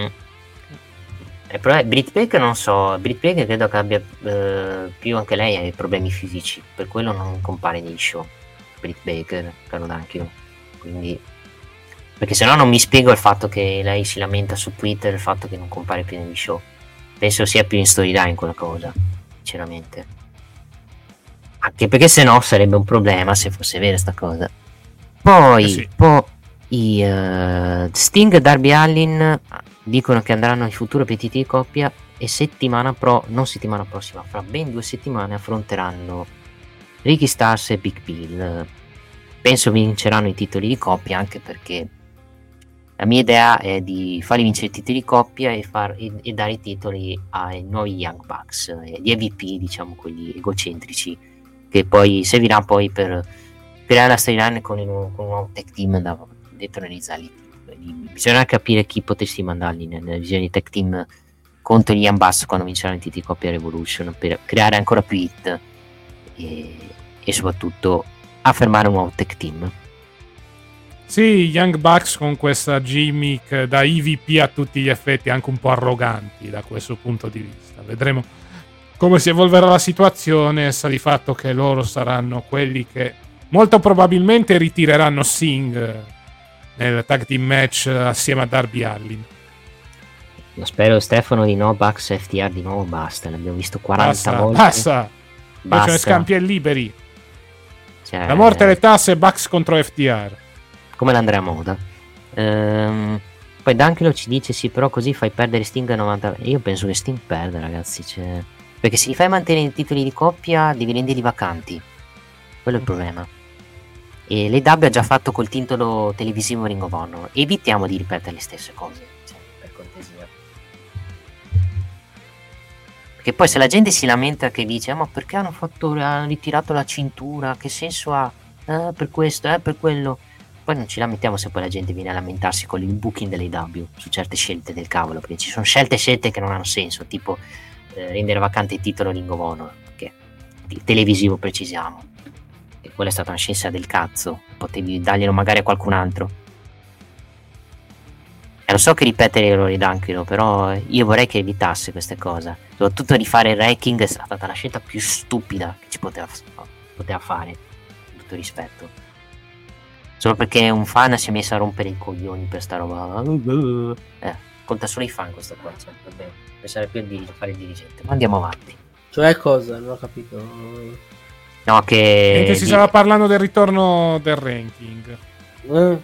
Eh, però Britt Baker non so, Britt Baker credo che abbia eh, più anche lei ha problemi fisici, per quello non compare nei show. Britt Baker, caro Danchilo. Quindi... perché sennò non mi spiego il fatto che lei si lamenta su Twitter il fatto che non compare più negli show. Penso sia più in storyline quella cosa, sinceramente. Anche perché sennò sarebbe un problema se fosse vera sta cosa. Poi eh sì. poi i uh, Sting e Darby Allin dicono che andranno in futuro per i titoli di coppia e settimana pro non settimana prossima, fra ben due settimane affronteranno Ricky Starks e Big Bill. Penso vinceranno i titoli di coppia, anche perché la mia idea è di farli vincere i titoli di coppia e, far, e, e dare i titoli ai nuovi Young Bucks, gli E V P, diciamo quelli egocentrici, che poi servirà poi per creare la storyline con, il, con un nuovo tag team da detronalizzarli. Bisogna capire chi potresti mandarli nella visione di tag team contro gli Young Bucks quando vinceranno i titoli di coppia Revolution, per creare ancora più hit e, e soprattutto affermare un nuovo tag team. Sì, Young Bucks con questa gimmick da E V P a tutti gli effetti anche un po' arroganti da questo punto di vista. Vedremo come si evolverà la situazione, sta di fatto che loro saranno quelli che molto probabilmente ritireranno Singh nel tag team match assieme a Darby Allin. Lo spero, Stefano, di no. Bucks F T R di nuovo basta, l'abbiamo visto quaranta basta, volte. Basta, basta. Ce ne scampi e liberi. Cioè, la morte e le tasse, Bucks contro F T R. Come l'Andrea Moda. Ehm, poi Danchilo ci dice sì, però così fai perdere Sting a novanta. Io penso che Sting perde, ragazzi, cioè... perché se li fai mantenere i titoli di coppia devi renderli vacanti, quello è il problema. E l'A E W ha già fatto col titolo televisivo Ring of Honor, evitiamo di ripetere le stesse cose, cioè, per cortesia, perché poi se la gente si lamenta che dice ah, ma perché hanno fatto hanno ritirato la cintura, che senso ha, eh, per questo, eh, per quello. poi non ci lamentiamo se poi la gente viene a lamentarsi con il booking delle A E W su certe scelte del cavolo, perché ci sono scelte scelte che non hanno senso, tipo eh, rendere vacante il titolo Ring of Honor, che televisivo precisiamo, e quella è stata una scienza del cazzo, potevi darglielo magari a qualcun altro. E lo so che ripetere lo ridanchino, però io vorrei che evitasse queste cose, soprattutto rifare il ranking è stata la scelta più stupida che ci poteva, poteva fare, con tutto rispetto. Solo perché un fan si è messo a rompere i coglioni per sta roba. Eh, conta solo i fan questo qua, cioè, vabbè, pensare più a dir- fare il dirigente. Ma andiamo avanti. Cioè cosa? Non ho capito. No, che... Mentre si di- stava parlando del ritorno del ranking. Eh?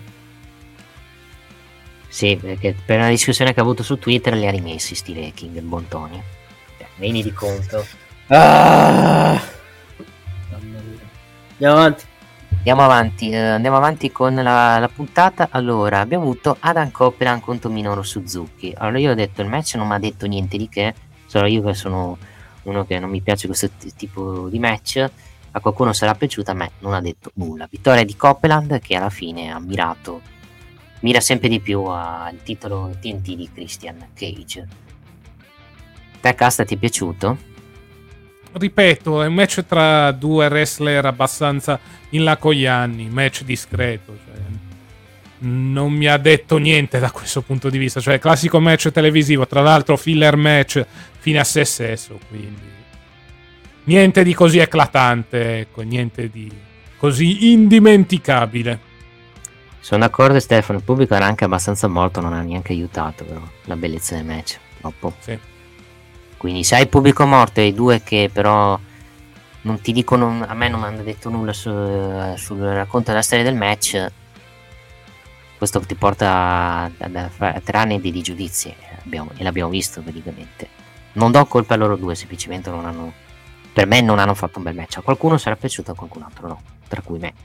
Sì, perché per una discussione che ha avuto su Twitter li ha rimessi sti ranking, il buon Tony. Eh, Vieni di conto. Ah! Mamma mia. Andiamo avanti. Andiamo avanti, eh, andiamo avanti con la, la puntata. Allora, abbiamo avuto Adam Copeland contro Minoru Suzuki. Allora, io ho detto il match non mi ha detto niente di che, solo io che sono uno che non mi piace questo t- tipo di match. A qualcuno sarà piaciuta, a me non ha detto nulla. Vittoria di Copeland che alla fine ha mirato, mira sempre di più al titolo T N T di Christian Cage. Te, Casta, ti è piaciuto? Ripeto, è un match tra due wrestler abbastanza in là con gli anni, match discreto, cioè, non mi ha detto niente da questo punto di vista, cioè classico match televisivo, tra l'altro filler match fine a se stesso, quindi niente di così eclatante, ecco, niente di così indimenticabile. Sono d'accordo, Stefano, il pubblico era anche abbastanza morto, non ha neanche aiutato però la bellezza del match, troppo. Sì. Quindi se hai il pubblico morto e i due che però non ti dicono, a me non mi hanno detto nulla su, sul racconto della storia del match, questo ti porta a, a, a tre anni di, di giudizi, e, abbiamo, e l'abbiamo visto praticamente. Non do colpa a loro due, semplicemente non hanno, per me non hanno fatto un bel match. A qualcuno sarà piaciuto, a qualcun altro no, tra cui me.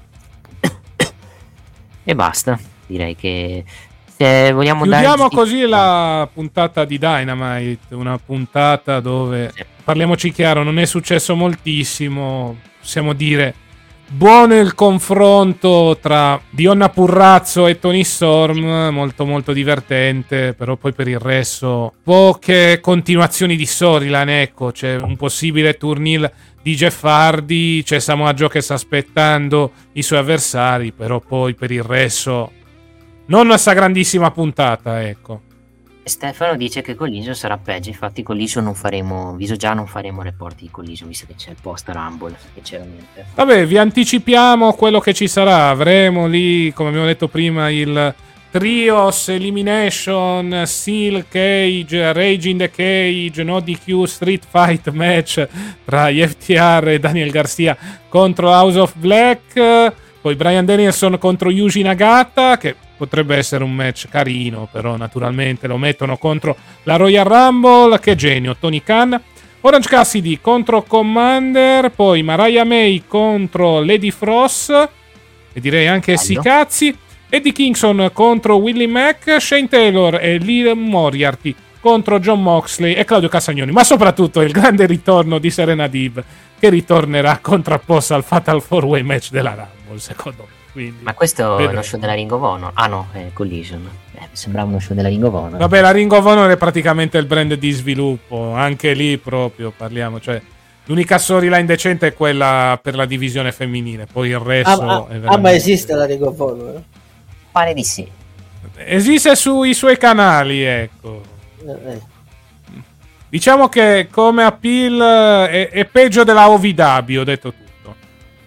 E basta, direi che se vogliamo Chiudiamo dare... così la puntata di Dynamite, una puntata dove, parliamoci chiaro, non è successo moltissimo, possiamo dire buono il confronto tra Dionna Purrazzo e Toni Storm, molto molto divertente, però poi per il resto poche continuazioni di storyline, ecco, c'è un possibile turnil di Jeff Hardy, c'è Samoa Joe che sta aspettando i suoi avversari, però poi per il resto non questa grandissima puntata, ecco. Stefano dice che Collision sarà peggio, infatti Collision non faremo, viso già non faremo report di Collision, visto che c'è il post Rumble, sinceramente. Vabbè, vi anticipiamo quello che ci sarà, avremo lì, come abbiamo detto prima, il Trios Elimination Steel Cage, Rage in the Cage, No D Q Street Fight match tra gli F T R e Daniel Garcia contro House of Black, poi Bryan Danielson contro Yuji Nagata, che potrebbe essere un match carino, però naturalmente lo mettono contro la Royal Rumble. Che genio, Tony Khan. Orange Cassidy contro Commander, poi Mariah May contro Lady Frost, e direi anche sti cazzi. Eddie Kingston contro Willie Mack, Shane Taylor e Lee Moriarty contro John Moxley e Claudio Castagnoni, ma soprattutto il grande ritorno di Serena Deeb, che ritornerà contrapposta al Fatal four way match della Rumble, secondo me. Quindi, ma questo vedremo. È uno show della Ring of Honor? Ah no, è Collision. Eh, mi sembrava uno show della Ring of Honor. Vabbè, la Ring of Honor è praticamente il brand di sviluppo, anche lì proprio parliamo, cioè l'unica storyline decente è quella per la divisione femminile, poi il resto Ah, è veramente... ah, ma esiste la Ring of Honor? Pare di sì. Esiste sui suoi canali, ecco. Eh, eh. Diciamo che come appeal è, è peggio della O V W, ho detto tutto.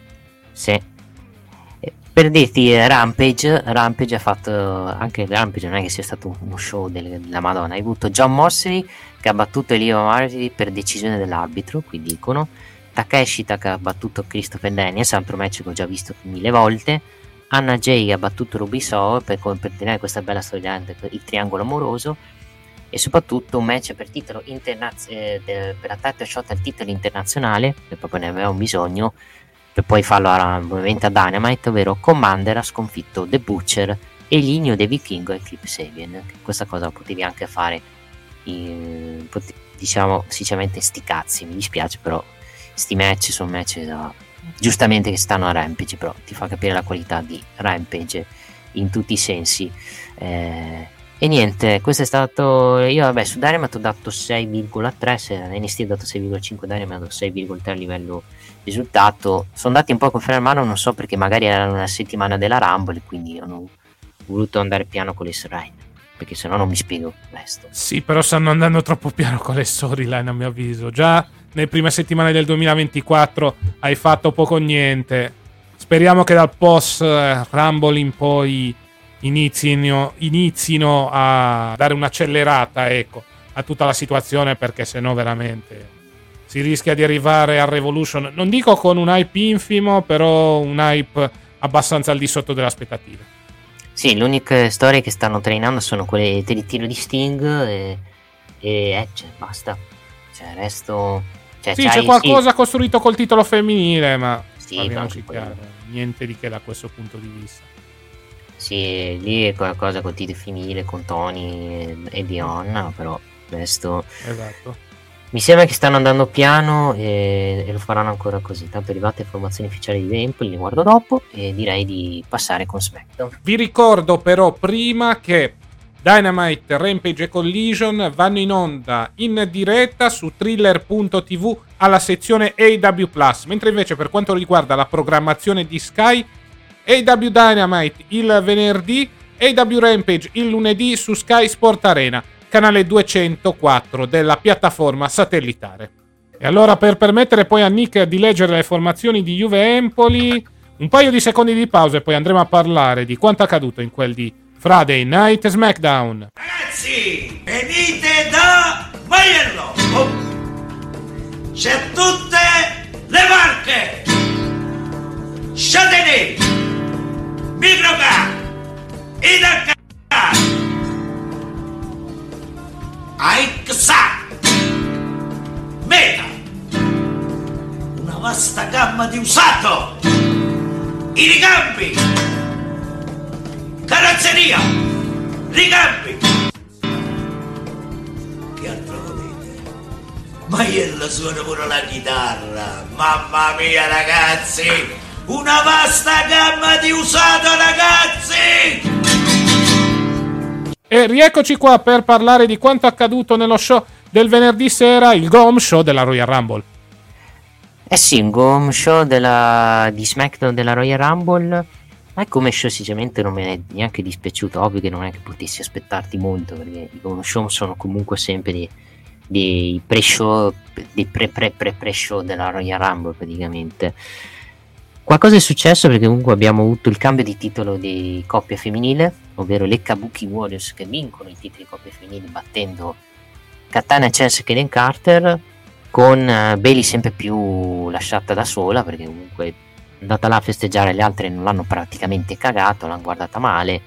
Sì. Eh, Per dirti, eh, Rampage, Rampage ha fatto, anche Rampage non è che sia stato uno show del- della Madonna, hai avuto John Moxley che ha battuto Elio Marty per decisione dell'arbitro, qui dicono, Takeshita che ha battuto Christopher Daniels, altro match che ho già visto mille volte, Anna Jay ha battuto Ruby Soho per, per tenere questa bella storyline, il triangolo amoroso, e soprattutto un match per titolo internaz- eh, de- per la title shot al titolo internazionale, che proprio ne avevamo bisogno, per poi farlo a, ovviamente a Dynamite, ovvero Commander ha sconfitto The Butcher e Ligno De Vikingo e Clip Sabian. Questa cosa la potevi anche fare in, pot- diciamo sinceramente sti cazzi, mi dispiace, però sti match sono match da, giustamente che stanno a Rampage, però ti fa capire la qualità di Rampage in tutti i sensi. Eh, e niente, questo è stato, io vabbè su Dynamite ho dato sei virgola tre, se N X T ho dato sei virgola cinque, Dynamite ho dato sei virgola tre a livello risultato. Sono andati un po' con freno a mano, non so perché magari era una settimana della Rumble, quindi hanno voluto andare piano con le storyline, perché sennò non mi spiego questo. Sì, però stanno andando troppo piano con le storyline, a mio avviso. Già nelle prime settimane del duemilaventiquattro hai fatto poco o niente. Speriamo che dal post Rumble in poi inizino, inizino a dare un'accelerata, ecco, a tutta la situazione, perché sennò veramente si rischia di arrivare al Revolution, non dico con un hype infimo, però un hype abbastanza al di sotto delle aspettative. Sì, le uniche storie che stanno trainando sono quelle del ritiro di Sting e, e Edge, basta. Cioè, il resto... Cioè, sì, c'è qualcosa sì. costruito col titolo femminile, ma sì, parliamoci chiaro, niente di che da questo punto di vista. Sì, lì è qualcosa col titolo femminile, con Tony e, e Dion, però questo... Esatto. Mi sembra che stanno andando piano e, e lo faranno ancora così. Tanto arrivate informazioni ufficiali di Empoli, le guardo dopo e direi di passare con SmackDown. Vi ricordo però prima che Dynamite, Rampage e Collision vanno in onda in diretta su thriller punto tv alla sezione A W plus, mentre invece per quanto riguarda la programmazione di Sky, A W Dynamite il venerdì, A W Rampage il lunedì su Sky Sport Arena, canale duecentoquattro della piattaforma satellitare. E allora, per permettere poi a Nick di leggere le formazioni di Juve Empoli, un paio di secondi di pausa e poi andremo a parlare di quanto accaduto in quel di Friday Night SmackDown. Ragazzi, venite da Maiello! Oh. C'è tutte le marche! Châtenay, Microcar, Idacar, Aixa, Meta, una vasta gamma di usato, i ricambi, carrozzeria, ricambi. Che altro volete? Maiello suona pure la chitarra, mamma mia ragazzi, una vasta gamma di usato ragazzi! E rieccoci qua per parlare di quanto accaduto nello show del venerdì sera, il Go Home Show della Royal Rumble. Eh sì, un Go Home Show della, di SmackDown della Royal Rumble. Ma come show sinceramente non me ne è neanche dispiaciuto. Ovvio che non è che potessi aspettarti molto, perché i Go Home Show sono comunque sempre dei, dei pre-show, dei pre-pre-pre-pre-show della Royal Rumble praticamente. Qualcosa è successo perché comunque abbiamo avuto il cambio di titolo di coppia femminile, ovvero le Kabuki Warriors che vincono i titoli di coppia femminile battendo Katana Chance e Kaden Carter, con uh, Bayley sempre più lasciata da sola, perché comunque è andata là a festeggiare, le altre non l'hanno praticamente cagato, l'hanno guardata male.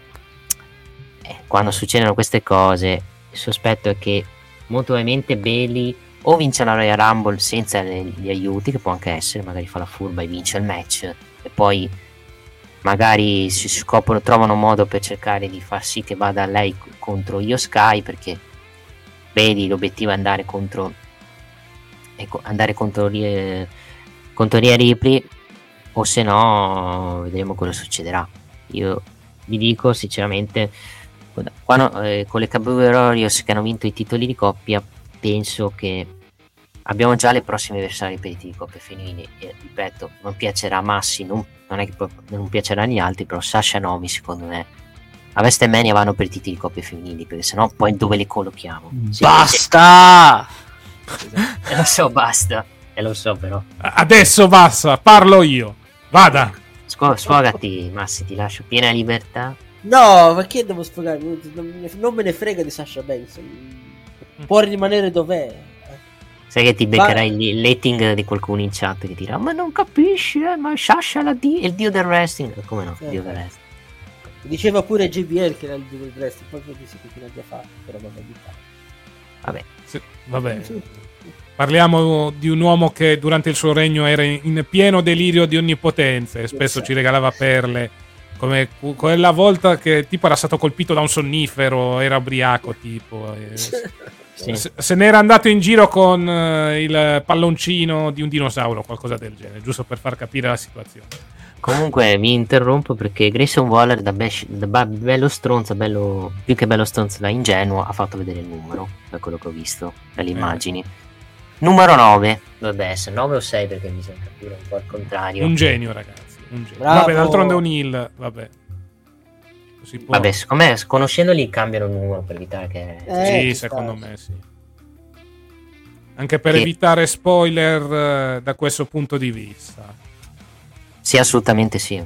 Eh, quando succedono queste cose il sospetto è che molto probabilmente Bayley o vince la Royal Rumble senza le, gli aiuti, che può anche essere, magari fa la furba e vince il match e poi magari si scoprono, trovano modo per cercare di far sì che vada lei contro Io Sky, perché Bayley l'obiettivo è andare contro ecco, andare contro eh, contro Rhea Ripley, o se no vedremo cosa succederà. Io vi dico sinceramente, quando, eh, con le Kabuki Warriors che hanno vinto i titoli di coppia, penso che abbiamo già le prossime avversarie per i titoli di coppia femminili e ripeto, non piacerà a Massi, non, non è che non piacerà agli altri, però Sasha e Naomi secondo me a WrestleMania vanno per i titoli di coppia femminili, perché sennò poi dove le collochiamo? Basta! E lo so, basta, e lo so però. Adesso basta, parlo io, vada! Sfo- sfogati Massi, ti lascio piena libertà. No, perché devo sfogarmi? Non me ne frega di Sasha Banks, può rimanere dov'è. Sai che ti beccherai Ma... il rating di qualcuno in chat che dirà ma non capisci, eh, ma Sasha è di- il dio del wrestling. Come no, il eh, dio del wrestling. Diceva pure J B L che era il dio del wrestling, poi che si continua già fatto, però vabbè. Vabbè. Sì, vabbè. Parliamo di un uomo che durante il suo regno era in pieno delirio di onnipotenza e spesso esatto. ci regalava perle Come quella volta che tipo era stato colpito da un sonnifero, era ubriaco tipo. E Sì. se, se n'era andato in giro con uh, il palloncino di un dinosauro, qualcosa del genere, giusto per far capire la situazione. Comunque mi interrompo perché Grayson Waller da, be- da ba- bello stronzo, bello, più che bello stronzo, da ingenuo, ha fatto vedere il numero, da quello che ho visto, dalle immagini. Numero nove, vabbè, essere nove o sei perché mi sembra capire un po' al contrario. Un genio, ragazzi, un genio. Bravo. Vabbè, d'altronde un Hill, vabbè. Si può. Vabbè, secondo me, conoscendoli cambiano il numero per evitare che... Eh, Sì, ci secondo sta. me sì. Anche per Che- evitare spoiler eh, da questo punto di vista. Sì, assolutamente sì.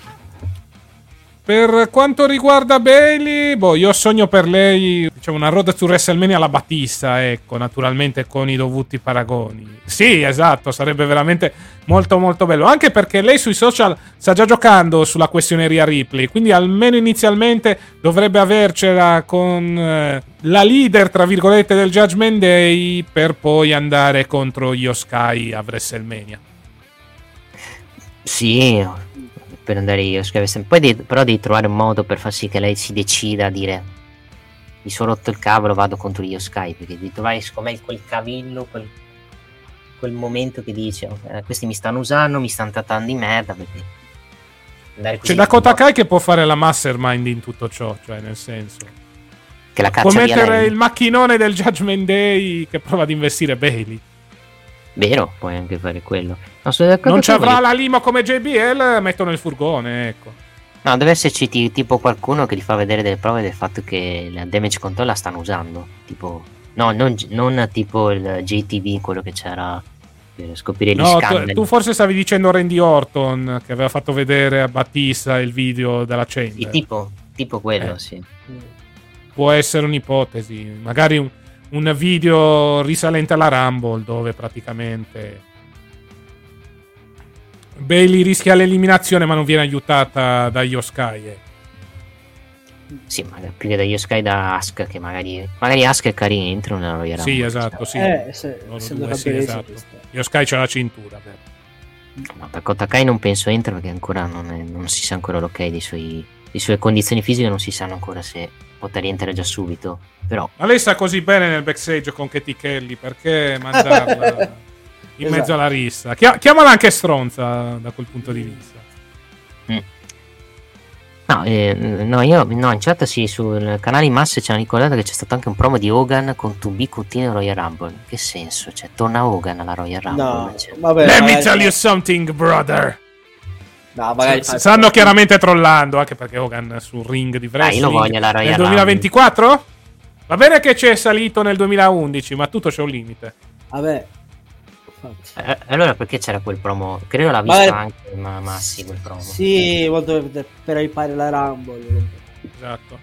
Per quanto riguarda Bailey, boh, io sogno per lei, diciamo, una road to WrestleMania alla Battista, ecco, naturalmente con i dovuti paragoni. Sì, esatto, sarebbe veramente molto molto bello, anche perché lei sui social sta già giocando sulla questione Rhea Ripley, quindi almeno inizialmente dovrebbe avercela con eh, la leader, tra virgolette, del Judgment Day, per poi andare contro Io Sky a WrestleMania. Sì, per andare io. Poi devi, però devi trovare un modo per far sì che lei si decida a dire mi sono rotto il cavolo, vado contro Io Sky, perché devi trovare secondo me quel cavillo, quel, quel momento che dice eh, questi mi stanno usando, mi stanno trattando di merda, perché andare così C'è Dakota Kai che può fare la mastermind in tutto ciò, cioè nel senso che la può caccia via mettere lei. il macchinone del Judgment Day che prova ad investire Bailey. Vero, puoi anche fare quello. No, sono d'accordo Non ci con avrà voi. la limo come J B L, mettono il furgone, ecco. No, deve esserci ti- tipo qualcuno che gli fa vedere delle prove del fatto che la damage control la stanno usando. Tipo, no, non, non tipo il J T V, quello che c'era per scoprire gli No, tu, scandali. tu forse stavi dicendo Randy Orton che aveva fatto vedere a Battista il video della chain. Sì, tipo, tipo quello, Eh. sì. Può essere un'ipotesi, magari un, un video risalente alla Rumble dove praticamente Bailey rischia l'eliminazione ma non viene aiutata da Io Sky. eh. Sì, ma più che da Io Sky, da Asuka, che magari magari Asuka e Karin entrano nella Royal Sì, Rumble. esatto, sì. Eh, se- Loro essendo due, sì, campioni, esatto. sì, Io Sky c'ha la cintura. vero. No, Dakota Kai non penso entra perché ancora non, è- non si sa ancora l'ok dei suoi, delle sue condizioni fisiche, non si sanno ancora se potrà rientrare già subito. Però Ma lei sta così bene nel backstage con Katie Kelly, perché mandarla in Esatto. mezzo alla rissa? Chia- chiamala anche stronza da quel punto di vista. no, eh, no, io no, in chat sì, sul canale in massa ci hanno ricordato che c'è stato anche un promo di Hogan con two B Coutinho Royal Rumble. Che senso? Cioè, torna Hogan alla Royal Rumble? No, Cioè, vabbè, Let me magari- tell you something, brother. No, magari S- fa- Stanno chiaramente trollando, anche perché Hogan sul ring di Ah, io lo wrestling voglio alla Royal nel Rumble. duemilaventiquattro? Va bene che c'è salito nel duemilaundici, ma tutto c'è un limite. Vabbè. Infatti. Eh, allora perché c'era quel promo? Credo l'ha visto Magari- anche ma Massi quel promo. Sì, molto per, per ripare la Rumble. Esatto.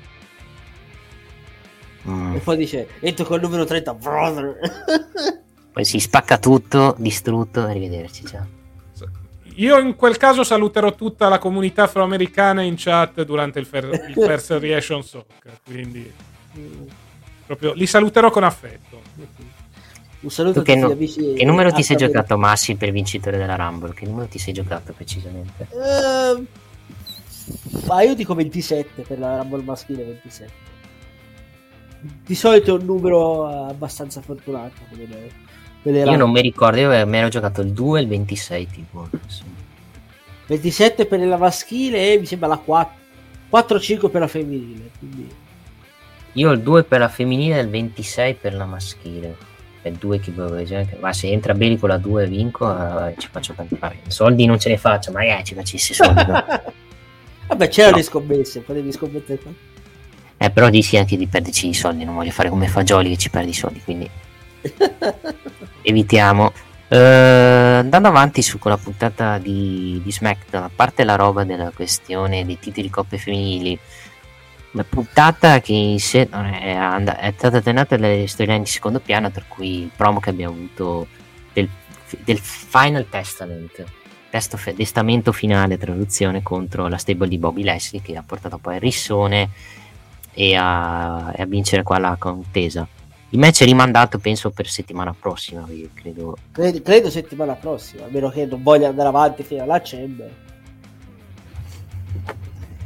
Mm. E poi dice, entro col numero trenta, brother. Poi si spacca tutto, distrutto, arrivederci. Ciao. Io in quel caso saluterò tutta la comunità afroamericana in chat durante il, fer- il First Reaction Soccer, quindi proprio li saluterò con affetto. Un saluto Tu che, a tutti nu- gli amici. che numero ti sei afroamericani. giocato, Massi, per vincitore della Rumble? Che numero ti sei giocato precisamente? Ehm, ma io dico ventisette per la Rumble maschile, ventisette. Di solito è un numero abbastanza fortunato. Come le, quelle Io Rumble. non mi ricordo, io mi ero giocato il due e il ventisei tipo. Insomma. ventisette per la maschile e mi sembra la quattro. quattro cinque per la femminile. Quindi... Io ho il due per la femminile e il ventisei per la maschile. È due che ma se entra bene con la due e vinco, eh, ci faccio tanti vabbè, soldi non ce ne faccio, magari ci facessi soldi. no? Vabbè, c'erano No. le scommesse, potevi scommettere qua. Eh, però dici anche di perderci i soldi, non voglio fare come Fagioli che ci perdi i soldi, quindi evitiamo. Eh, andando avanti su quella puntata di, di SmackDown, a parte la roba della questione dei titoli coppe femminili, una puntata che in sé non è, and- è stata tenata dalle storyline di secondo piano, per cui il promo che abbiamo avuto del, del Final Testament, testo fe- testamento finale, traduzione, contro la stable di Bobby Lashley, che ha portato poi il rissone e a, e a vincere qua la contesa. Il match è rimandato penso per settimana prossima, io credo. Credo, credo settimana prossima, a meno che non voglia andare avanti fino alla Chamber.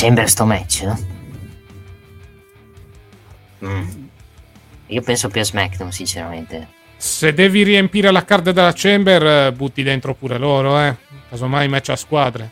Chamber sto match? Mm. Io penso più a SmackDown, sinceramente. Se devi riempire la card della Chamber, butti dentro pure loro, eh. Casomai match a squadre.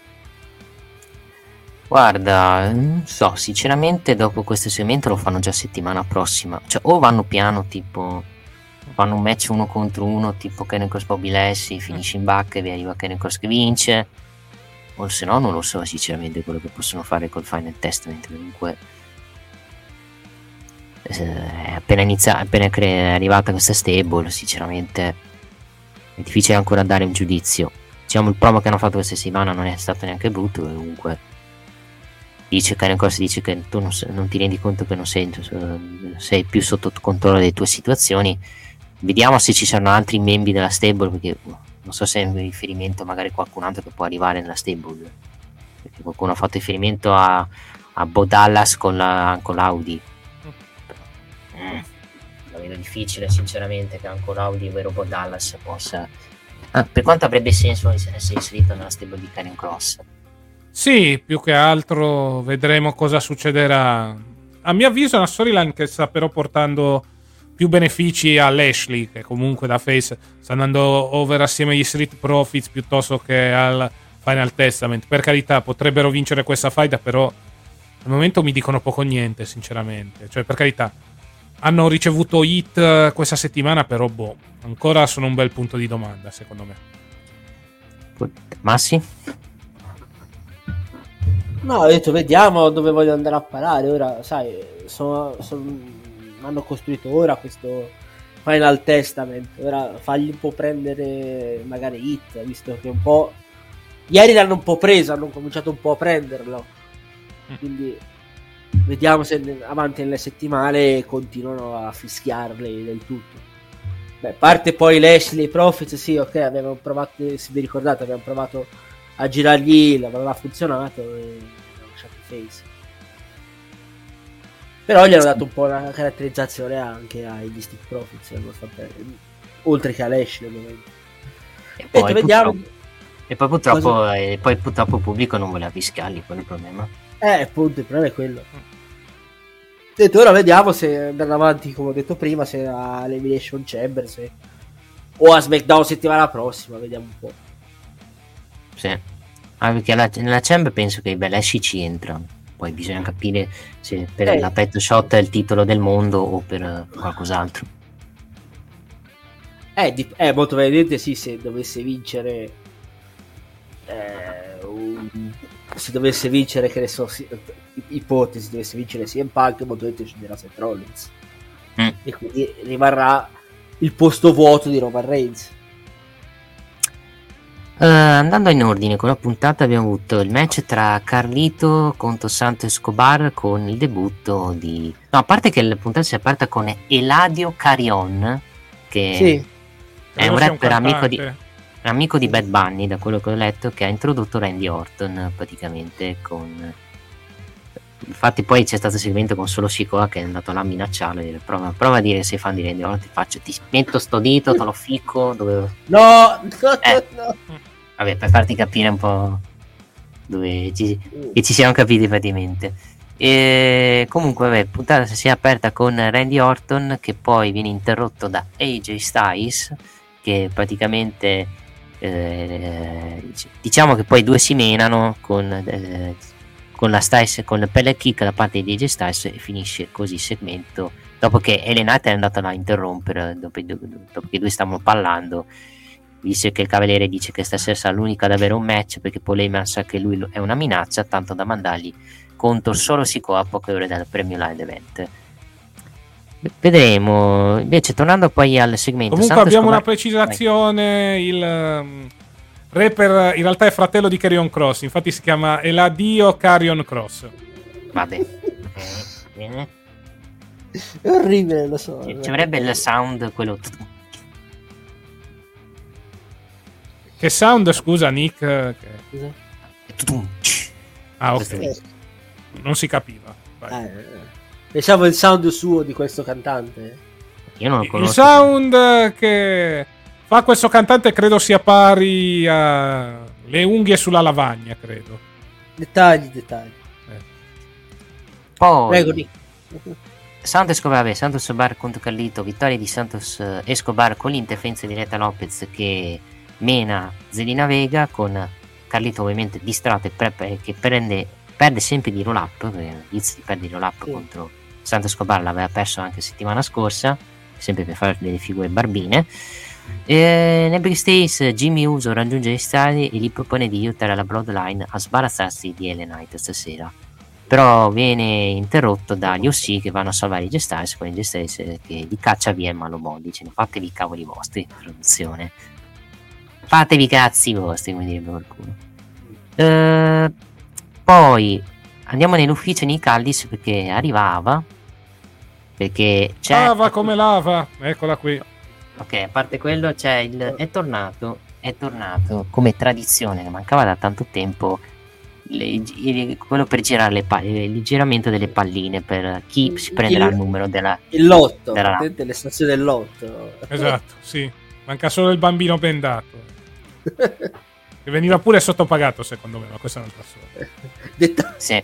Guarda, non so, sinceramente dopo questo segmento lo fanno già settimana prossima. Cioè, o vanno piano, tipo fanno un match uno contro uno, tipo Karrion Kross Bobby Lashley, finisce in bacca e vi arriva Karrion Kross che vince. O se no non lo so sinceramente quello che possono fare col Final Testament. Comunque eh, appena inizia, appena è arrivata questa stable, sinceramente è difficile ancora dare un giudizio. Diciamo il promo che hanno fatto questa settimana non è stato neanche brutto, comunque dice Karrion Kross dice che tu non, non ti rendi conto che non sei, sei più sotto controllo delle tue situazioni. Vediamo se ci saranno altri membri della stable, perché non so se è in riferimento magari a qualcun altro che può arrivare nella stable, perché qualcuno ha fatto riferimento a, a Bo Dallas con, la, con l'Audi. Mm. La vedo difficile sinceramente che anche l'Audi, vero Bo Dallas, possa ah, per quanto avrebbe senso essere inserito nella stable di Karrion Kross. Sì, più che altro vedremo cosa succederà. A mio avviso è una storyline che sta però portando più benefici a Lashley, che comunque da face sta andando over assieme agli Street Profits piuttosto che al Final Testament. Per carità, potrebbero vincere questa fight, però al momento mi dicono poco niente, sinceramente. Cioè, per carità, hanno ricevuto hit questa settimana, però boh, ancora sono un bel punto di domanda, secondo me. Massi? No, ho detto vediamo dove voglio andare a parare. Ora, sai, sono, sono, hanno costruito ora questo Final Testament. Ora fagli un po' prendere magari hit, visto che un po' ieri l'hanno un po' preso, hanno cominciato un po' a prenderlo. Quindi vediamo se avanti nelle settimane continuano a fischiarli del tutto. Beh, parte poi Lashley Profits, sì, ok, avevamo provato, se vi ricordate, abbiamo provato a girargli, non ha funzionato e hanno lasciato i face. Però gli hanno dato un po' una caratterizzazione anche agli Street Profits, oltre che a Lashley ovviamente. E poi, Detto, vediamo... e poi purtroppo e poi purtroppo il pubblico non voleva fischiarli, quello è il problema. Eh, appunto, il problema è quello. Detto, ora vediamo se andranno avanti, come ho detto prima, se a l'Elimination Chamber, se... o a SmackDown settimana prossima, vediamo un po'. Sì. Ah, perché alla, nella Chamber penso che i Belashi ci entrano. Poi bisogna capire se per eh. la pet shot è il titolo del mondo o per uh, qualcos'altro. Eh, di, eh, molto probabilmente sì, se dovesse vincere eh, un, se dovesse vincere, che ne so, si, ipotesi, dovesse vincere C M Punk, molto probabilmente scenderà Seth Rollins. Mm. E quindi rimarrà il posto vuoto di Roman Reigns. Uh, andando in ordine con la puntata, abbiamo avuto il match tra Carlito contro Santo Escobar con il debutto di... No, a parte che la puntata si è aperta con Eladio Carrion, che sì. è un rapper un amico di, amico di Bad Bunny, da quello che ho letto, che ha introdotto Randy Orton praticamente con... Infatti poi c'è stato il segmento con solo Sikoa che è andato là a minacciarlo e dire prova, prova a dire sei fan di Randy Orton, ti faccio, ti metto sto dito, te lo ficco dove... No, no, eh. no. Vabbè, per farti capire un po' dove ci, che ci siamo capiti praticamente. E comunque, vabbè, puntata si è aperta con Randy Orton che poi viene interrotto da A J Styles, che praticamente eh, diciamo che poi i due si menano con, eh, con la Styles, con il pelle kick da parte di A J Styles, e finisce così il segmento dopo che L A Knight è andato là a interrompere dopo, dopo che i due stavano parlando. Dice che il cavaliere dice che stasera sarà l'unica ad avere un match perché poi Lehman sa che lui è una minaccia, tanto da mandargli contro solo Sikoa a poche ore dal premio live event. Vedremo. Invece tornando poi al segmento, comunque Santos abbiamo come... una precisazione. Vai. Il um, rapper in realtà è fratello di Karrion Kross, infatti si chiama Eladio Karrion Kross. Vabbè. È orribile, lo so. Ci avrebbe il sound quello. Che sound, scusa Nick? Che... Ah, ok. Non si capiva. Eh, pensavo il sound suo di questo cantante. Io non lo conosco. Il sound che fa questo cantante credo sia pari a le unghie sulla lavagna, credo. Dettagli, dettagli. Eh. Poi Prego, Nick. Santos Escobar, vabbè, Santos Escobar contro Carlito, vittoria di Santos Escobar con l'interferenza di Reta Lopez che mena Zelina Vega, con Carlito ovviamente distratto e pre- pre- che prende, perde sempre di roll up, inizia di perdere di roll up Sì. contro Santos Escobar, l'aveva perso anche settimana scorsa, sempre per fare delle figure barbine. E nel backstage Jimmy Uso raggiunge gli stadi e gli propone di aiutare la Bloodline a sbarazzarsi di L A Knight stasera, però viene interrotto dagli O C che vanno a salvare i J Styles, con i J Styles che li caccia via in malo modo, dicendo fatevi i cavoli vostri, traduzione, fatevi i cazzi vostri, come direbbe qualcuno. Eh, poi andiamo nell'ufficio Nick Aldis perché arrivava, perché c'è Lava come lava, eccola qui. ok, a parte quello c'è il è tornato è tornato come tradizione che mancava da tanto tempo, le- il- quello per girare le pa- il giramento delle palline per chi si prenderà il numero della Il lotto, Della- vedete le stazioni del lotto. Esatto, sì. Manca solo il bambino bendato. Che veniva pure sottopagato, secondo me, ma questa è un'altra storia. Detto- sì.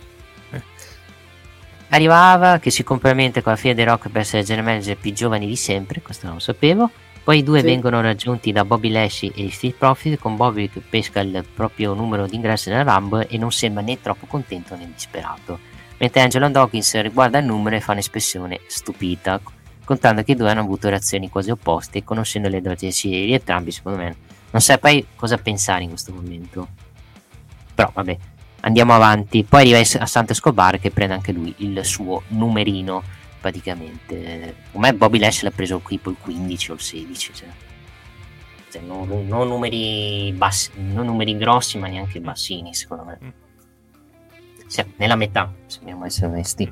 Arrivava che si complementa con la fine dei Rock per essere general manager più giovani di sempre, questo non lo sapevo. Poi i due Sì. vengono raggiunti da Bobby Lashley e Street Profit, con Bobby che pesca il proprio numero di ingresso nella Rumble e non sembra né troppo contento né disperato, mentre Angelo Dawkins riguarda il numero e fa un'espressione stupita, contando che i due hanno avuto reazioni quasi opposte. Conoscendo le strategie di entrambi, secondo me non sai cosa pensare in questo momento, però vabbè, andiamo avanti. Poi arriva a Santo Escobar che prende anche lui il suo numerino, praticamente. Come Bobby Lashley l'ha preso tipo il quindici o il sedici, cioè, cioè non, non numeri bassi, non numeri grossi ma neanche bassini, secondo me. Cioè, nella metà, se dobbiamo essere onesti.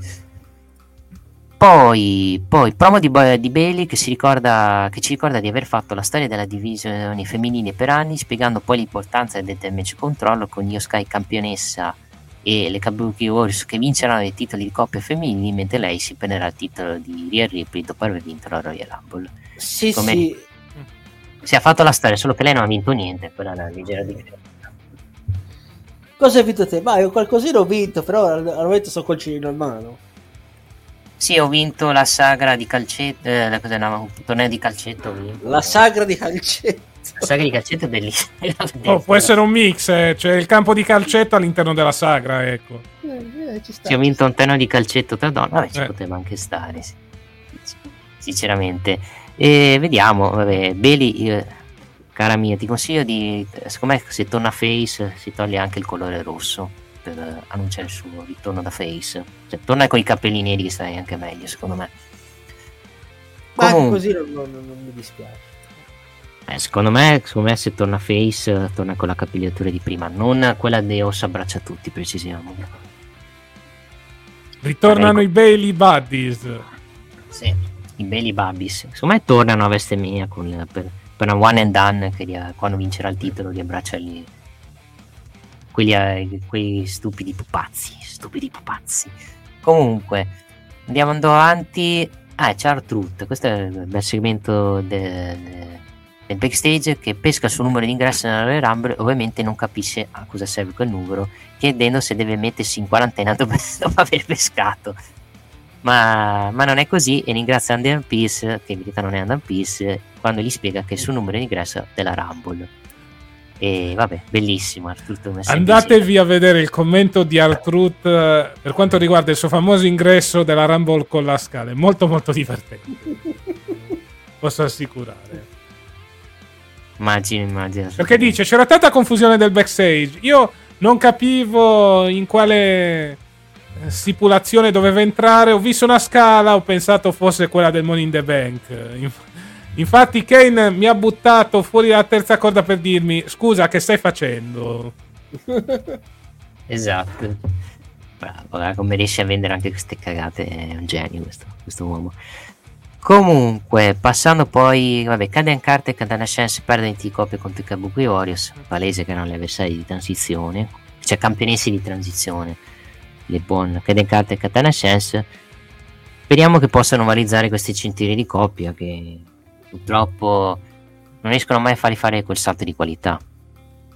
Poi, poi promo di, Bo- di Bailey che, si ricorda, che ci ricorda di aver fatto la storia della divisione femminile per anni, spiegando poi l'importanza del damage control, con Io Sky campionessa e le Kabuki Warriors che vinceranno i titoli di coppia femminili, mentre lei si prenderà il titolo di Rhea Ripley dopo aver vinto la Royal Rumble. Sì, Come- sì. Si è fatto la storia, solo che lei non ha vinto niente, quella è una leggera differenza. Cosa hai vinto te? Ma io qualcosina ho vinto, però al al momento sto col cilino in mano. Sì, ho vinto la sagra di calcetto, eh, la cosa, no, un torneo di calcetto. ho vinto. La sagra di calcetto. La sagra di calcetto è bellissima. Oh, può essere un mix, eh. C'è il campo di calcetto all'interno della sagra, ecco. Eh, eh, ci sta. Sì, ho vinto un torneo di calcetto tra donne, vabbè, ci Eh. poteva anche stare, sì. Sinceramente. E vediamo, vabbè, Bailey, eh, cara mia, ti consiglio di, secondo me se torna face si toglie anche il colore rosso per eh, annunciare il suo ritorno da face, cioè torna con i capelli neri che stai anche meglio, secondo me. Ma anche Comunque- così non, non- non mi dispiace. Eh, secondo me, secondo me se torna face eh, torna con la capigliatura di prima, non quella di Osso abbraccia tutti, precisiamo. Ritornano i Bailey Buddies. Sì, i belli Babis. Secondo me tornano a veste mia con, per, per una one and done che li- quando vincerà il titolo di abbracciarli. Quelli, eh, quei stupidi pupazzi, stupidi pupazzi. Comunque, andiamo andando avanti. Ah, c'è R-Truth, questo è il bel segmento del, del backstage che pesca il suo numero di ingresso nella Royal Rumble. Ovviamente non capisce a cosa serve quel numero, chiedendo se deve mettersi in quarantena dopo, dopo aver pescato. Ma, ma non è così, e ringrazia Anderson Pearce, che in verità non è Anderson Pearce, quando gli spiega che è il suo numero di ingresso della Rumble. E vabbè, bellissimo R-Truth come sempre. Andatevi a vedere il commento di R-Truth eh, per quanto riguarda il suo famoso ingresso della Rumble con la scala. È molto molto divertente. Posso assicurare. Immagino, immagino. Perché dice c'era tanta confusione del backstage. Io non capivo in quale stipulazione doveva entrare. Ho visto una scala, ho pensato fosse quella del Money in the Bank. Inf- Infatti Kane mi ha buttato fuori dalla terza corda per dirmi scusa, che stai facendo? Esatto. Bravo, guarda come riesce a vendere anche queste cagate, è un genio questo, questo uomo. Comunque, passando poi, vabbè, Caden Carter e Katana Chance perdono in T-Coppia contro i Kabuki Warriors, palese che erano le avversari di transizione, cioè campionesse di transizione, le buone Caden Carter e Katana Chance. Speriamo che possano valorizzare questi cinture di coppia che purtroppo non riescono mai a farli fare quel salto di qualità.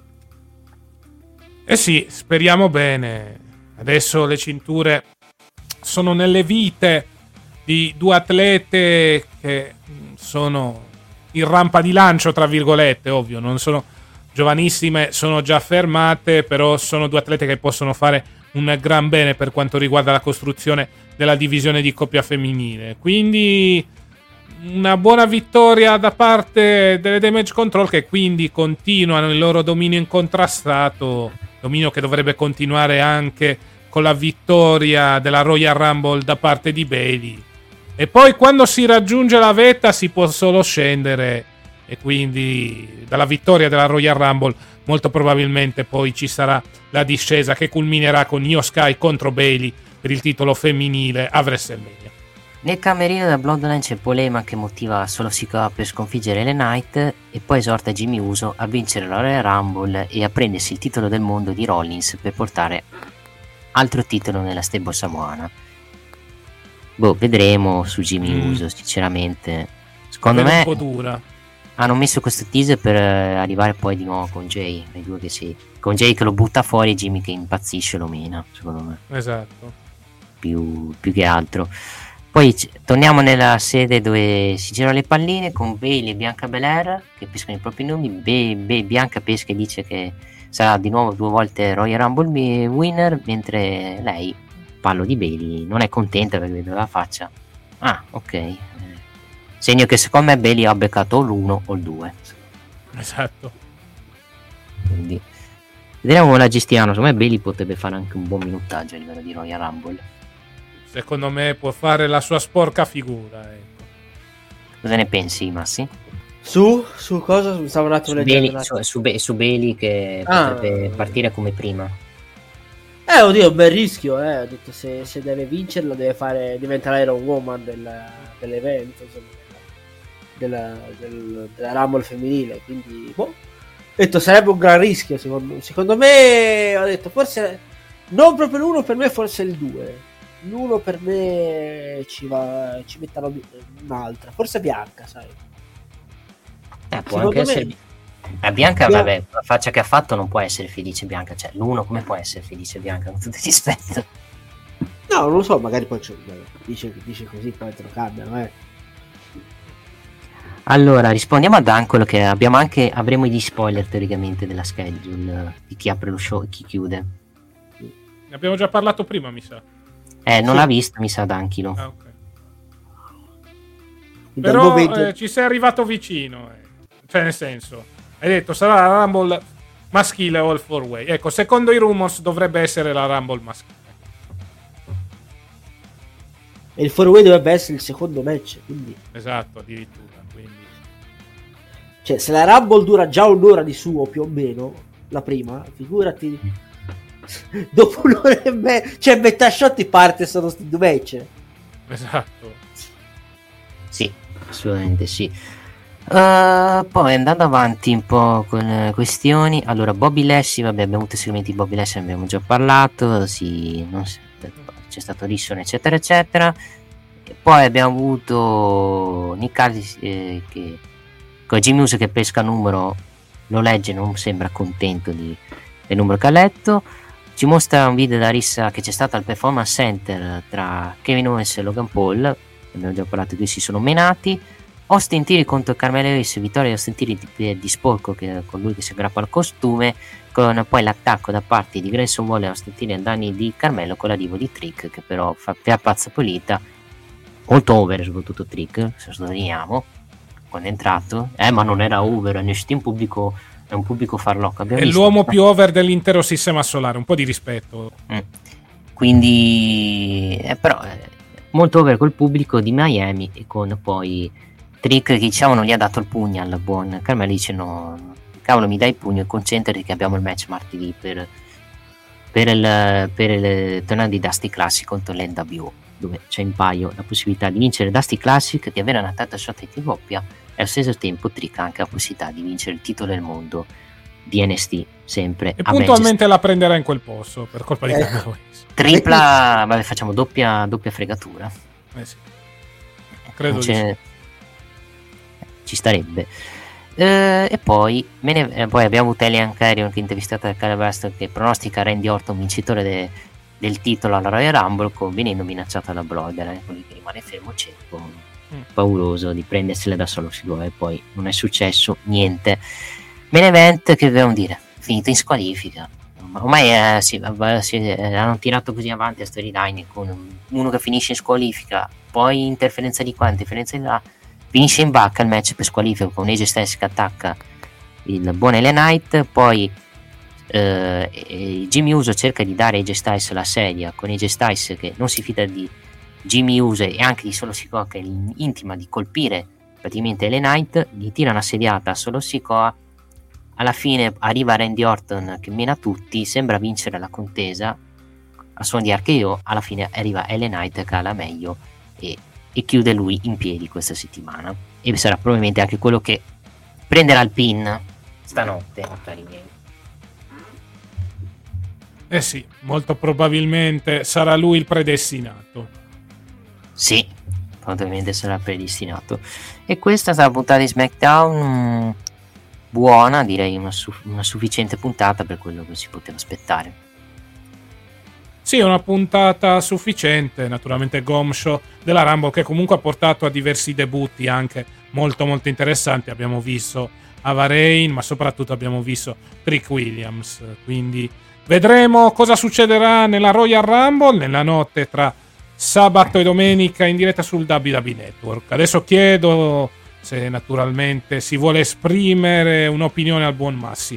Eh sì, speriamo bene. Adesso le cinture sono nelle vite di due atlete che sono in rampa di lancio, tra virgolette, ovvio, non sono giovanissime, sono già fermate, però sono due atlete che possono fare un gran bene per quanto riguarda la costruzione della divisione di coppia femminile. Quindi una buona vittoria da parte delle Damage Control, che quindi continuano il loro dominio incontrastato, dominio che dovrebbe continuare anche con la vittoria della Royal Rumble da parte di Bayley. E poi quando si raggiunge la vetta si può solo scendere, e quindi dalla vittoria della Royal Rumble molto probabilmente poi ci sarà la discesa che culminerà con Io Sky contro Bayley per il titolo femminile a WrestleMania. Nel camerino da Bloodline c'è polema che motiva solo Sikoa per sconfiggere le Knight e poi esorta Jimmy Uso a vincere la Royal Rumble e a prendersi il titolo del mondo di Rollins per portare altro titolo nella stable samoana. Boh, vedremo su Jimmy mm. Uso, sinceramente. Secondo me un po' dura. Hanno messo questo teaser per arrivare poi di nuovo con Jay, i due che si... con Jay che lo butta fuori e Jimmy che impazzisce lo mena, secondo me. Esatto. Più, più che altro. Poi c- torniamo nella sede dove si girano le palline con Bayley e Bianca Belair che pescano i propri nomi. Be- Be- Bianca pesca e dice che sarà di nuovo due volte Royal Rumble winner, mentre lei, parlo di Bayley, non è contenta perché vede la faccia. Ah, ok. Segno che secondo me Bayley ha beccato o l'uno o il due. Esatto. Quindi vedremo come la gestiranno. Secondo me Bayley potrebbe fare anche un buon minutaggio a livello di Royal Rumble. Secondo me può fare la sua sporca figura, ecco. Cosa ne pensi, Massi? Su? Su cosa? Stavo un attimo Su leggendo. Bayley, su, su, Be- su Bayley che Ah. potrebbe partire come prima. Eh, oddio, bel rischio, eh. Ho detto se, se deve vincerlo deve fare, diventa l'Iron Woman del, dell'evento, insomma, della, del, della Rumble femminile. Quindi, boh. Ho detto sarebbe un gran rischio, secondo, secondo me. Ho detto forse non proprio l'uno, per me forse il due. L'uno per me ci va, ci metterò un'altra, forse Bianca, sai. Eh, può Secondo anche essere. me- Eh, Bianca, Bia- vabbè, la faccia che ha fatto non può essere felice Bianca. Cioè, l'uno come può essere felice Bianca? Con tutto il rispetto. No, non lo so, magari poi c'è- dice, dice così, poi te lo cambiano, eh. Allora, rispondiamo a Dan, quello che abbiamo anche. Avremo gli spoiler teoricamente della schedule di chi apre lo show e chi chiude. Ne abbiamo già parlato prima, mi sa. Eh, non Sì. l'ha visto, mi sa Danchilo. Ah, ok. Quindi al Però momento- eh, ci sei arrivato vicino. eh. Cioè, nel senso, hai detto sarà la Rumble maschile o il four way. Ecco, secondo i rumors dovrebbe essere la Rumble maschile. E il four way dovrebbe essere il secondo match, quindi Esatto, addirittura. Quindi cioè se la Rumble dura già un'ora di suo più o meno, la prima, figurati dopo un'ora e mezza, cioè metà shot ti parte solo sti due match. esatto. Sì, assolutamente sì. Uh, poi andando avanti un po' con eh, questioni. Allora, Bobby Lashley, vabbè, abbiamo avuto i segmenti di Bobby Lashley, ne abbiamo già parlato. Sì, non si- c'è stato Rison, eccetera, eccetera. E poi abbiamo avuto Nick Aldis eh, che con Jimmy Uso che pesca numero, lo legge, non sembra contento di, del numero che ha letto. Ci mostra un video da rissa che c'è stato al Performance Center tra Kevin Owens e Logan Paul. Abbiamo già parlato, qui si sono menati. Austin Theory contro Carmelo Hayes, vittoria di Austin Theory di, di sporco che, con lui che si aggrappa al costume, con poi l'attacco da parte di Grayson Waller e Austin Theory ai danni di Carmelo con l'arrivo di Trick che però fa per pazza pulita, molto over soprattutto Trick, se sottolineiamo quando è entrato, eh ma non era over, è uscito in pubblico, è un pubblico farlocco. Abbiamo È visto- l'uomo più over dell'intero sistema solare, un po' di rispetto. Mm. Quindi eh, però eh, molto over col pubblico di Miami e con poi Trick che diciamo non gli ha dato il pugno al buon Carmelo, dice no, cavolo mi dai il pugno e concentrati che abbiamo il match martedì per, per il, per il torneo di Dusty Classic contro l'N W O, dove c'è in paio la possibilità di vincere Dusty Classic, di avere una title shot in coppia e allo stesso tempo Trick ha anche la possibilità di vincere il titolo del mondo di N X T sempre E a puntualmente la prenderà in quel posto per colpa di Eh. Carmelo Hayes. Manchester. Tripla, vabbè, facciamo doppia, doppia fregatura. Eh sì. Credo Non di c'è- sì. ci starebbe. Eh, e poi, me ne- eh, poi abbiamo avuto Elian Carrion che è intervistata da Kyle Weston che pronostica Randy Orton vincitore de- del titolo alla Royal Rumble, con, venendo minacciata da Bloodline, quello che rimane fermo cieco, mm. pauroso di prendersela da solo si vuole, e poi non è successo niente. Main event, che dobbiamo dire, finito in squalifica. Ormai eh, si, si, eh, hanno tirato così avanti a storyline con uno che finisce in squalifica, poi interferenza di qua, interferenza di là, finisce in bacca il match per squalifica con A J Styles che attacca il buon L A Knight, poi eh, Jimmy Uso cerca di dare a A J Styles la sedia, con A J Styles che non si fida di Jimmy Uso e anche di Solo Sikoa, che intima di colpire praticamente L A Knight, gli tira una sediata a Solo Sikoa. Alla fine arriva Randy Orton che mena tutti, sembra vincere la contesa a suon di R K O. Alla fine arriva L A Knight che ha la meglio e, e chiude lui in piedi questa settimana, e sarà probabilmente anche quello che prenderà il pin stanotte, cari miei. Eh sì, molto probabilmente sarà lui il predestinato. Sì, probabilmente sarà predestinato. E questa sarà la puntata di SmackDown, buona, direi una, su- una sufficiente puntata per quello che si poteva aspettare. Sì, una puntata sufficiente, naturalmente Gom Show della Rumble, che comunque ha portato a diversi debutti anche molto molto interessanti. Abbiamo visto Ava Rain, ma soprattutto abbiamo visto Trick Williams, quindi vedremo cosa succederà nella Royal Rumble nella notte tra sabato e domenica in diretta sul W W E Network. Adesso chiedo se naturalmente si vuole esprimere un'opinione al buon Massi.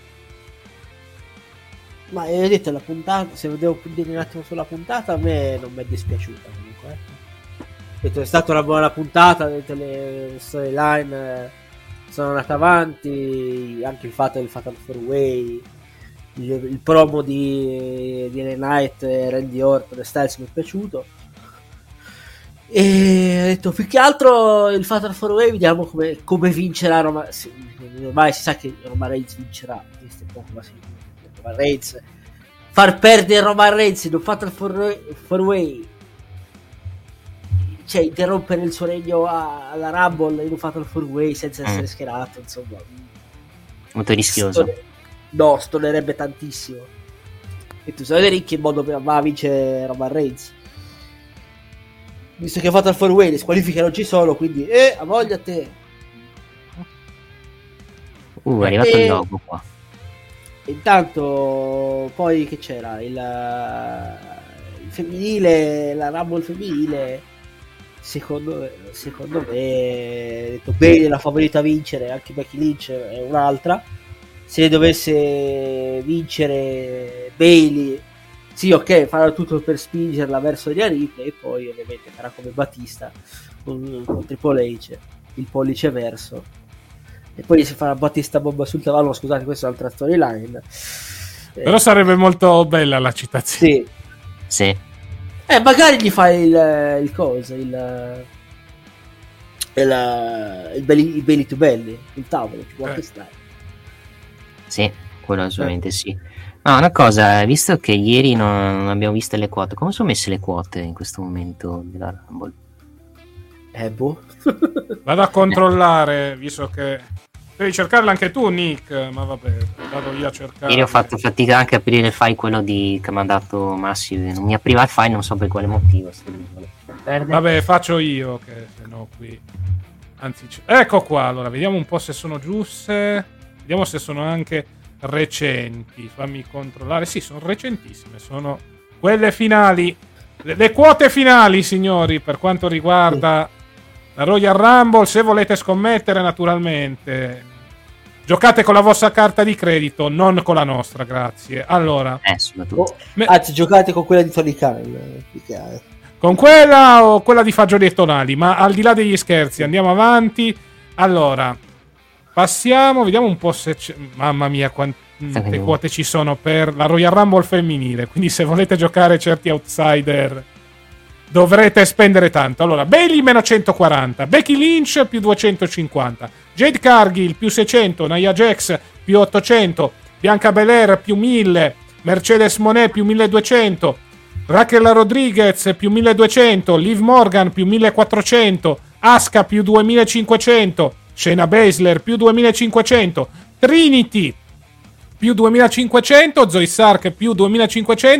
Ma hai detto la puntata, se devo dire un attimo sulla puntata, a me non mi è dispiaciuta comunque. Eh. Detto, è stata una buona puntata, detto, le storyline eh, sono andate avanti, anche il fatto del Fatal four Way, il, il promo di, di L A Knight, Randy Orton e Styles mi è piaciuto. E ho detto, più che altro il Fatal four Way, vediamo come, come vincerà Roma. Ormai si sa che Roman Reigns vincerà, questo è poco ma sì. Roman Reigns, far perdere Roman Reigns in un Fatal four Way, cioè interrompere il suo regno a, alla Rumble in un Fatal four Way senza essere mm. schierato, insomma, molto rischioso. Stone, no, stonerebbe tantissimo. E tu sai vedere in che modo va a vincere Roman Reigns, visto che Fatal four Way le squalifiche non ci sono, quindi eh, a voglia a te. Uh, è arrivato e... il logo qua. Intanto poi che c'era il, il femminile, la Rumble femminile, secondo, secondo me detto bene, la favorita a vincere, anche Becky Lynch è un'altra. Se dovesse vincere Bayley, sì, ok, farà tutto per spingerla verso Rhea Ripley, e poi ovviamente farà come Battista con, con Triple H, il pollice verso. E poi si farà Battista bomba sul cavallo. Scusate, questa è un'altra storyline. Però eh, sarebbe molto bella la citazione. Sì. Sì. Eh, magari gli fai il, il coso, il il, il, belly, il belly to belly, il tavolo, ci può anche eh. stare. Sì, quello assolutamente eh. sì. No, una cosa, visto che ieri non, non abbiamo visto le quote, come sono messe le quote in questo momento della Rumble? Eh, boh. Vado a controllare, visto che devi cercarla anche tu, Nick, ma vabbè, vado io a cercare. Ieri ho fatto fatica anche a aprire il file, quello di che mi ha mandato Massi, non mi apriva il file, non so per quale motivo. Vabbè, faccio io, che se no qui... Anzi, c- ecco qua, allora, vediamo un po' se sono giuste, vediamo se sono anche recenti, fammi controllare. Sì, sono recentissime, sono quelle finali, le, le quote finali, signori, per quanto riguarda la Royal Rumble. Se volete scommettere, naturalmente giocate con la vostra carta di credito, non con la nostra, grazie. Allora, eh, oh, me- anzi, giocate con quella di Tony Khan, con quella o quella di fagioli e tonali. Ma al di là degli scherzi, andiamo avanti. Allora, passiamo, vediamo un po' se c'è... Mamma mia, quante quote ci sono per la Royal Rumble femminile. Quindi se volete giocare certi outsider dovrete spendere tanto. Allora, Bayley meno centoquaranta, Becky Lynch più duecentocinquanta, Jade Cargill più seicento, Nia Jax più ottocento, Bianca Belair più mille, Mercedes Moné più milleduecento, Raquel Rodriguez più milleduecento, Liv Morgan più millequattrocento, Asuka più duemilacinquecento, Shayna Baszler più duemilacinquecento, Trinity più duemilacinquecento, Zoe Stark più duemilacinquecento,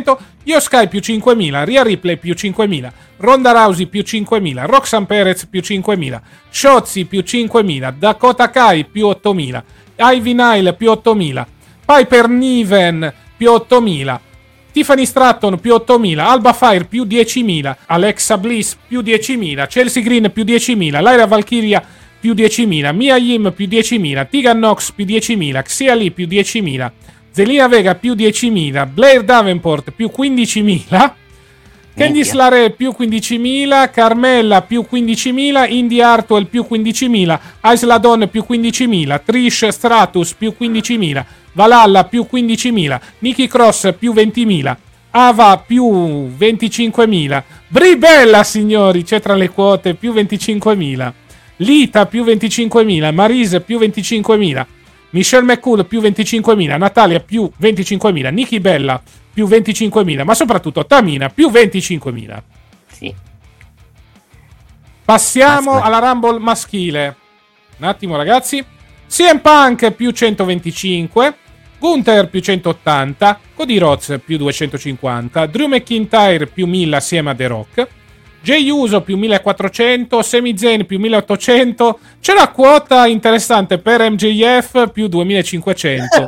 Io Sky più cinquemila, Rhea Ripley più cinquemila, Ronda Rousey più cinquemila, Roxanne Perez più cinquemila, Shotzi più cinquemila, Dakota Kai più ottomila, Ivy Nile più ottomila, Piper Niven più ottomila, Tiffany Stratton più ottomila, Alba Fire più diecimila, Alexa Bliss più diecimila, Chelsea Green più diecimila, Lyra Valkyria più diecimila, Mia Yim più diecimila, Tegan Nox più diecimila, Xia Li più diecimila, Zelina Vega più diecimila, Blair Davenport più quindicimila, Candice LeRae più quindicimila, Carmella più quindicimila, Indy Hartwell più quindicimila, Isla Dawn più quindicimila, Trish Stratus più quindicimila, Valhalla più quindicimila, Nikki Cross più ventimila, Ava più venticinquemila, Brie Bella, signori, c'è tra le quote, più venticinquemila, Lita più venticinquemila, Maryse più venticinquemila, Michelle McCool più venticinquemila, Natalia più venticinquemila, Nikki Bella più venticinquemila, ma soprattutto Tamina più venticinquemila. Sì. Passiamo alla Rumble maschile. Un attimo, ragazzi. C M Punk più centoventicinque, Gunther più centottanta, Cody Rhodes più duecentocinquanta, Drew McIntyre più mille assieme a The Rock, Jey Uso più millequattrocento, Sami Zayn più milleottocento. C'è una quota interessante per M J F più duemilacinquecento.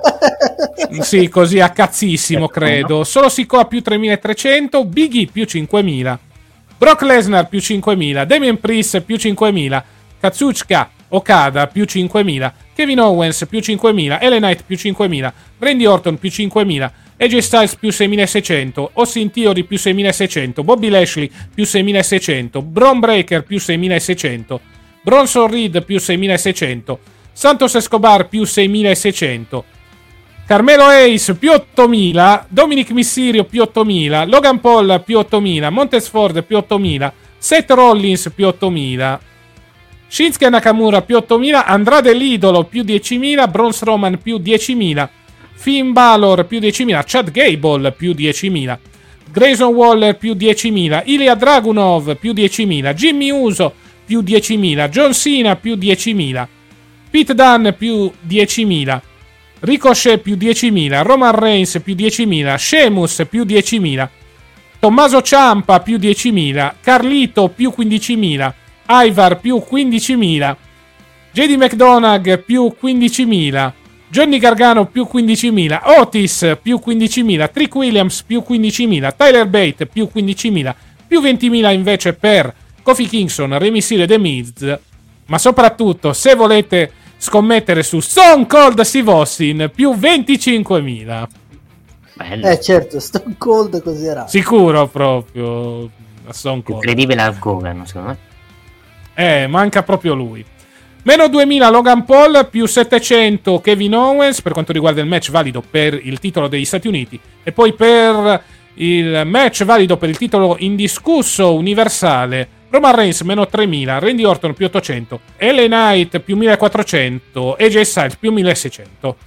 Sì, così a cazzissimo, credo. Solo Sikoa più tremilatrecento, Big E più cinquemila, Brock Lesnar più cinquemila, Damian Priest più cinquemila, Kazuchika Okada più cinquemila, Kevin Owens più cinquemila, L A Knight più cinquemila, Randy Orton più cinquemila, A J Styles più seimilaseicento, Austin Theory più seimilaseicento, Bobby Lashley più seimilaseicento, Braun Breaker più seimilaseicento, Bronson Reed più seimilaseicento, Santos Escobar più seimilaseicento, Carmelo Hayes più ottomila, Dominic Mysterio più ottomila, Logan Paul più ottomila, Montez Ford più ottomila, Seth Rollins più ottomila, Shinsuke Nakamura più ottomila, Andrade l'Idolo più diecimila, Braun Strowman più diecimila, Finn Balor più diecimila, Chad Gable più diecimila, Grayson Waller più diecimila, Ilya Dragunov più diecimila, Jimmy Uso più diecimila, John Cena più diecimila, Pete Dunne più diecimila, Ricochet più diecimila, Roman Reigns più diecimila, Sheamus più diecimila, Tommaso Ciampa più diecimila, Carlito più quindicimila, Ivar più quindicimila, J D McDonagh più quindicimila, Johnny Gargano più quindicimila, Otis più quindicimila, Trick Williams più quindicimila, Tyler Bate più quindicimila, più ventimila invece per Kofi Kingston, Rey Mysterio e The Miz. Ma soprattutto, se volete scommettere su Stone Cold Steve Austin, più venticinquemila. Bello. Eh certo, Stone Cold così era. Sicuro proprio Stone Cold. Incredibile Hulk Hogan, secondo me. Eh, manca proprio lui. Meno duemila Logan Paul, più settecento Kevin Owens per quanto riguarda il match valido per il titolo degli Stati Uniti, e poi per il match valido per il titolo indiscusso universale Roman Reigns meno tremila, Randy Orton più ottocento, L A Knight più millequattrocento, A J Styles più milleseicento.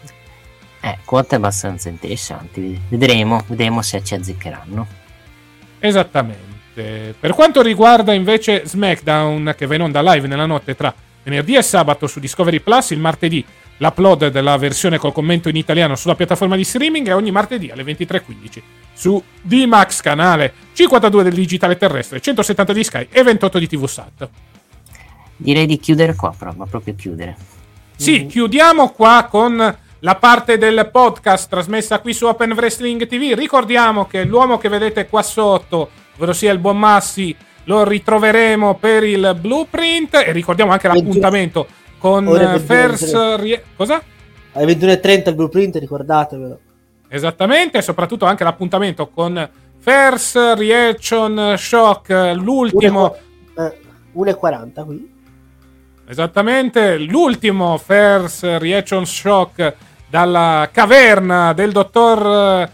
Eh, quote abbastanza interessanti. Vedremo, vedremo se ci azzeccheranno. Esattamente. Per quanto riguarda invece SmackDown, che va in onda live nella notte tra venerdì e sabato su Discovery Plus, il martedì l'upload della versione col commento in italiano sulla piattaforma di streaming, e ogni martedì alle ventitré e quindici su D-Max, canale cinquantadue del digitale terrestre, centosettanta di Sky e ventotto di T V Sat. Direi di chiudere qua, però, ma proprio chiudere. Sì, mm-hmm. Chiudiamo qua con la parte del podcast trasmessa qui su Open Wrestling T V. Ricordiamo che l'uomo che vedete qua sotto, ovvero sia il buon Massi, lo ritroveremo per il Blueprint, e ricordiamo anche l'appuntamento con First Rie- cosa? Alle ventuno e trenta il Blueprint, ricordatevelo. Esattamente, e soprattutto anche l'appuntamento con First Reaction Shock, l'ultimo uno e quaranta qui. Esattamente, l'ultimo First Reaction Shock dalla caverna del dottor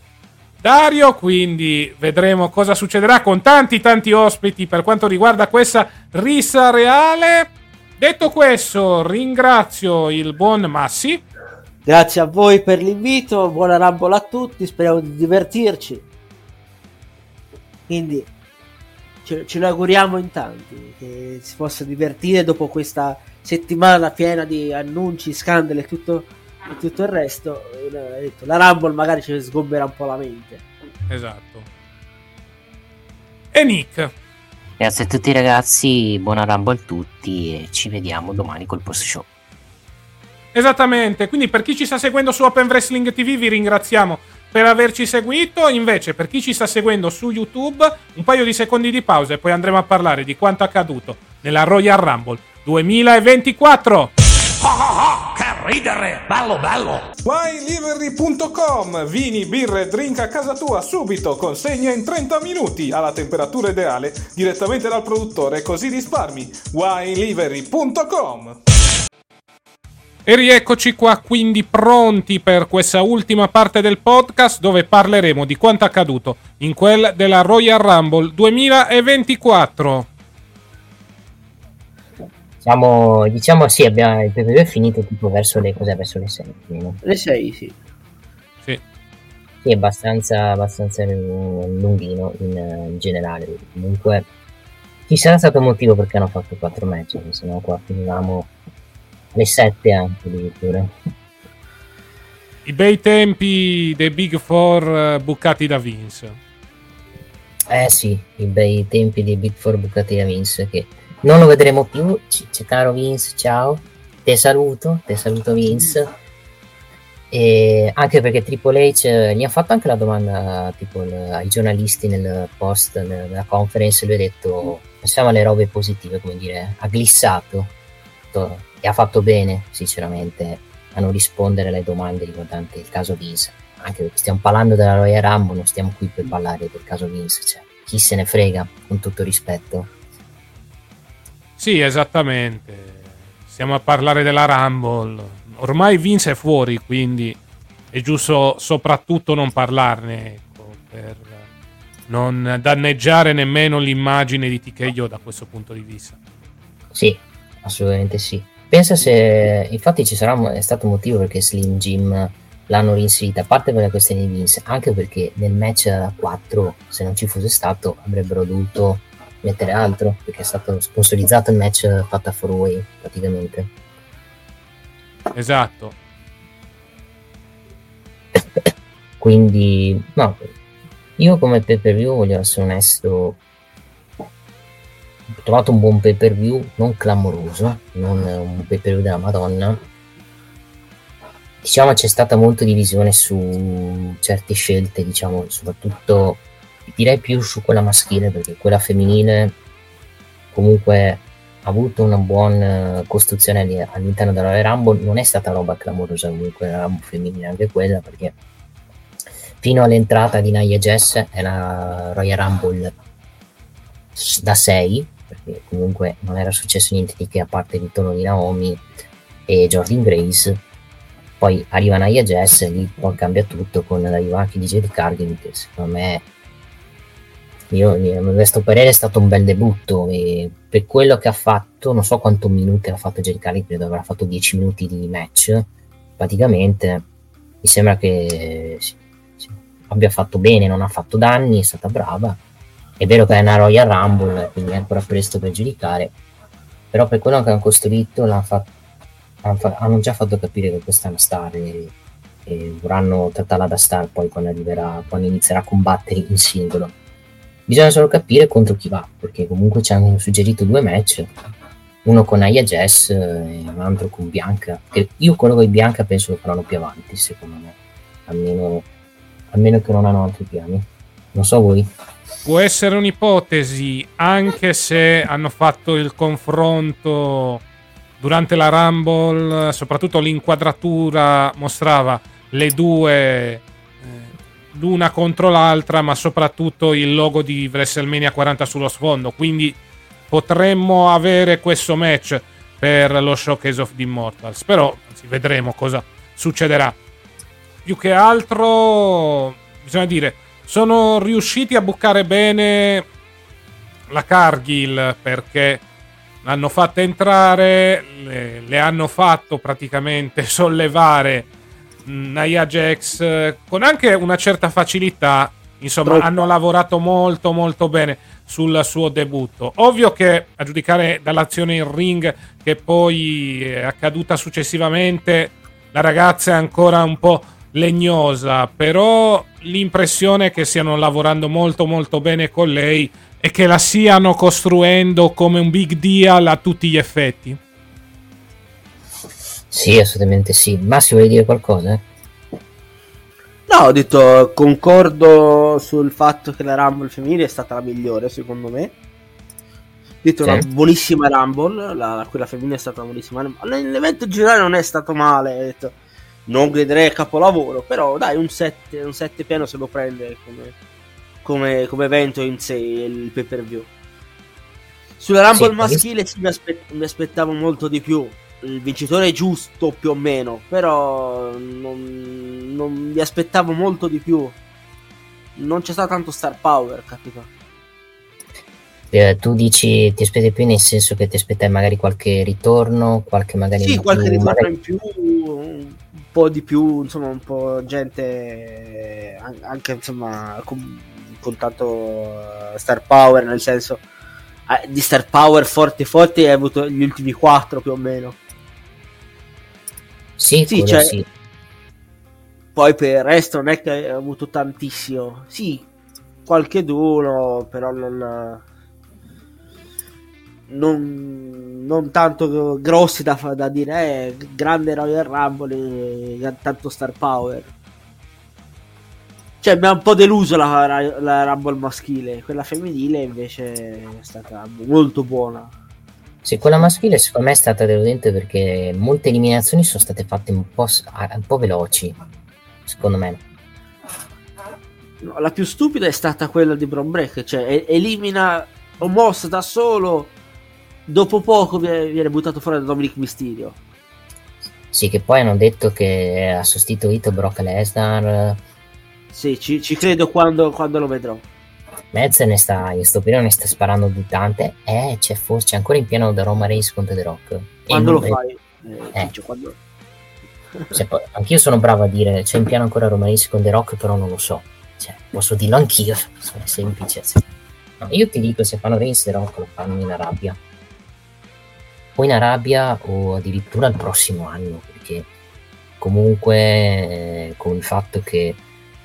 Dario, quindi vedremo cosa succederà con tanti tanti ospiti per quanto riguarda questa rissa reale. Detto questo, ringrazio il buon Massi. Grazie a voi per l'invito, buona Rumble a tutti, speriamo di divertirci. Quindi ce, ce lo auguriamo in tanti, che si possa divertire dopo questa settimana piena di annunci, scandali e tutto, e tutto il resto. La Rumble magari ci sgombera un po' la mente. esatto. E Nick. Grazie a tutti ragazzi, buona Rumble a tutti e ci vediamo domani col post show. Esattamente, quindi per chi ci sta seguendo su Open Wrestling T V vi ringraziamo per averci seguito, invece per chi ci sta seguendo su YouTube un paio di secondi di pausa e poi andremo a parlare di quanto accaduto nella Royal Rumble duemilaventiquattro. Oh, oh, oh, che ridere, bello bello. wine livery punto com, vini, birre e drink a casa tua subito, consegna in trenta minuti alla temperatura ideale direttamente dal produttore, così risparmi. wine livery punto com. E rieccoci qua quindi pronti per questa ultima parte del podcast dove parleremo di quanto accaduto in quel della Royal Rumble duemilaventiquattro. Diciamo, diciamo sì, abbiamo, il P P V è finito tipo verso le cose verso le sei. Almeno. Le sei, sì. Sì. Sì, è abbastanza, abbastanza lunghino in, in generale. Comunque ci sarà stato un motivo perché hanno fatto quattro match, se no qua finivamo alle sette anche addirittura. I bei tempi dei Big Four bucati da Vince. Eh sì, i bei tempi dei Big Four bucati da Vince che non lo vedremo più. C- c- caro Vince, ciao, te saluto, te saluto Vince. E anche perché Triple H gli ha fatto anche la domanda tipo l- ai giornalisti nel post nella conference, lui ha detto pensiamo alle robe positive, come dire, ha glissato to- e ha fatto bene sinceramente a non rispondere alle domande riguardanti il caso Vince, anche perché stiamo parlando della Royal Rumble, non stiamo qui per parlare del caso Vince, cioè chi se ne frega, con tutto rispetto. Sì, esattamente. Stiamo a parlare della Rumble. Ormai Vince è fuori, quindi è giusto soprattutto non parlarne, ecco, per non danneggiare nemmeno l'immagine di T K O da questo punto di vista. Sì, assolutamente sì. Pensa se, infatti ci sarà, è stato un motivo perché Slim Jim l'hanno reinserita, a parte per la questione di Vince, anche perché nel match quattro, se non ci fosse stato, avrebbero dovuto mettere altro, perché è stato sponsorizzato il match fatta four way praticamente. Esatto. Quindi no, io come pay per view voglio essere onesto, ho trovato un buon pay per view, non clamoroso, non un pay per view della Madonna. Diciamo c'è stata molta divisione su certe scelte, diciamo soprattutto direi più su quella maschile, perché quella femminile comunque ha avuto una buona costruzione all'interno della Royal Rumble, non è stata roba clamorosa comunque la Rumble femminile anche quella, perché fino all'entrata di Nia Jax è la Royal Rumble da sei, perché comunque non era successo niente di che a parte il ritorno di Naomi e Jordynne Grace. Poi arriva Nia Jax e lì poi cambia tutto con l'arrivo anche di Jade Cargill, che secondo me, io, a questo parere, è stato un bel debutto e per quello che ha fatto, non so quanto minuti ha fatto Jade Cargill, credo avrà fatto dieci minuti di match praticamente, mi sembra che sì, sì, abbia fatto bene, non ha fatto danni, è stata brava. È vero che è una Royal Rumble, quindi è ancora presto per giudicare, però per quello che hanno costruito l'hanno fatto, hanno già fatto capire che questa è una star e, e vorranno trattarla da star poi quando arriverà, quando inizierà a combattere in singolo. Bisogna solo capire contro chi va, perché comunque ci hanno suggerito due match, uno con Nia Jax e un altro con Bianca, che io quello con Bianca penso lo faranno più avanti, secondo me, almeno, almeno che non hanno altri piani, non so voi. Può essere un'ipotesi, anche se hanno fatto il confronto durante la Rumble, soprattutto l'inquadratura mostrava le due eh, l'una contro l'altra, ma soprattutto il logo di WrestleMania quaranta sullo sfondo, quindi potremmo avere questo match per lo Showcase of the Immortals, però anzi, vedremo cosa succederà. Più che altro bisogna dire, sono riusciti a bucare bene la Cargill, perché l'hanno fatta entrare, le, le hanno fatto praticamente sollevare Nia Jax con anche una certa facilità, insomma Troppo. Hanno lavorato molto molto bene sul suo debutto. Ovvio che a giudicare dall'azione in ring che poi è accaduta successivamente, la ragazza è ancora un po' legnosa, però l'impressione che stiano lavorando molto molto bene con lei e che la stiano costruendo come un big deal a tutti gli effetti. Sì, assolutamente sì. Massimo, vuoi dire qualcosa? No, ho detto, concordo sul fatto che la Rumble femminile è stata la migliore, secondo me. Ho detto, sì. Una buonissima Rumble, la, quella femminile è stata una buonissima Rumble. L'evento generale non è stato male, ho detto, non griderei capolavoro, però dai, un sette, un sette pieno se lo prende come, come, come evento in sé, il pay per view. Sulla Rumble sì, maschile sì, mi, aspett- mi aspettavo molto di più. Il vincitore è giusto più o meno, però non, non mi aspettavo molto di più. Non c'è stato tanto star power, capito? Eh, tu dici ti aspetti più nel senso che ti aspettavi magari qualche ritorno, qualche magari sì, in qualche più, ritorno magari... in più, un po' di più, insomma, un po' gente anche insomma con, con tanto star power, nel senso eh, di star power forti forti hai avuto gli ultimi quattro più o meno. Sì, sì, cioè, sì. Poi per il resto non è che hai avuto tantissimo. Sì, qualche d'uno, però non, non, non tanto grossi da, da dire eh, grande Royal Rumble e tanto star power. Cioè mi ha un po' deluso la, la Rumble maschile. Quella femminile invece è stata molto buona. Sì, quella maschile secondo me è stata deludente perché molte eliminazioni sono state fatte un po', un po' veloci, secondo me. No, la più stupida è stata quella di Bron Breakker, cioè elimina Omos da solo, dopo poco viene, viene buttato fuori da Dominic Mysterio. Sì, che poi hanno detto che ha sostituito Brock Lesnar. Sì, ci, ci credo quando, quando lo vedrò. Mezz ne sta, in sto periodo ne sta sparando tante. Eh, c'è forse c'è ancora in piano da Roman Reigns contro The Rock. Quando non, lo fai? Eh, eh. Ciccio, quando... cioè, poi, anch'io sono bravo a dire c'è in piano ancora Roman Reigns con The Rock, però non lo so. Cioè, posso dirlo anch'io, è semplice. No, io ti dico, se fanno Reigns The Rock lo fanno in Arabia. O in Arabia o addirittura il prossimo anno, perché comunque eh, con il fatto che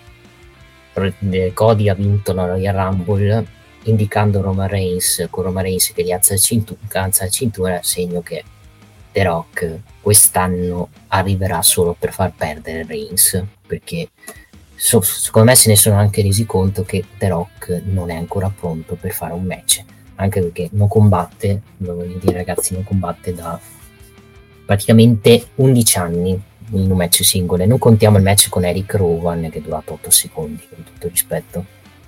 Cody ha vinto la Royal Rumble indicando Roman Reigns con Roman Reigns che gli alza la cintura, alza la cintura, segno che The Rock quest'anno arriverà solo per far perdere Reigns, perché so, secondo me se ne sono anche resi conto che The Rock non è ancora pronto per fare un match, anche perché non combatte, lo voglio dire ragazzi, non combatte da praticamente undici anni in un match singolo, e non contiamo il match con Eric Rowan che è durato otto secondi, con tutto il rispetto.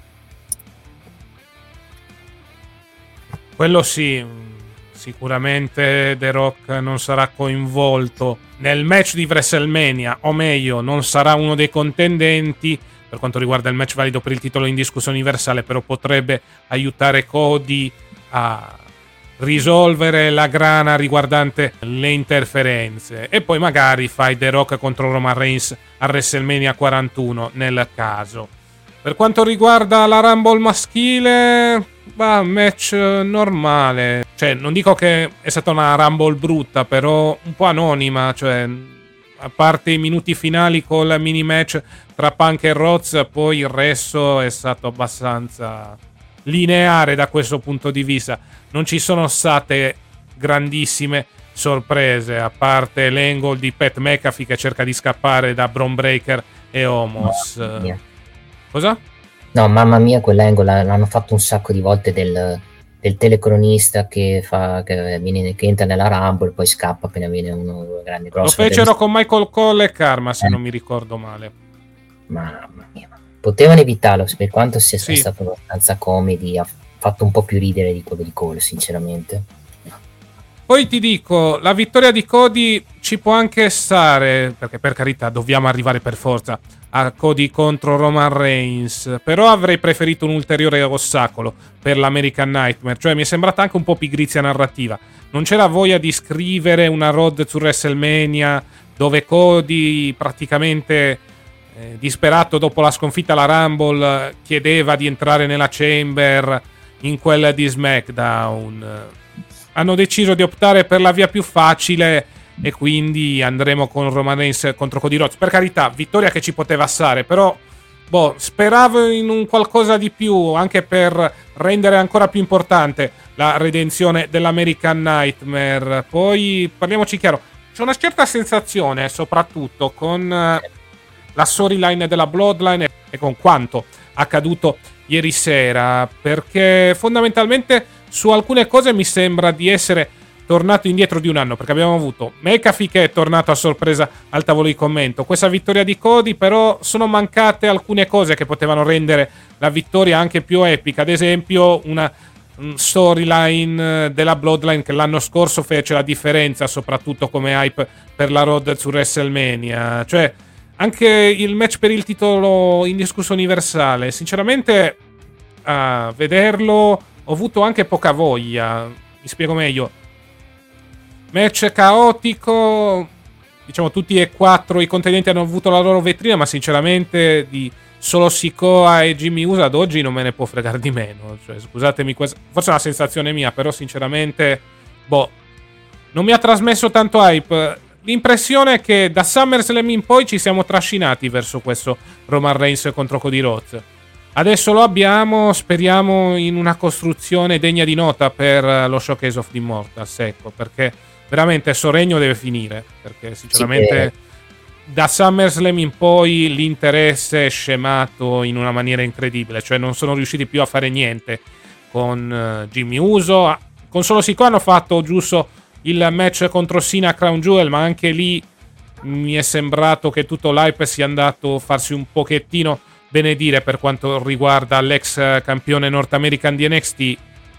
Quello sì, sicuramente The Rock non sarà coinvolto nel match di WrestleMania, o meglio non sarà uno dei contendenti per quanto riguarda il match valido per il titolo indiscusso universale, però potrebbe aiutare Cody a risolvere la grana riguardante le interferenze, e poi magari fai The Rock contro Roman Reigns a WrestleMania quarantuno nel caso. Per quanto riguarda la Rumble maschile, bah, match normale, cioè non dico che è stata una Rumble brutta, però un po' anonima, cioè a parte i minuti finali con il mini match tra Punk e Rhodes, poi il resto è stato abbastanza lineare da questo punto di vista. Non ci sono state grandissime sorprese, a parte l'angle di Pat McAfee che cerca di scappare da Bron Breakker e Omos. Cosa? No, mamma mia, quell'angle l'hanno fatto un sacco di volte del, del telecronista che fa che, viene, che entra nella Rumble, poi scappa appena viene uno grande grosso. Lo fecero con Michael Cole e Karma, se eh. non mi ricordo male. Mamma mia, potevano evitarlo, per quanto sia sì. stato abbastanza comedy, ha fatto un po' più ridere di quello di Cole, sinceramente. Poi ti dico, la vittoria di Cody ci può anche stare, perché per carità dobbiamo arrivare per forza a Cody contro Roman Reigns, però avrei preferito un ulteriore ostacolo per l'American Nightmare, cioè mi è sembrata anche un po' pigrizia narrativa. Non c'era voglia di scrivere una road su WrestleMania dove Cody praticamente eh, disperato dopo la sconfitta alla Rumble chiedeva di entrare nella Chamber in quella di SmackDown. Hanno deciso di optare per la via più facile e quindi andremo con Roman Reigns contro Cody Rhodes. Per carità, vittoria che ci poteva stare, però boh, speravo in un qualcosa di più, anche per rendere ancora più importante la redenzione dell'American Nightmare. Poi parliamoci chiaro, c'è una certa sensazione, soprattutto con la storyline della Bloodline e con quanto accaduto ieri sera, perché fondamentalmente su alcune cose mi sembra di essere tornato indietro di un anno, perché abbiamo avuto McAfee che è tornato a sorpresa al tavolo di commento, questa vittoria di Cody, però sono mancate alcune cose che potevano rendere la vittoria anche più epica, ad esempio una storyline della Bloodline che l'anno scorso fece la differenza, soprattutto come hype per la road su WrestleMania. Cioè anche il match per il titolo indiscusso universale, sinceramente a vederlo ho avuto anche poca voglia. Mi spiego meglio: match caotico, diciamo tutti e quattro i contendenti hanno avuto la loro vetrina, ma sinceramente di solo Sikoa e Jimmy Uso ad oggi non me ne può fregare di meno. Cioè, scusatemi, forse è una sensazione mia, però sinceramente, boh, non mi ha trasmesso tanto hype. L'impressione è che da SummerSlam in poi ci siamo trascinati verso questo Roman Reigns contro Cody Rhodes. Adesso lo abbiamo, speriamo in una costruzione degna di nota per lo Showcase of the Immortals, ecco, perché veramente sto regno deve finire, perché sinceramente... Sì, da SummerSlam in poi l'interesse è scemato in una maniera incredibile, cioè non sono riusciti più a fare niente con uh, Jimmy Uso. Con solo Sikoa hanno fatto giusto il match contro Cena a Crown Jewel, ma anche lì mi è sembrato che tutto l'hype sia andato a farsi un pochettino benedire per quanto riguarda l'ex campione North American di N X T.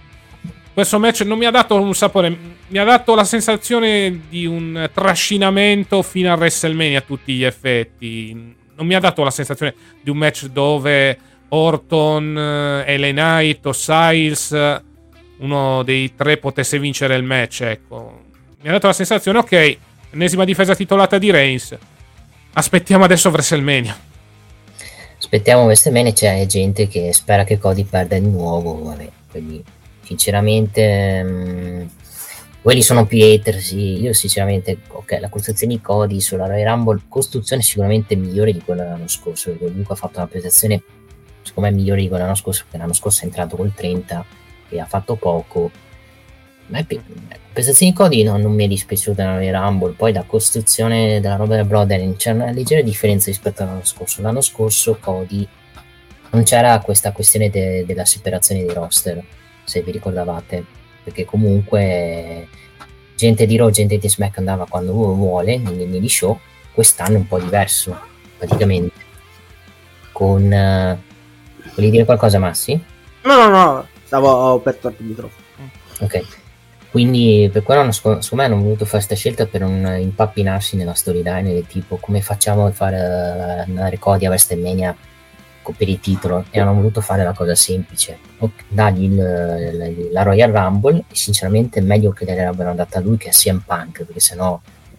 Questo match non mi ha dato un sapore, mi ha dato la sensazione di un trascinamento fino a WrestleMania a tutti gli effetti. Non mi ha dato la sensazione di un match dove Orton, L A Knight o Styles, uno dei tre, potesse vincere il match, ecco. Mi ha dato la sensazione, ok, ennesima difesa titolata di Reigns, aspettiamo adesso WrestleMania. Aspettiamo WrestleMania, c'è gente che spera che Cody perda di nuovo, vabbè, quindi... Sinceramente, mh, quelli sono più hater, sì. Io sinceramente, ok, la costruzione di Cody sulla Royal Rumble, costruzione sicuramente migliore di quella dell'anno scorso, perché comunque ha fatto una prestazione secondo me migliore di quella dell'anno scorso, perché l'anno scorso è entrato col trenta e ha fatto poco. Ma è, la prestazione di Cody no, non mi è dispiaciuta nella Royal Rumble. Poi la costruzione della Robert Brother c'è una leggera differenza rispetto all'anno scorso. L'anno scorso Cody non c'era questa questione de- della separazione dei roster, se vi ricordavate, perché comunque gente di Raw, gente di Smack andava quando vuole negli, negli show. Quest'anno è un po' diverso praticamente. Con uh, volevi dire qualcosa, Massi? No no no, stavo aperto il microfono. Ok, quindi per quello secondo me hanno voluto fare questa scelta per non impappinarsi nella storyline del tipo come facciamo a fare andare Cody a WrestleMania per il titolo, e hanno voluto fare la cosa semplice, dargli il, il, la Royal Rumble, e sinceramente è meglio che l'abbiano data a lui che a C M Punk, perché sennò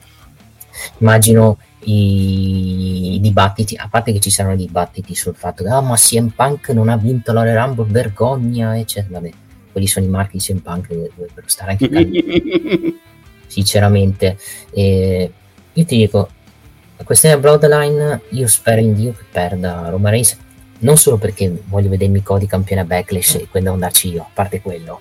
immagino i, i dibattiti, a parte che ci saranno dibattiti sul fatto che ah, ma C M Punk non ha vinto la Royal Rumble, vergogna, eccetera. Vabbè, quelli sono i marchi di C M Punk che dovrebbero stare anche calmi. Sinceramente, eh, io ti dico, la questione della Bloodline, io spero in Dio che perda Roman Reigns, non solo perché voglio vedermi Cody campione a Backlash e quindi andarci io, a parte quello,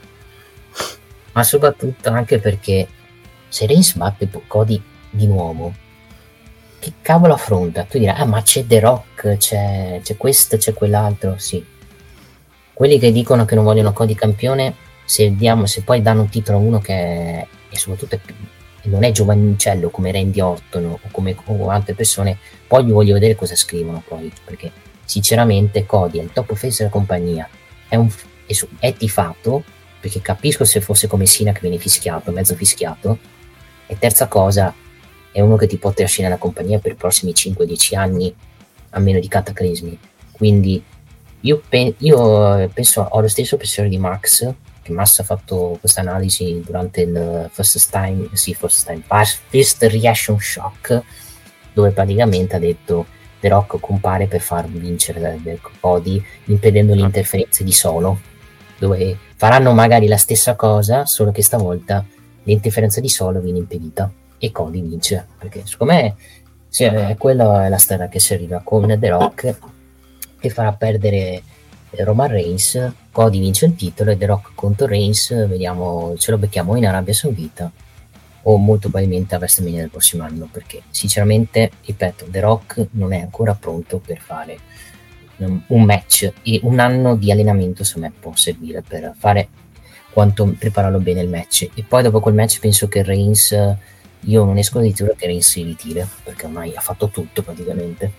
ma soprattutto anche perché se Reigns batte Cody di nuovo, che cavolo affronta? Tu dirai, ah ma c'è The Rock, c'è, c'è questo, c'è quell'altro, sì. Quelli che dicono che non vogliono Cody campione, se, diamo, se poi danno un titolo a uno che è, e soprattutto è più, non è giovancello come Randy Orton o come o altre persone, poi vi voglio vedere cosa scrivono poi, perché sinceramente Cody è il top face della compagnia, è, un, è, è tifato, perché capisco se fosse come Cena che viene fischiato, mezzo fischiato, e terza cosa è uno che ti può trascinare la compagnia per i prossimi cinque dieci anni a meno di cataclismi. Quindi io, pe- io penso, ho lo stesso pensiero di Max, che Max ha fatto questa analisi durante il first time, sì, first time, first reaction shock, dove praticamente ha detto The Rock compare per far vincere Cody, impedendo le interferenze di Solo, dove faranno magari la stessa cosa, solo che stavolta l'interferenza di Solo viene impedita e Cody vince, perché secondo me sì, quella è la strada che si arriva con The Rock. che farà perdere Roman Reigns. Cody vince il titolo e The Rock contro Reigns, vediamo, ce lo becchiamo in Arabia Saudita o molto probabilmente a WrestleMania del prossimo anno, perché sinceramente, ripeto, The Rock non è ancora pronto per fare un match, e un anno di allenamento secondo me può servire per fare quanto prepararlo bene il match, e poi dopo quel match penso che Reigns, io non esco di tiro che Reigns si ritira, perché ormai ha fatto tutto praticamente.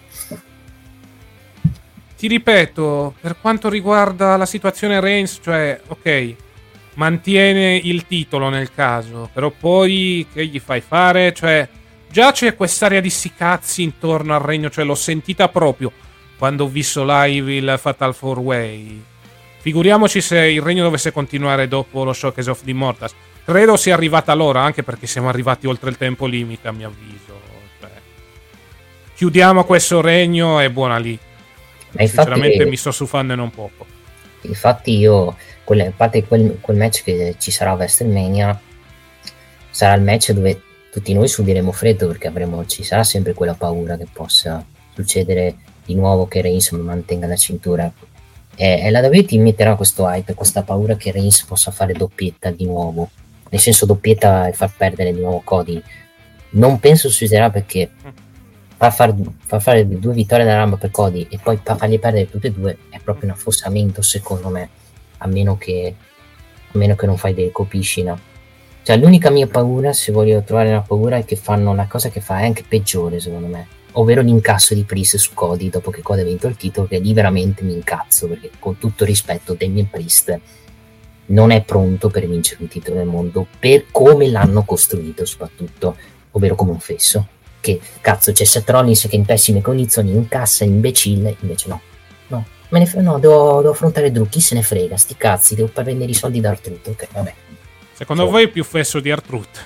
Ti ripeto, per quanto riguarda la situazione Reigns, cioè, ok, mantiene il titolo nel caso, però poi che gli fai fare? Cioè, già c'è quest'area di sti cazzi intorno al regno, cioè l'ho sentita proprio quando ho visto live il Fatal four way. Figuriamoci se il regno dovesse continuare dopo lo Showcase of the Immortals. Credo sia arrivata l'ora, anche perché siamo arrivati oltre il tempo limite, a mio avviso. Cioè, chiudiamo questo regno e buona lì. Ma infatti, sinceramente mi sto stufando e non poco. Infatti io, quelle, a parte quel, quel match che ci sarà a WrestleMania, sarà il match dove tutti noi subiremo freddo, perché avremo, ci sarà sempre quella paura che possa succedere di nuovo che Reigns mantenga la cintura, e, e la W W E ti metterà questo hype, questa paura che Reigns possa fare doppietta di nuovo, nel senso doppietta e far perdere di nuovo Cody. Non penso succederà, perché far, far, far fare due vittorie da Rumble per Cody e poi fargli perdere tutte e due è proprio un affossamento secondo me, a meno che a meno che non fai delle copiscina. Cioè l'unica mia paura, se voglio trovare una paura, è che fanno la cosa che fa è anche peggiore secondo me, ovvero l'incasso di Priest su Cody dopo che Cody ha vinto il titolo, che lì veramente mi incazzo, perché con tutto rispetto Damien Priest non è pronto per vincere un titolo del mondo per come l'hanno costruito, soprattutto, ovvero come un fesso. Che cazzo, c'è Seth Rollins che è in pessime condizioni, incassa, imbecille, invece no, no, me ne frega, no, devo, devo affrontare Drew, chi se ne frega, sti cazzi, devo prendere i soldi da R-Truth, ok, vabbè. Secondo voi è più fesso di R-Truth?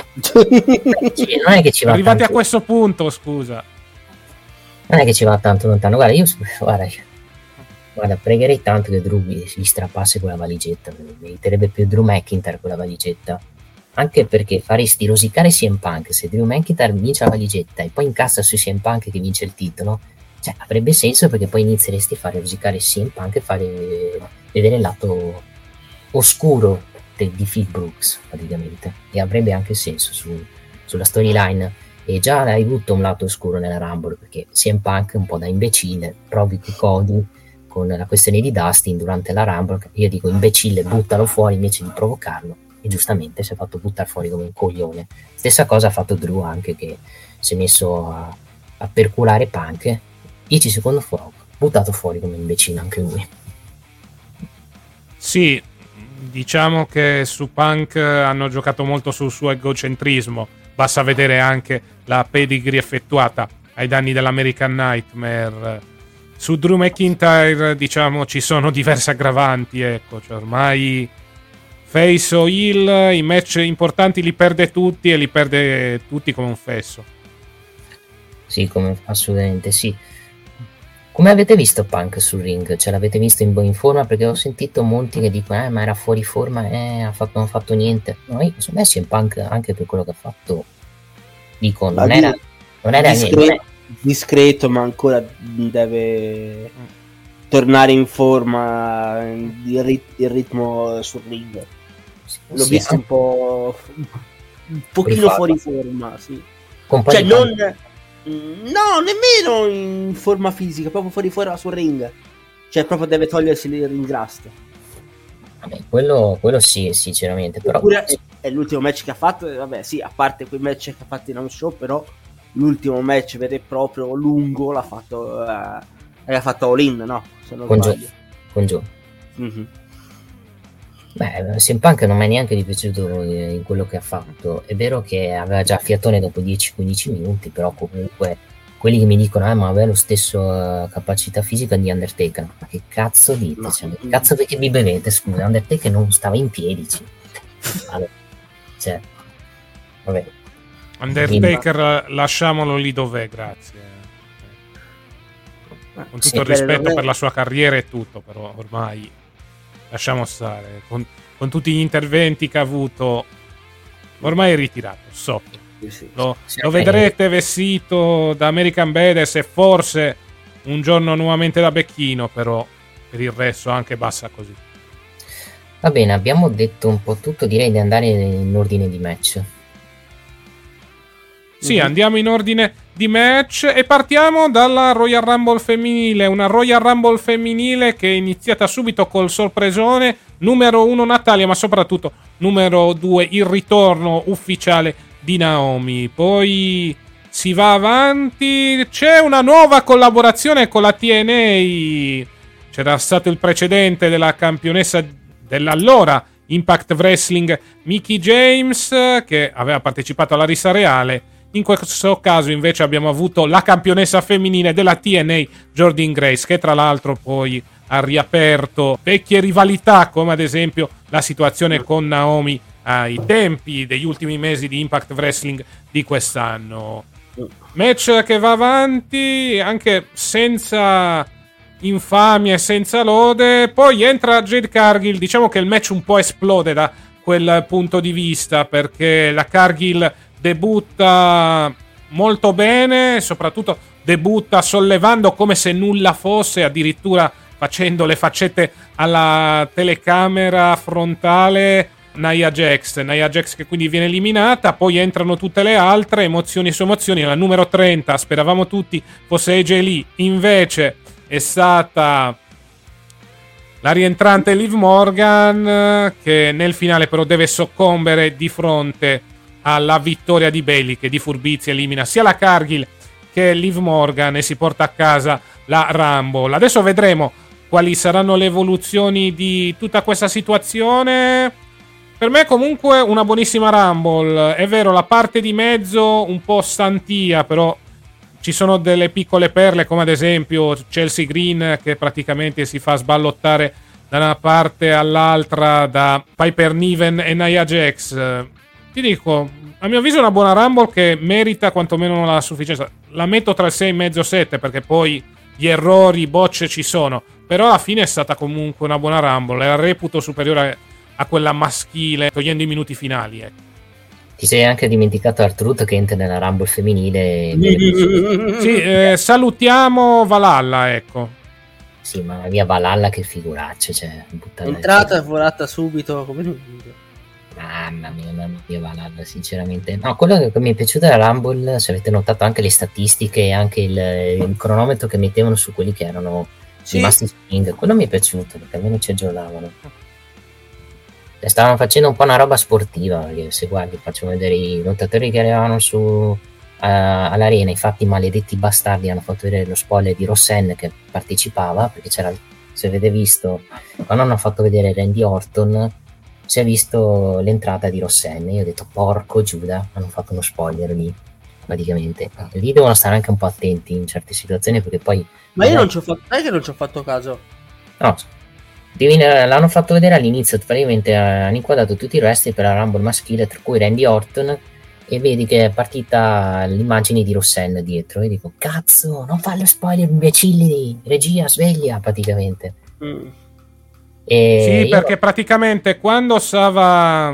Sì, non è che ci va arrivati tanto, a questo punto, scusa, non è che ci va tanto lontano, guarda, io guarda, guarda pregherei tanto che Drew gli strappasse quella valigetta, meriterebbe più Drew McIntyre quella valigetta, anche perché faresti rosicare C M Punk se Drew McIntyre vince la valigetta e poi incassa su C M Punk che vince il titolo, cioè avrebbe senso, perché poi inizieresti a fare rosicare C M Punk e fare vedere il lato oscuro de, di Phil Brooks praticamente, e avrebbe anche senso su, sulla storyline. E già hai avuto un lato oscuro nella Rumble, perché C M Punk un po' da imbecille provoca Cody con la questione di Dustin durante la Rumble, io dico imbecille, buttalo fuori invece di provocarlo, e giustamente si è fatto buttare fuori come un coglione. Stessa cosa ha fatto Drew, anche, che si è messo a, a perculare Punk, dieci secondi fuoco, buttato fuori come un imbecille anche lui. sì, diciamo che su Punk hanno giocato molto sul suo egocentrismo, basta vedere anche la pedigree effettuata ai danni dell'American Nightmare. Su Drew McIntyre diciamo ci sono diverse aggravanti, ecco, cioè ormai face o heel, i match importanti li perde tutti, e li perde tutti come un fesso. Sì, come, assolutamente sì. Come avete visto Punk sul ring? Cioè l'avete visto in, in forma? Perché ho sentito molti che dicono eh ma era fuori forma, eh ha fatto, non ha fatto niente. No, io secondo me sì, Punk anche per quello che ha fatto, dico, non Ma era, non era discreto, non è- discreto, ma ancora deve tornare in forma, il, rit- il ritmo sul ring. L'ho sì, visto eh, un po' un pochino Rifatto. fuori forma, sì. con un po' Cioè di non Punk. no, nemmeno in forma fisica, proprio fuori forma sul ring. Cioè proprio deve togliersi il ringrasto. Vabbè, quello, quello sì, sinceramente, però Oppure è, è l'ultimo match che ha fatto, e vabbè, sì, a parte quei match che ha fatto in un show, però l'ultimo match vero e proprio lungo l'ha fatto eh, l'ha fatto All In, no? Se non con Joe, sbaglio. con Joe. Mhm. Beh, C M Punk non mi è neanche dispiaciuto eh, in quello che ha fatto. È vero che aveva già fiatone dopo dieci quindici minuti, però comunque quelli che mi dicono ah ma aveva lo stesso eh, capacità fisica di Undertaker, ma che cazzo dite? No. Cioè, che cazzo perché vi bevete? Scusa, Undertaker non stava in piedi, ci- allora, cioè, vabbè, Undertaker lasciamolo lì dov'è, grazie. Con tutto Sì, il beh, rispetto non è- per la sua carriera e tutto, però ormai lasciamo stare. Con, con tutti gli interventi che ha avuto, ormai è ritirato, so. Sì, sì. Lo, Sì, lo vabbè. vedrete vestito da American Badass, e forse un giorno nuovamente da becchino, però per il resto anche basta così. Va bene, abbiamo detto un po' tutto, direi di andare in ordine di match. Sì, andiamo in ordine di match e partiamo dalla Royal Rumble femminile, una Royal Rumble femminile che è iniziata subito col sorpresone, numero uno Natalya, ma soprattutto numero due il ritorno ufficiale di Naomi. Poi si va avanti, c'è una nuova collaborazione con la T N A, c'era stato il precedente della campionessa dell'allora Impact Wrestling Mickie James, che aveva partecipato alla rissa reale. In questo caso invece abbiamo avuto la campionessa femminile della T N A, Jordynne Grace, che tra l'altro poi ha riaperto vecchie rivalità, come ad esempio la situazione con Naomi ai tempi degli ultimi mesi di Impact Wrestling di quest'anno. Match che va avanti anche senza infamia e senza lode. Poi entra Jade Cargill, diciamo che il match un po' esplode da quel punto di vista, perché la Cargill debutta molto bene, soprattutto debutta sollevando come se nulla fosse, addirittura facendo le faccette alla telecamera frontale Nia Jax, Nia Jax che quindi viene eliminata. Poi entrano tutte le altre, emozioni su emozioni. La numero trenta speravamo tutti fosse A J Lee, invece è stata la rientrante Liv Morgan, che nel finale però deve soccombere di fronte alla vittoria di Bayley, che di furbizia elimina sia la Cargill che Liv Morgan e si porta a casa la Rumble. Adesso vedremo quali saranno le evoluzioni di tutta questa situazione. Per me comunque una buonissima Rumble. È vero, la parte di mezzo un po' stantia, però ci sono delle piccole perle, come ad esempio Chelsea Green, che praticamente si fa sballottare da una parte all'altra da Piper Niven e Nia Jax. Ti dico, a mio avviso è una buona Rumble che merita quantomeno la sufficienza. La metto tra il sei e mezzo sette, perché poi gli errori, bocce ci sono, però alla fine è stata comunque una buona Rumble. La reputo superiore a quella maschile, togliendo i minuti finali, ecco. Ti sei anche dimenticato Artruth che entra nella Rumble femminile. Sì, eh, salutiamo Valhalla, ecco. Sì, ma via Valhalla che figuraccia, cioè, entrata e volata subito come non dire. Mamma mia, mamma mia, Valhalla, sinceramente. No, quello che mi è piaciuto della Rumble, se avete notato anche le statistiche e anche il, il cronometro che mettevano su quelli che erano sì. rimasti swing, quello mi è piaciuto, perché almeno ci aggiornavano. Stavano facendo un po' una roba sportiva, perché se guardi, faccio vedere i lottatori che arrivavano su uh, all'arena, infatti i maledetti bastardi hanno fatto vedere lo spoiler di Roxanne che partecipava, perché c'era, se avete visto, quando hanno fatto vedere Randy Orton, si è visto l'entrata di Roxanne, io ho detto porco Giuda, hanno fatto uno spoiler lì, praticamente. Lì devono stare anche un po' attenti in certe situazioni, perché poi... Ma io non ci ho fatto, sai che non ci ho fatto caso? No, l'hanno fatto vedere all'inizio, praticamente hanno inquadrato tutti i resti per la Rumble maschile, tra cui Randy Orton, e vedi che è partita l'immagine di Roxanne dietro, e dico cazzo, non fa lo spoiler imbecilli, regia sveglia praticamente. Mm. E sì, perché io... praticamente quando stava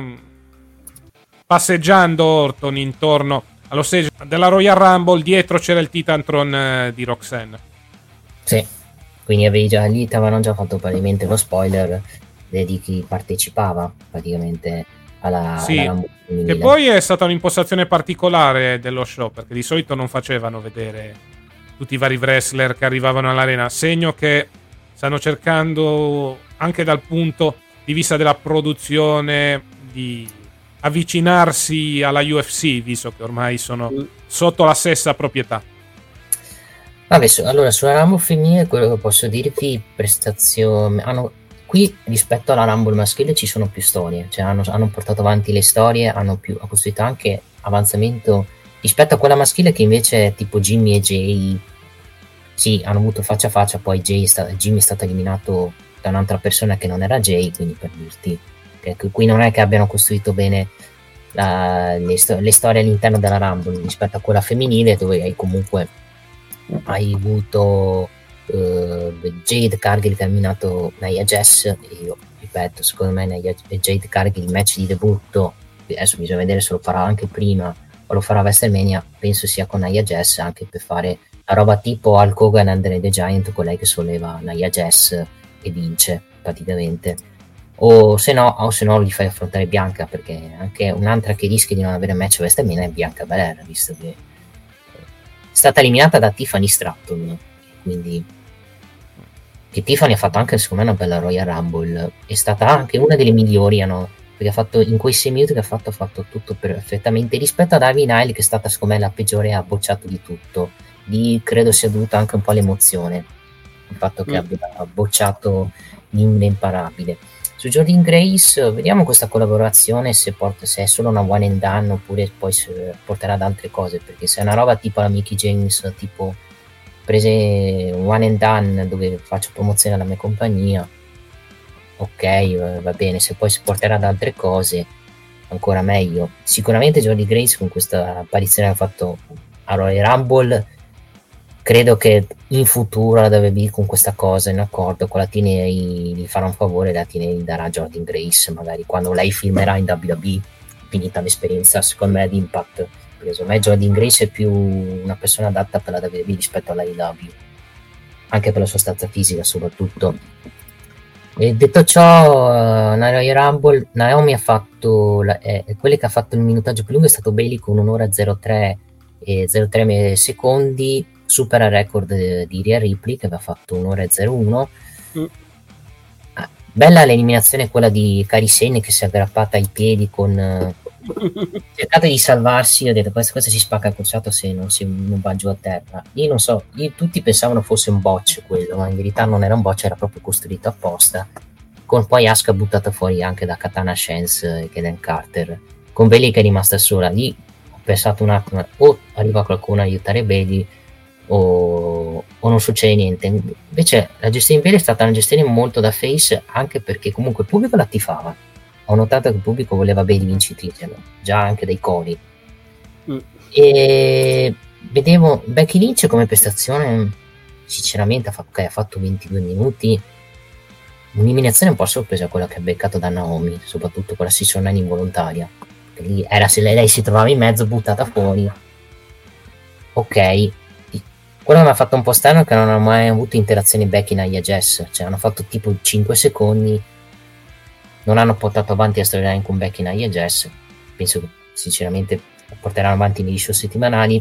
passeggiando Orton intorno allo stage della Royal Rumble, dietro c'era il Titantron di Roxanne. Sì, quindi avevi già lì, ti avevano già fatto praticamente lo spoiler di chi partecipava praticamente alla, sì, alla Rumble femminile. Che poi è stata un'impostazione particolare dello show, perché di solito non facevano vedere tutti i vari wrestler che arrivavano all'arena, segno che stanno cercando anche dal punto di vista della produzione di avvicinarsi alla U F C, visto che ormai sono sotto la stessa proprietà. Vabbè, allora sulla Rumble femminile quello che posso dirvi, prestazioni hanno, qui rispetto alla Rumble maschile ci sono più storie, cioè hanno, hanno portato avanti le storie, hanno più, ha costruito anche avanzamento rispetto a quella maschile, che invece è tipo Jimmy e Jay. Sì, hanno avuto faccia a faccia, poi Jay è sta- Jimmy è stato eliminato da un'altra persona che non era Jay, quindi per dirti che qui non è che abbiano costruito bene la, le, sto- le storie all'interno della Rumble rispetto a quella femminile, dove hai comunque hai avuto uh, Jade Cargill che ha eliminato Nia Jax, e io ripeto, secondo me Nia Jade Cargill il match di debutto, adesso bisogna vedere se lo farà anche prima o lo farà a WrestleMania, penso sia con Nia Jax, anche per fare la roba tipo Hulk Hogan Andre the Giant, con lei che solleva Nia Jax e vince praticamente, o se no o se no gli fai affrontare Bianca, perché anche un'altra che rischia di non avere match a WrestleMania è Bianca Belair, visto che è stata eliminata da Tiffany Stratton, quindi che Tiffany ha fatto anche secondo me una bella Royal Rumble, è stata anche una delle migliori, no? Perché ha fatto in quei sei minuti che ha fatto ha fatto tutto perfettamente, rispetto ad Ivy Nile che è stata secondo me la peggiore, ha bocciato di tutto. Lì credo sia dovuta anche un po' all'emozione, il fatto che mm. abbia bocciato l'imparabile. Su Jordynne Grace vediamo questa collaborazione se, porta, se è solo una one and done oppure poi porterà ad altre cose, perché se è una roba tipo la Mickie James, tipo prese one and done dove faccio promozione alla mia compagnia, ok, va bene, se poi si porterà ad altre cose ancora meglio. Sicuramente Jordynne Grace con questa apparizione che ha fatto a Royal Rumble, credo che in futuro la W W E con questa cosa in accordo con la T N A gli farà un favore, la T N A gli darà Jordynne Grace magari quando lei filmerà in W W E, finita l'esperienza secondo me di Impact, perché secondo me Jordynne Grace è più una persona adatta per la W W E rispetto alla A E W, anche per la sua stazza fisica soprattutto. E detto ciò, uh, nella Royal Rumble Naomi ha fatto la, eh, quello che ha fatto il minutaggio più lungo è stato Bayley con un'ora zero tre e zero tre secondi, supera il record di Rhea Ripley che aveva fatto un'ora e zero uno. Mm. Ah, bella l'eliminazione quella di Kairi Sane che si è aggrappata ai piedi con uh, cercate di salvarsi, ho detto questa, questa si spacca il crociato se non, si, non va giù a terra. Io non so, io, tutti pensavano fosse un botch quello, ma in verità non era un botch, era proprio costruito apposta, con poi Asuka buttata fuori anche da Katana Chance e Kellen Carter, con Bayley che è rimasta sola. Lì ho pensato un attimo, o arriva qualcuno a aiutare Bayley o, o non succede niente. Invece la gestione di Bayley è stata una gestione molto da face, anche perché comunque il pubblico la tifava. Ho notato che il pubblico voleva Bayley vincitrice, no? Già anche dai cori. Mm. E vedevo Becky Lynch come prestazione, sinceramente ha fatto, okay, ha fatto ventidue minuti, un'eliminazione un po' sorpresa quella che ha beccato da Naomi, soprattutto quella Season nove involontaria, lì era se lei, lei si trovava in mezzo buttata fuori. Ok, quello che mi ha fatto un po' strano è che non hanno mai avuto interazioni Becky e Nia Jax, cioè hanno fatto tipo cinque secondi, non hanno portato avanti la storyline con Becky e Nia Jax. Penso che sinceramente porteranno avanti nei show settimanali.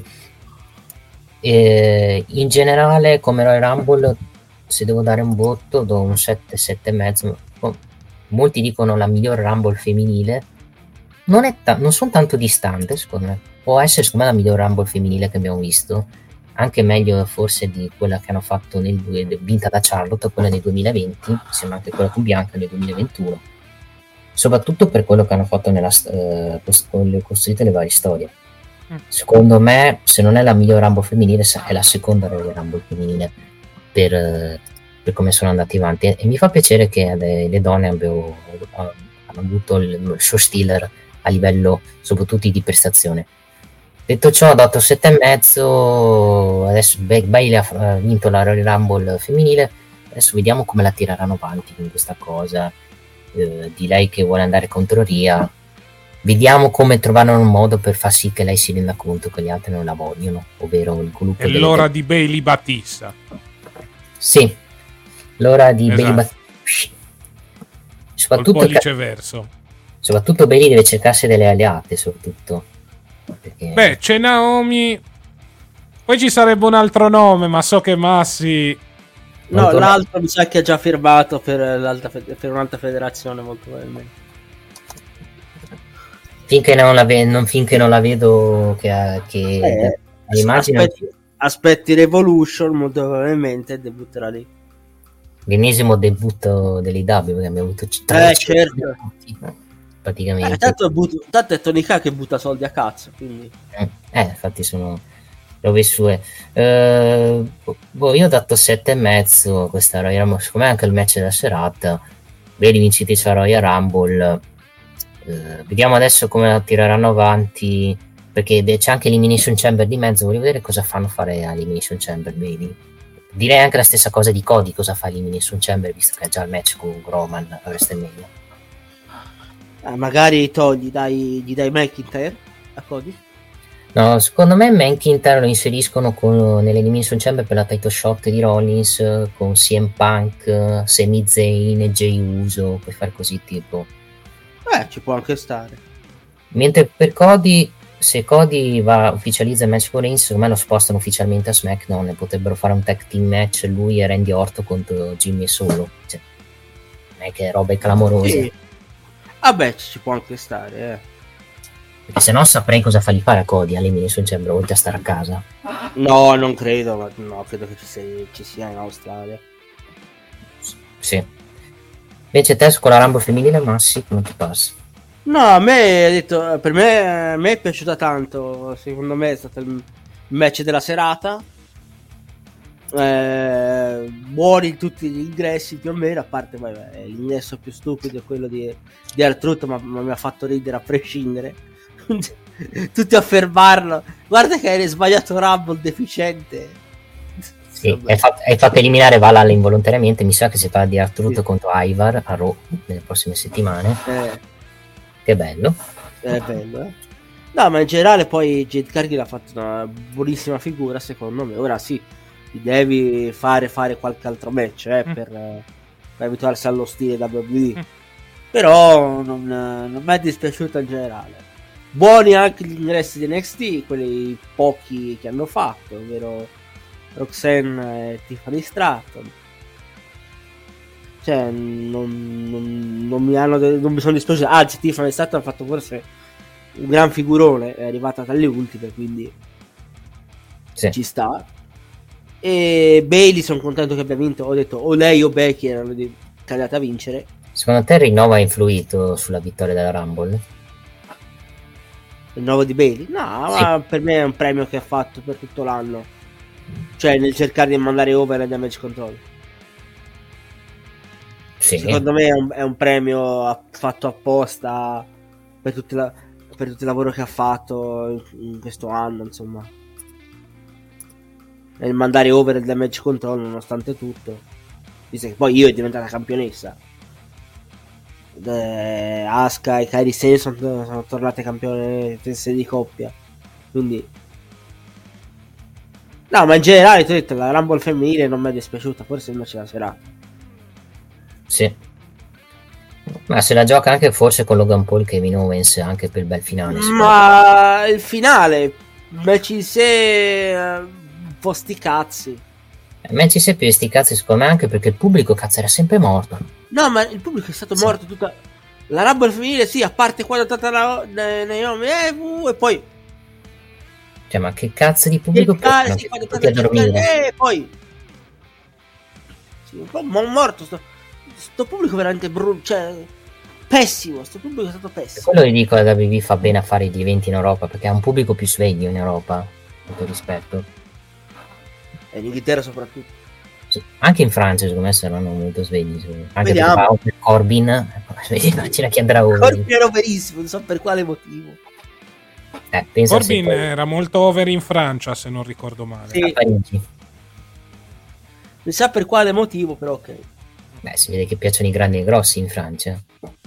E in generale come Royal Rumble, se devo dare un voto do un sette, sette e mezzo. Molti dicono la miglior Rumble femminile, non, è ta- non sono tanto distante secondo me, può essere secondo me la miglior Rumble femminile che abbiamo visto, anche meglio forse di quella che hanno fatto nel, vinta da Charlotte, quella del duemilaventi, sembra anche quella con Bianca nel duemilaventuno, soprattutto per quello che hanno fatto nella eh, costruite le varie storie. Mm. Secondo me, se non è la miglior Rumble femminile, è la seconda Royal Rumble femminile per, per come sono andati avanti, e mi fa piacere che le, le donne abbiano, hanno avuto il show stealer a livello soprattutto di prestazione. Detto ciò, ho dato sette e mezzo. Adesso Bayley ha vinto la Royal Rumble femminile, adesso vediamo come la tireranno avanti con questa cosa eh, di lei che vuole andare contro Rhea. Vediamo come trovano un modo per far sì che lei si renda conto che gli altri non la vogliono, ovvero il gruppo. È l'ora delle... di Bayley Battista. Sì, l'ora di esatto. Bayley Battista. Soprattutto il pollice verso. Soprattutto Bayley deve cercarsi delle alleate, soprattutto. Perché... Beh, c'è Naomi, poi ci sarebbe un altro nome, ma so che Massi... No, molto l'altro mi sa che ha già firmato per, l'altra fe- per un'altra federazione, molto probabilmente. Finché non la, ve- non, finché non la vedo che, che eh, l'immagine... Aspetti, aspetti Revolution, molto probabilmente debutterà lì. L'ennesimo debutto dell'I W, perché abbiamo avuto eh, certo. Minuti. Praticamente eh, tanto, but- tanto è Tony Khan che butta soldi a cazzo, quindi eh, eh infatti sono robe sue. eh, boh, io ho dato sette e mezzo a questa Royal Rumble, secondo me anche il match della serata, vedi vincitrice a Royal Rumble. eh, vediamo adesso come la tireranno avanti, perché c'è anche l'Elimination Chamber di mezzo, voglio vedere cosa fanno fare all'Elimination Chamber, vedi. Direi anche la stessa cosa di Cody, cosa fa l'Elimination Chamber visto che ha già il match con Roman a WrestleMania. Eh, magari togli, dai, gli dai McIntyre a Cody? No, secondo me McIntyre lo inseriscono con, nell'Elimination Chamber per la title shot di Rollins con C M Punk, Sami Zayn e Jey Uso, puoi fare così tipo. Eh, ci può anche stare. Mentre per Cody, se Cody va ufficializza il match con Reigns, secondo me lo spostano ufficialmente a SmackDown e potrebbero fare un tag team match lui e Randy Orton contro Jimmy e Solo. Cioè, non è che robe clamorose. Sì. Vabbè, ci può anche stare, eh. Perché se no saprei cosa fargli fare a Cody all'Elimination Chamber oltre a stare a casa. No, non credo, ma no, credo che ci, sei, ci sia in Australia. Sì. Invece te con la Rumble femminile, Massi, come ti passa? No, a me ha detto, per me, a me è piaciuta tanto. Secondo me è stato il match della serata. Eh, buoni tutti gli ingressi più o meno, a parte vabbè, l'ingresso più stupido è quello di, di R-Truth, ma, ma mi ha fatto ridere a prescindere. Tutti a fermarlo. Guarda che hai sbagliato Rumble, deficiente. Sì, hai fatto, hai fatto eliminare Valhalla involontariamente. Mi sa che si parla di R-Truth sì. contro Ivar a Raw nelle prossime settimane. Eh. Che bello. È bello, eh. No, ma in generale poi Jade Cargill ha fatto una buonissima figura, secondo me. Ora sì, devi fare fare qualche altro match eh, mm. per, per abituarsi allo stile W W E. Mm. Però non, non mi è dispiaciuto in generale. Buoni anche gli ingressi di N X T, quelli pochi che hanno fatto, ovvero Roxanne e Tiffany Stratton. Cioè, non, non, non mi hanno non mi sono dispiaciuti. Anzi, Tiffany Stratton ha fatto forse un gran figurone, è arrivata dalle ultime, quindi sì. Ci sta. E Bailey sono contento che abbia vinto. Ho detto o lei o Becky erano candidate a vincere. Secondo te il rinnovo ha influito sulla vittoria della Rumble? Il nuovo di Bailey? No, sì. Ma per me è un premio che ha fatto per tutto l'anno. Cioè nel cercare di mandare over il damage control. Sì. Secondo me è un, è un premio fatto apposta per, tutte la, per tutto il lavoro che ha fatto in, in questo anno, insomma. Nel mandare over il damage control nonostante tutto. Visto che poi io è diventata campionessa. Eh, Asuka e Kairi Sane sono, sono tornate campione di coppia, quindi no, ma in generale ti ho detto la Rumble femminile non mi è dispiaciuta, forse invece la serata sì, ma se la gioca anche forse con Logan Paul e Kevin Owens anche per il bel finale, ma il finale match in sé un po' sti cazzi. Match se più sti cazzi secondo me anche perché il pubblico cazzo era sempre morto. No, ma il pubblico è stato sì. morto tutta la Rumble femminile, sì, a parte quando è stata la Naomi eh, uh, e poi cioè ma che cazzo di pubblico che cazzo, sì, quando è dormire e poi sì, un po' morto sto, sto pubblico veramente brutto, cioè pessimo, sto pubblico è stato pessimo. Per quello che dico la W W E fa bene a fare gli eventi in Europa perché ha un pubblico più sveglio in Europa, con tutto rispetto. E in Inghilterra soprattutto. Sì, anche in Francia secondo me saranno molto svegli. Anche per Corbin, immagina chi andrà over. Corbin era overissimo, non so per quale motivo. Eh, Corbin poi... era molto over in Francia, se non ricordo male. Sì. A Parigi. Non so per quale motivo, però ok. Beh, si vede che piacciono i grandi e grossi in Francia.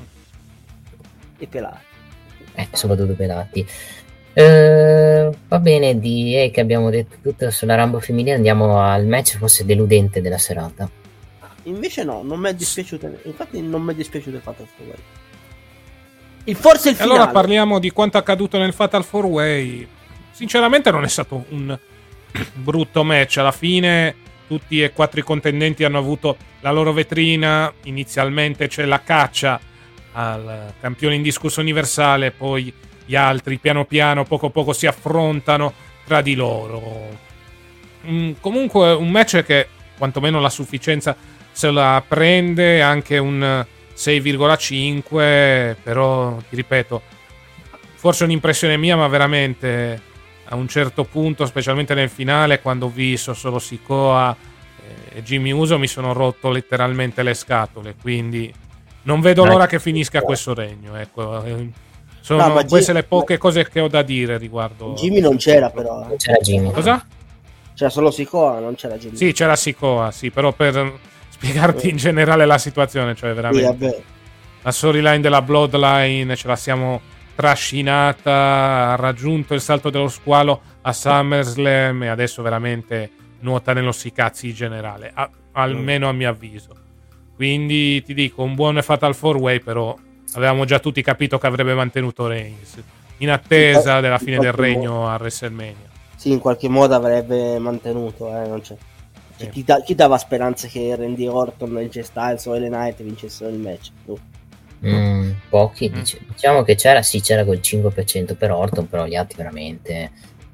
E pelati. Eh, soprattutto pelati. Uh, va bene, direi che abbiamo detto tutto sulla Rumble femminile. Andiamo al match forse deludente della serata. Invece no, non mi è dispiaciuto. Infatti non mi è dispiaciuto il Fatal four way. Il forse il finale. Allora parliamo di quanto accaduto nel Fatal four way. Sinceramente non è stato un brutto match. Alla fine tutti e quattro i contendenti hanno avuto la loro vetrina. Inizialmente c'è la caccia al campione indiscusso universale, poi gli altri piano piano poco poco si affrontano tra di loro. Mm, comunque un match che quantomeno la sufficienza se la prende, anche un sei virgola cinque, però ti ripeto, forse è un'impressione mia, ma veramente a un certo punto, specialmente nel finale, quando ho visto solo Sikoa e Jimmy Uso, mi sono rotto letteralmente le scatole, quindi non vedo l'ora che finisca questo regno, ecco. Sono no, queste G- le poche cose che ho da dire riguardo. Jimmy non c'era, però. Non c'era Jimmy. Cosa? C'era solo Sikoa, non c'era Jimmy. Sì, c'era Sikoa, sì, però per spiegarti eh. in generale la situazione, cioè veramente. Sì, la storyline della Bloodline ce la siamo trascinata, ha raggiunto il salto dello squalo a SummerSlam e adesso veramente nuota nello sicazzi generale, a, almeno a mio avviso. Quindi ti dico, un buon Fatal four way, però avevamo già tutti capito che avrebbe mantenuto Reigns, in attesa sì, della fine del qualche regno modo. a WrestleMania. Sì, in qualche modo avrebbe mantenuto, eh, non c'è. Cioè, Sì. chi, da- chi dava speranze che Randy Orton, A J Styles o L A Knight vincessero il match? Boh. Mm, pochi, Mm. dice- diciamo che c'era, sì, c'era quel cinque per cento per Orton, però gli altri veramente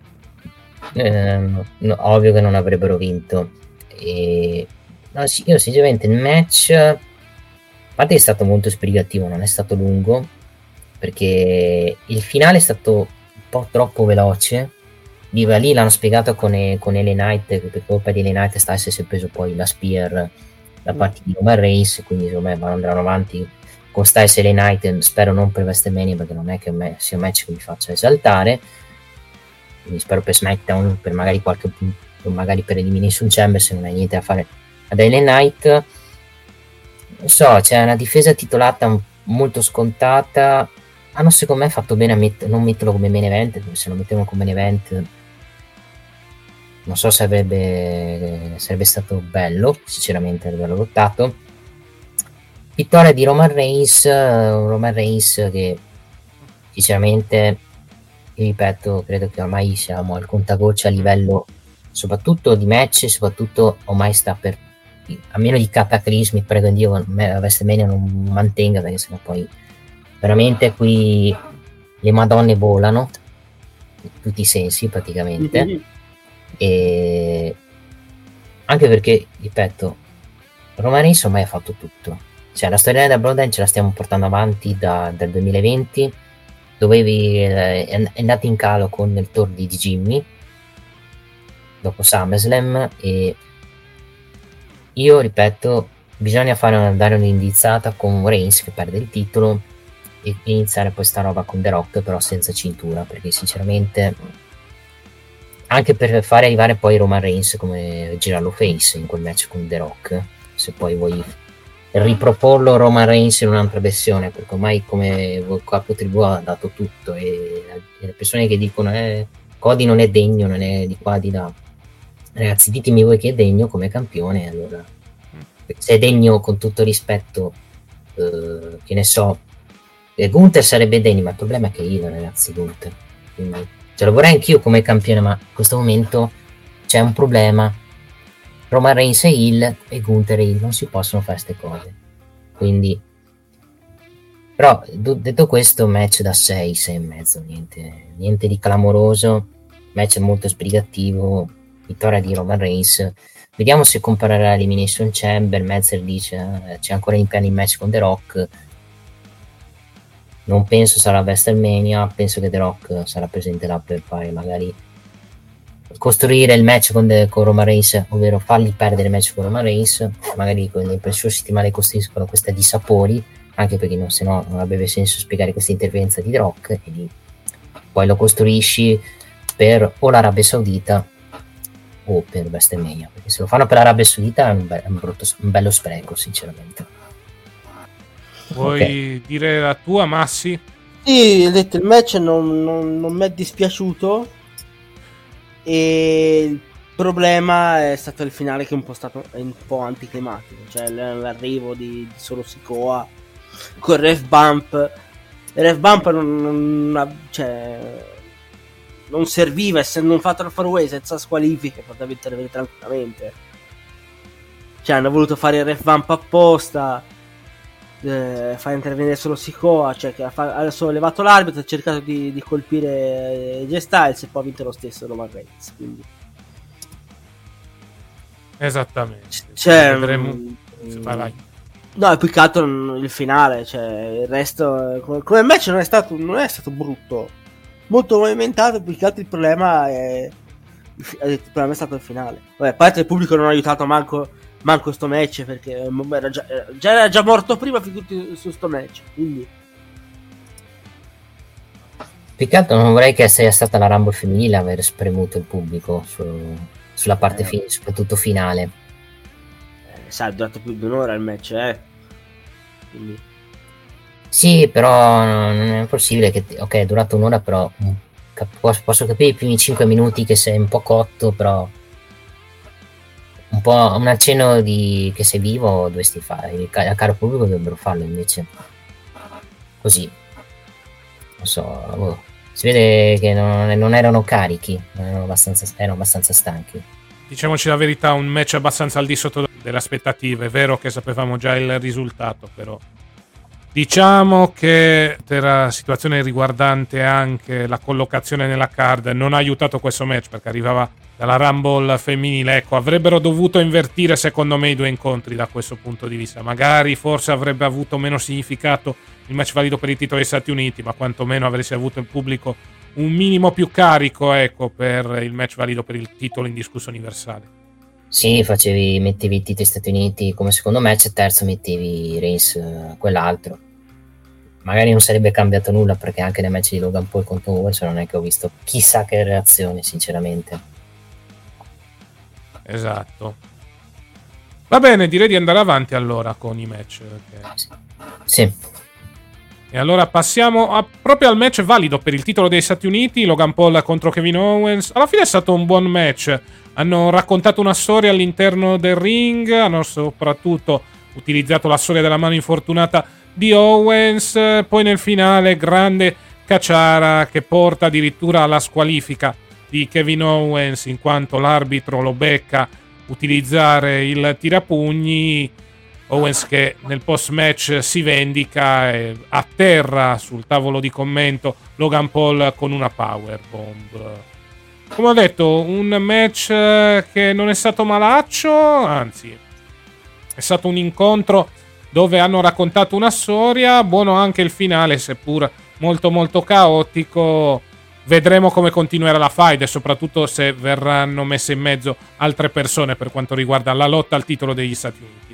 ehm, no, ovvio che non avrebbero vinto. E no, sì, io sinceramente il match, a parte che è stato molto sbrigativo, non è stato lungo, perché il finale è stato un po' troppo veloce. Lì, lì l'hanno spiegato con, e, con L A Knight, che per colpa di L A Knight Styles si è preso poi la spear da parte di Roman Reigns, quindi secondo me andranno avanti con Styles e L A Knight, spero non per WrestleMania, perché non è che me, sia un match che mi faccia esaltare, quindi spero per SmackDown, per magari qualche punto, magari per Elimination Chamber, se non hai niente da fare ad L A Knight. Non so, c'è una difesa titolata molto scontata, hanno secondo me fatto bene a met- non metterlo come main event, perché se lo mettevano come main event non so se avrebbe sarebbe stato bello, sinceramente, averlo lottato. Vittoria di Roman Reigns, Roman Reigns che sinceramente, ripeto, credo che ormai siamo al contagocce a livello soprattutto di match, soprattutto ormai sta per, a meno di cataclismi, prego Dio la WrestleMania non mantenga, perché sennò poi veramente qui le madonne volano in tutti i sensi praticamente. Mm-hmm. E anche perché, ripeto, Roman Reigns ormai ha fatto tutto, cioè la storia della Bloodline ce la stiamo portando avanti da, dal duemilaventi, dovevi eh, è andato in calo con il tour di Jimmy dopo SummerSlam, e io ripeto, bisogna fare una, dare un'indizzata con Reigns che perde il titolo e iniziare poi sta roba con The Rock, però senza cintura, perché sinceramente anche per fare arrivare poi Roman Reigns come girarlo face in quel match con The Rock, se poi vuoi riproporlo Roman Reigns in un'altra versione, perché ormai come capo tribù ha dato tutto, e le persone che dicono eh, Cody non è degno, non è di qua di là, ragazzi ditemi voi che è degno come campione, allora se è degno, con tutto rispetto, eh, che ne so, eh, Gunther sarebbe degno, ma il problema è che io, ragazzi, Gunther, quindi ce lo vorrei anch'io come campione, ma in questo momento c'è un problema. Roman Reigns è heel e Gunther è heel, non si possono fare queste cose. Quindi, però, d- detto questo, match da sei, sei e mezzo, niente, niente di clamoroso, match molto sbrigativo, vittoria di Roman Reigns. Vediamo se comparerà Elimination Chamber. Meltzer dice eh, c'è ancora in piano il match con The Rock. Non penso sarà WrestleMania, penso che The Rock sarà presente là per fare magari costruire il match con, The, con Roman Reigns, ovvero fargli perdere il match con Roman Reigns, magari con le sue settimane costruiscono questa di sapori, anche perché no, se no non avrebbe senso spiegare questa interferenza di The Rock, e lì poi lo costruisci per o l'Arabia Saudita o per WrestleMania, perché se lo fanno per l'Arabia Saudita è un, be- un, brutto, un bello spreco, sinceramente. Vuoi okay. dire la tua, Massi? Sì, ho detto, il match non, non, non mi è dispiaciuto, e il problema è stato il finale, che è un po' stato un po' anticlimatico, cioè l'arrivo di, di Solo Sikoa con ref bump. Il ref bump non, non, cioè, non serviva, essendo un Fatal four way senza squalifiche poteva intervenire tranquillamente, cioè hanno voluto fare il ref bump apposta, eh, fare intervenire Solo Sikoa, cioè che ha, fa- ha solo levato l'arbitro, ha cercato di, di colpire J Styles e poi ha vinto lo stesso Roman Reigns, quindi esattamente, cioè, vedremo. mh, vai, vai. No, è più che altro il finale, cioè il resto come match non è stato non è stato brutto, molto movimentato, più che altro il problema è il problema è stato il finale. Vabbè, a parte il pubblico non ha aiutato manco manco sto match, perché era già, già era già morto prima, figurati su sto match, quindi più che altro non vorrei che sia stata la Rumble femminile a aver spremuto il pubblico su, sulla parte eh. fi- soprattutto finale. Eh, sa, è durato più di un'ora il match, eh. Quindi Sì, però non è possibile che... Ok, è durato un'ora, però cap- posso capire i primi cinque minuti che sei un po' cotto, però un po' un accenno di che sei vivo dovresti fare. Il ca- caro pubblico dovrebbero farlo, invece così. Non so, boh. Si vede che non, non erano carichi, non erano abbastanza, erano abbastanza stanchi. Diciamoci la verità, un match abbastanza al di sotto delle aspettative. È vero che sapevamo già il risultato, però diciamo che la situazione riguardante anche la collocazione nella card non ha aiutato questo match, perché arrivava dalla Rumble femminile. Ecco, avrebbero dovuto invertire secondo me i due incontri da questo punto di vista. Magari forse avrebbe avuto meno significato il match valido per il titolo degli Stati Uniti, ma quantomeno avresti avuto il pubblico un minimo più carico, ecco, per il match valido per il titolo indiscusso universale. Sì, facevi, mettevi i titoli Stati Uniti come secondo match e terzo mettevi Reigns uh, quell'altro. Magari non sarebbe cambiato nulla, perché anche nel match di Logan Paul contro Owens non è che ho visto chissà che reazione, sinceramente. Esatto. Va bene, direi di andare avanti allora con i match. Perché... Sì. Sì. E allora passiamo a, proprio al match valido per il titolo degli Stati Uniti, Logan Paul contro Kevin Owens. Alla fine è stato un buon match. Hanno raccontato una storia all'interno del ring, hanno soprattutto utilizzato la storia della mano infortunata di Owens. Poi nel finale grande cacciara che porta addirittura alla squalifica di Kevin Owens, in quanto l'arbitro lo becca utilizzare il tirapugni. Owens che nel post match si vendica e atterra sul tavolo di commento Logan Paul con una powerbomb. Come ho detto, un match che non è stato malaccio, anzi è stato un incontro dove hanno raccontato una storia. Buono anche il finale, seppur molto molto caotico. Vedremo come continuerà la fight e soprattutto se verranno messe in mezzo altre persone per quanto riguarda la lotta al titolo degli Stati Uniti.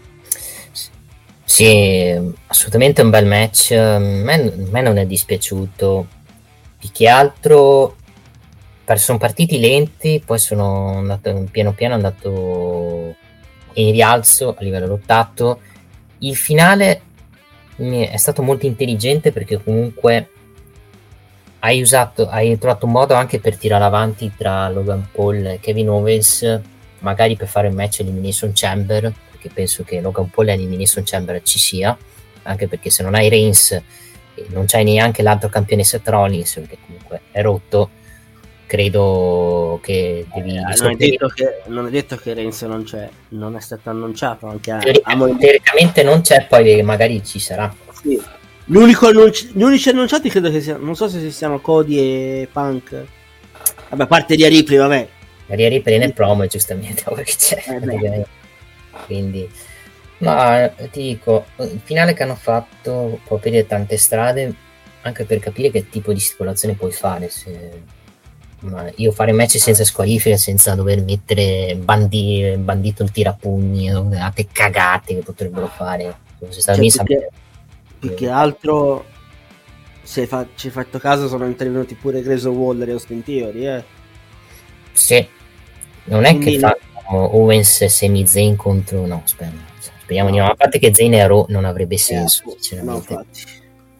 Sì, assolutamente un bel match. A me, a me non è dispiaciuto. Più che altro sono partiti lenti, poi sono andato piano piano andato in rialzo a livello lottato. Il finale è stato molto intelligente, perché comunque hai usato, hai trovato un modo anche per tirare avanti tra Logan Paul e Kevin Owens, magari per fare un match Elimination Chamber, perché penso che Logan Paul e Elimination Chamber ci sia, anche perché se non hai Reigns e non c'hai neanche l'altro campione Seth Rollins, perché comunque è rotto, credo che devi... Eh, non, è detto che, non è detto che Reigns non c'è, non è stato annunciato anche a, Teorica, a Mon- teoricamente non c'è, poi magari ci sarà. Sì. L'unico annunci- gli unici annunciati credo che siano, non so se siano Cody e Punk, vabbè, a parte di Ripley, vabbè, Maria Ripley nel promo, giustamente, perché c'è. Eh Quindi no, ti dico, il finale che hanno fatto può aprire tante strade, anche per capire che tipo di stipulazione puoi fare. Se... Ma io fare match senza squalifica, senza dover mettere bandi... bandito il tirapugni, altre cagate che potrebbero fare. Se sta cioè, messa... più, che, più che altro, se fa... ci hai fatto caso, sono intervenuti pure Grayson Waller e Austin Theory, eh. Sì, non è Quindi... che fanno Owens e Sami Zayn contro... No, spera, speriamo di no. A parte che Zayn e Raw non avrebbe senso, eh, sinceramente. No, infatti.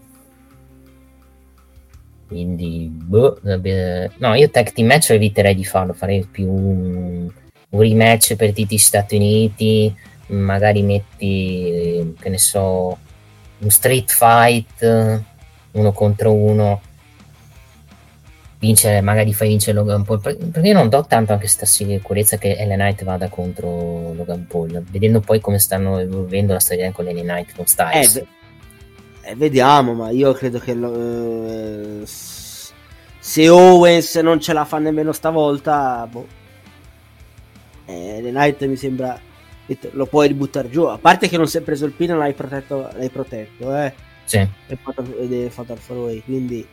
Quindi, boh, no, io tag team match eviterei di farlo, farei più un, un rematch per titoli Stati Uniti, magari metti, che ne so, un street fight, uno contro uno, vincere, magari fai vincere Logan Paul, perché io non do tanto anche questa sicurezza che L A Knight vada contro Logan Paul, vedendo poi come stanno evolvendo la storia con L A Knight, con Styles. Eh, Eh, vediamo, ma io credo che lo, eh, se Owens non ce la fa nemmeno stavolta, boh, eh, The Knight mi sembra lo puoi ributtare giù, a parte che non si è preso il pin, l'hai protetto, l'hai protetto, eh, sì, ed è fatto al four-way, quindi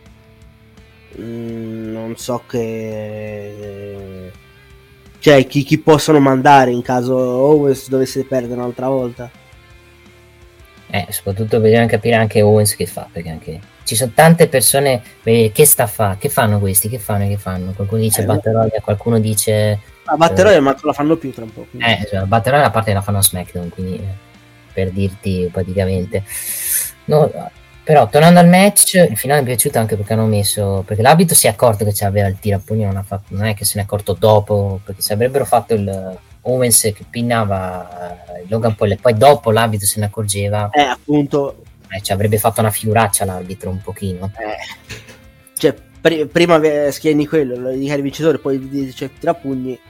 mm, non so che, cioè chi, chi possono mandare in caso Owens dovesse perdere un'altra volta. Eh, soprattutto bisogna capire anche Owens che fa, perché anche ci sono tante persone eh, che sta a fa, che fanno questi, che fanno, che fanno, qualcuno dice eh, Battle Royale, qualcuno dice la Battle Royale, eh, ma la fanno più tra un po', quindi. eh, cioè, la Battle Royale a parte la fanno a SmackDown, quindi eh, per dirti praticamente No, però tornando al match, il finale mi è piaciuto anche perché hanno messo, perché l'arbitro si è accorto che c'aveva il tirapugni, non, ha fatto, non è che se ne è accorto dopo, perché se avrebbero fatto il Owens che pinnava Logan Paul e poi dopo l'arbitro se ne accorgeva, eh appunto eh, ci avrebbe fatto una figuraccia l'arbitro un pochino, eh. Cioè pr- prima schieni quello, lo dica il vincitore, poi dice tirapugni.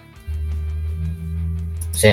Sì,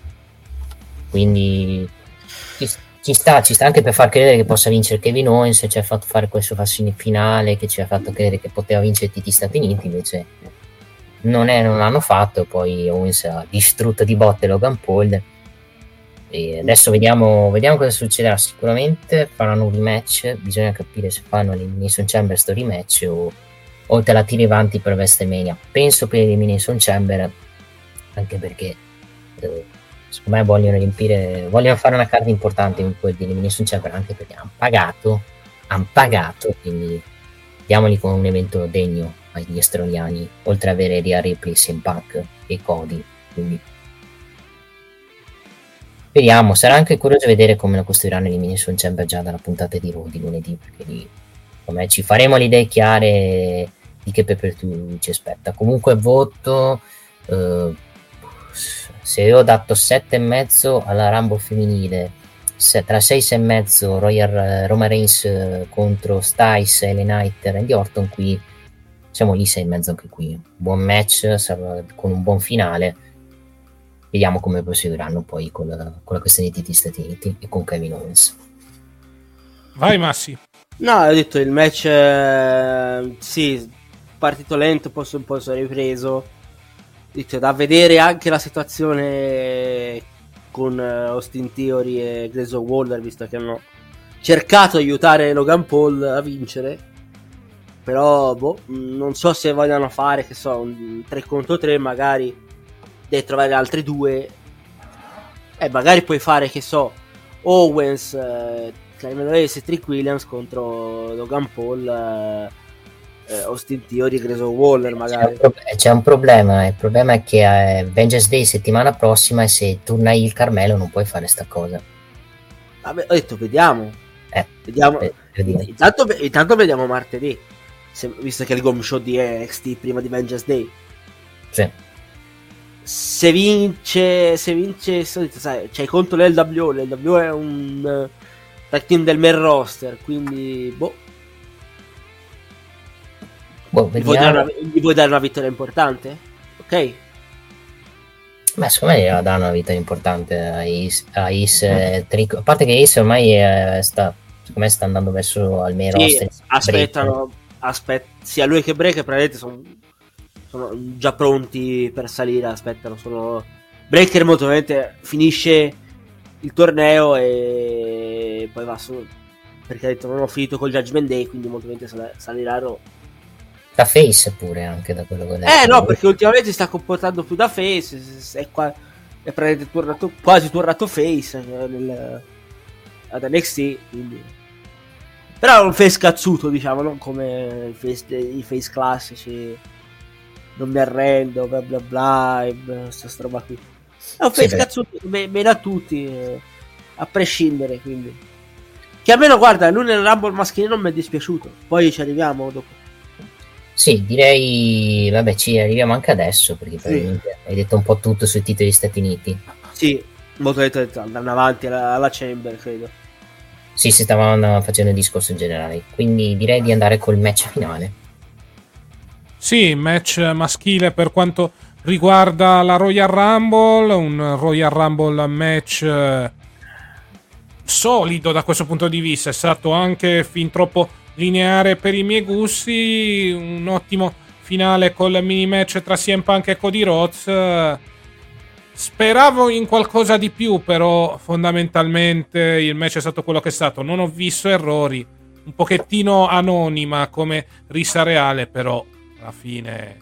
quindi ci, ci sta, ci sta anche per far credere che possa vincere Kevin Owens, ci ha fatto fare questo fascino finale che ci ha fatto credere che poteva vincere T T Stati Uniti, invece non, è, non l'hanno fatto, poi Owens ha distrutto di botte Logan Paul e adesso vediamo, vediamo cosa succederà. Sicuramente faranno un rematch, bisogna capire se fanno l'Elimination Chamber sto rematch o, o te la tiri avanti per WrestleMania. Penso per l'Elimination Chamber, anche perché eh, secondo me vogliono riempire, vogliono fare una carta importante in quel di Elimination Chamber, anche perché hanno pagato hanno pagato, quindi diamoli con un evento degno agli australiani, oltre ad avere Rhea Ripley, C M Punk e Cody, quindi vediamo. Sarà anche curioso vedere come lo costruiranno l'Elimination Chamber già dalla puntata di Raw di lunedì, perché lì come ci faremo le idee chiare di che per tu ci aspetta. Comunque voto eh, se io ho dato sette e mezzo alla Rumble femminile, se, tra sei e mezzo Royal Roman Reigns eh, contro Styles, L A Knight e Randy Orton, qui siamo lì sei e mezzo anche qui. Buon match sarà, con un buon finale. Vediamo come proseguiranno poi con la, con la questione di T T Stati Uniti e con Kevin Owens. Vai Massi. No, ho detto il match eh, sì, partito lento, poi un po' sono ripreso. Dice, da vedere anche la situazione con uh, Austin Theory e Grayson Waller, visto che hanno cercato di aiutare Logan Paul a vincere, però boh, non so se vogliono fare, che so, un tre contro tre, magari devi trovare altri due e magari puoi fare, che so, Owens, eh, Carmelo Hayes e Trick Williams contro Logan Paul, eh, eh, Austin Theory e Grayson Waller magari. C'è un, pro- c'è un problema, il problema è che eh, Vengeance Day settimana prossima e se torna il Carmelo non puoi fare sta cosa. Vabbè, ho detto vediamo, eh, vediamo per, per intanto, intanto vediamo martedì, se, visto che è il Gom Show di N X T prima di Vengeance Day. Sì. Se vince, se vince, sai, c'hai contro l'L W O, l'L W O è un uh, tag team del main roster, quindi boh. Boh, gli, vuoi una, gli vuoi dare una vittoria importante? Ok. Beh, secondo me gli dà una vittoria importante a Ace, a Ace mm. A parte che Ace ormai è, sta, secondo me sta andando verso al main sì, roster. aspettano, aspett- sia lui che Breaker praticamente sono sono già pronti per salire, aspettano solo Breaker molto probabilmente finisce il torneo e poi va su, perché ha detto non ho finito col Judgment Day, quindi molto probabilmente salirà Raw. Da face pure, anche da quello che ho detto. Eh no, perché ultimamente si sta comportando più da face, è, qua, è praticamente tornato, quasi tornato face nel, ad N X T, quindi però è un face cazzuto, diciamo, non come i face, i face classici, non mi arrendo, bla bla bla, questa roba qui. È un face sì, cazzuto, bene a tutti, eh, a prescindere, quindi. Che almeno, guarda, lui nel Rumble maschile non mi è dispiaciuto, poi ci arriviamo dopo. Sì, direi, vabbè, ci arriviamo anche adesso, perché sì. Hai detto un po' tutto sui titoli degli Stati Uniti. Sì, molto detto, andando avanti alla, alla Chamber, credo. Sì, si stavano facendo il discorso in generale, quindi direi di andare col match finale. Sì, match maschile per quanto riguarda la Royal Rumble, un Royal Rumble match solido da questo punto di vista, è stato anche fin troppo lineare per i miei gusti, un ottimo finale col mini match tra C M Punk e Cody Rhodes. Speravo in qualcosa di più, però fondamentalmente il match è stato quello che è stato, non ho visto errori, un pochettino anonima come rissa reale, però alla fine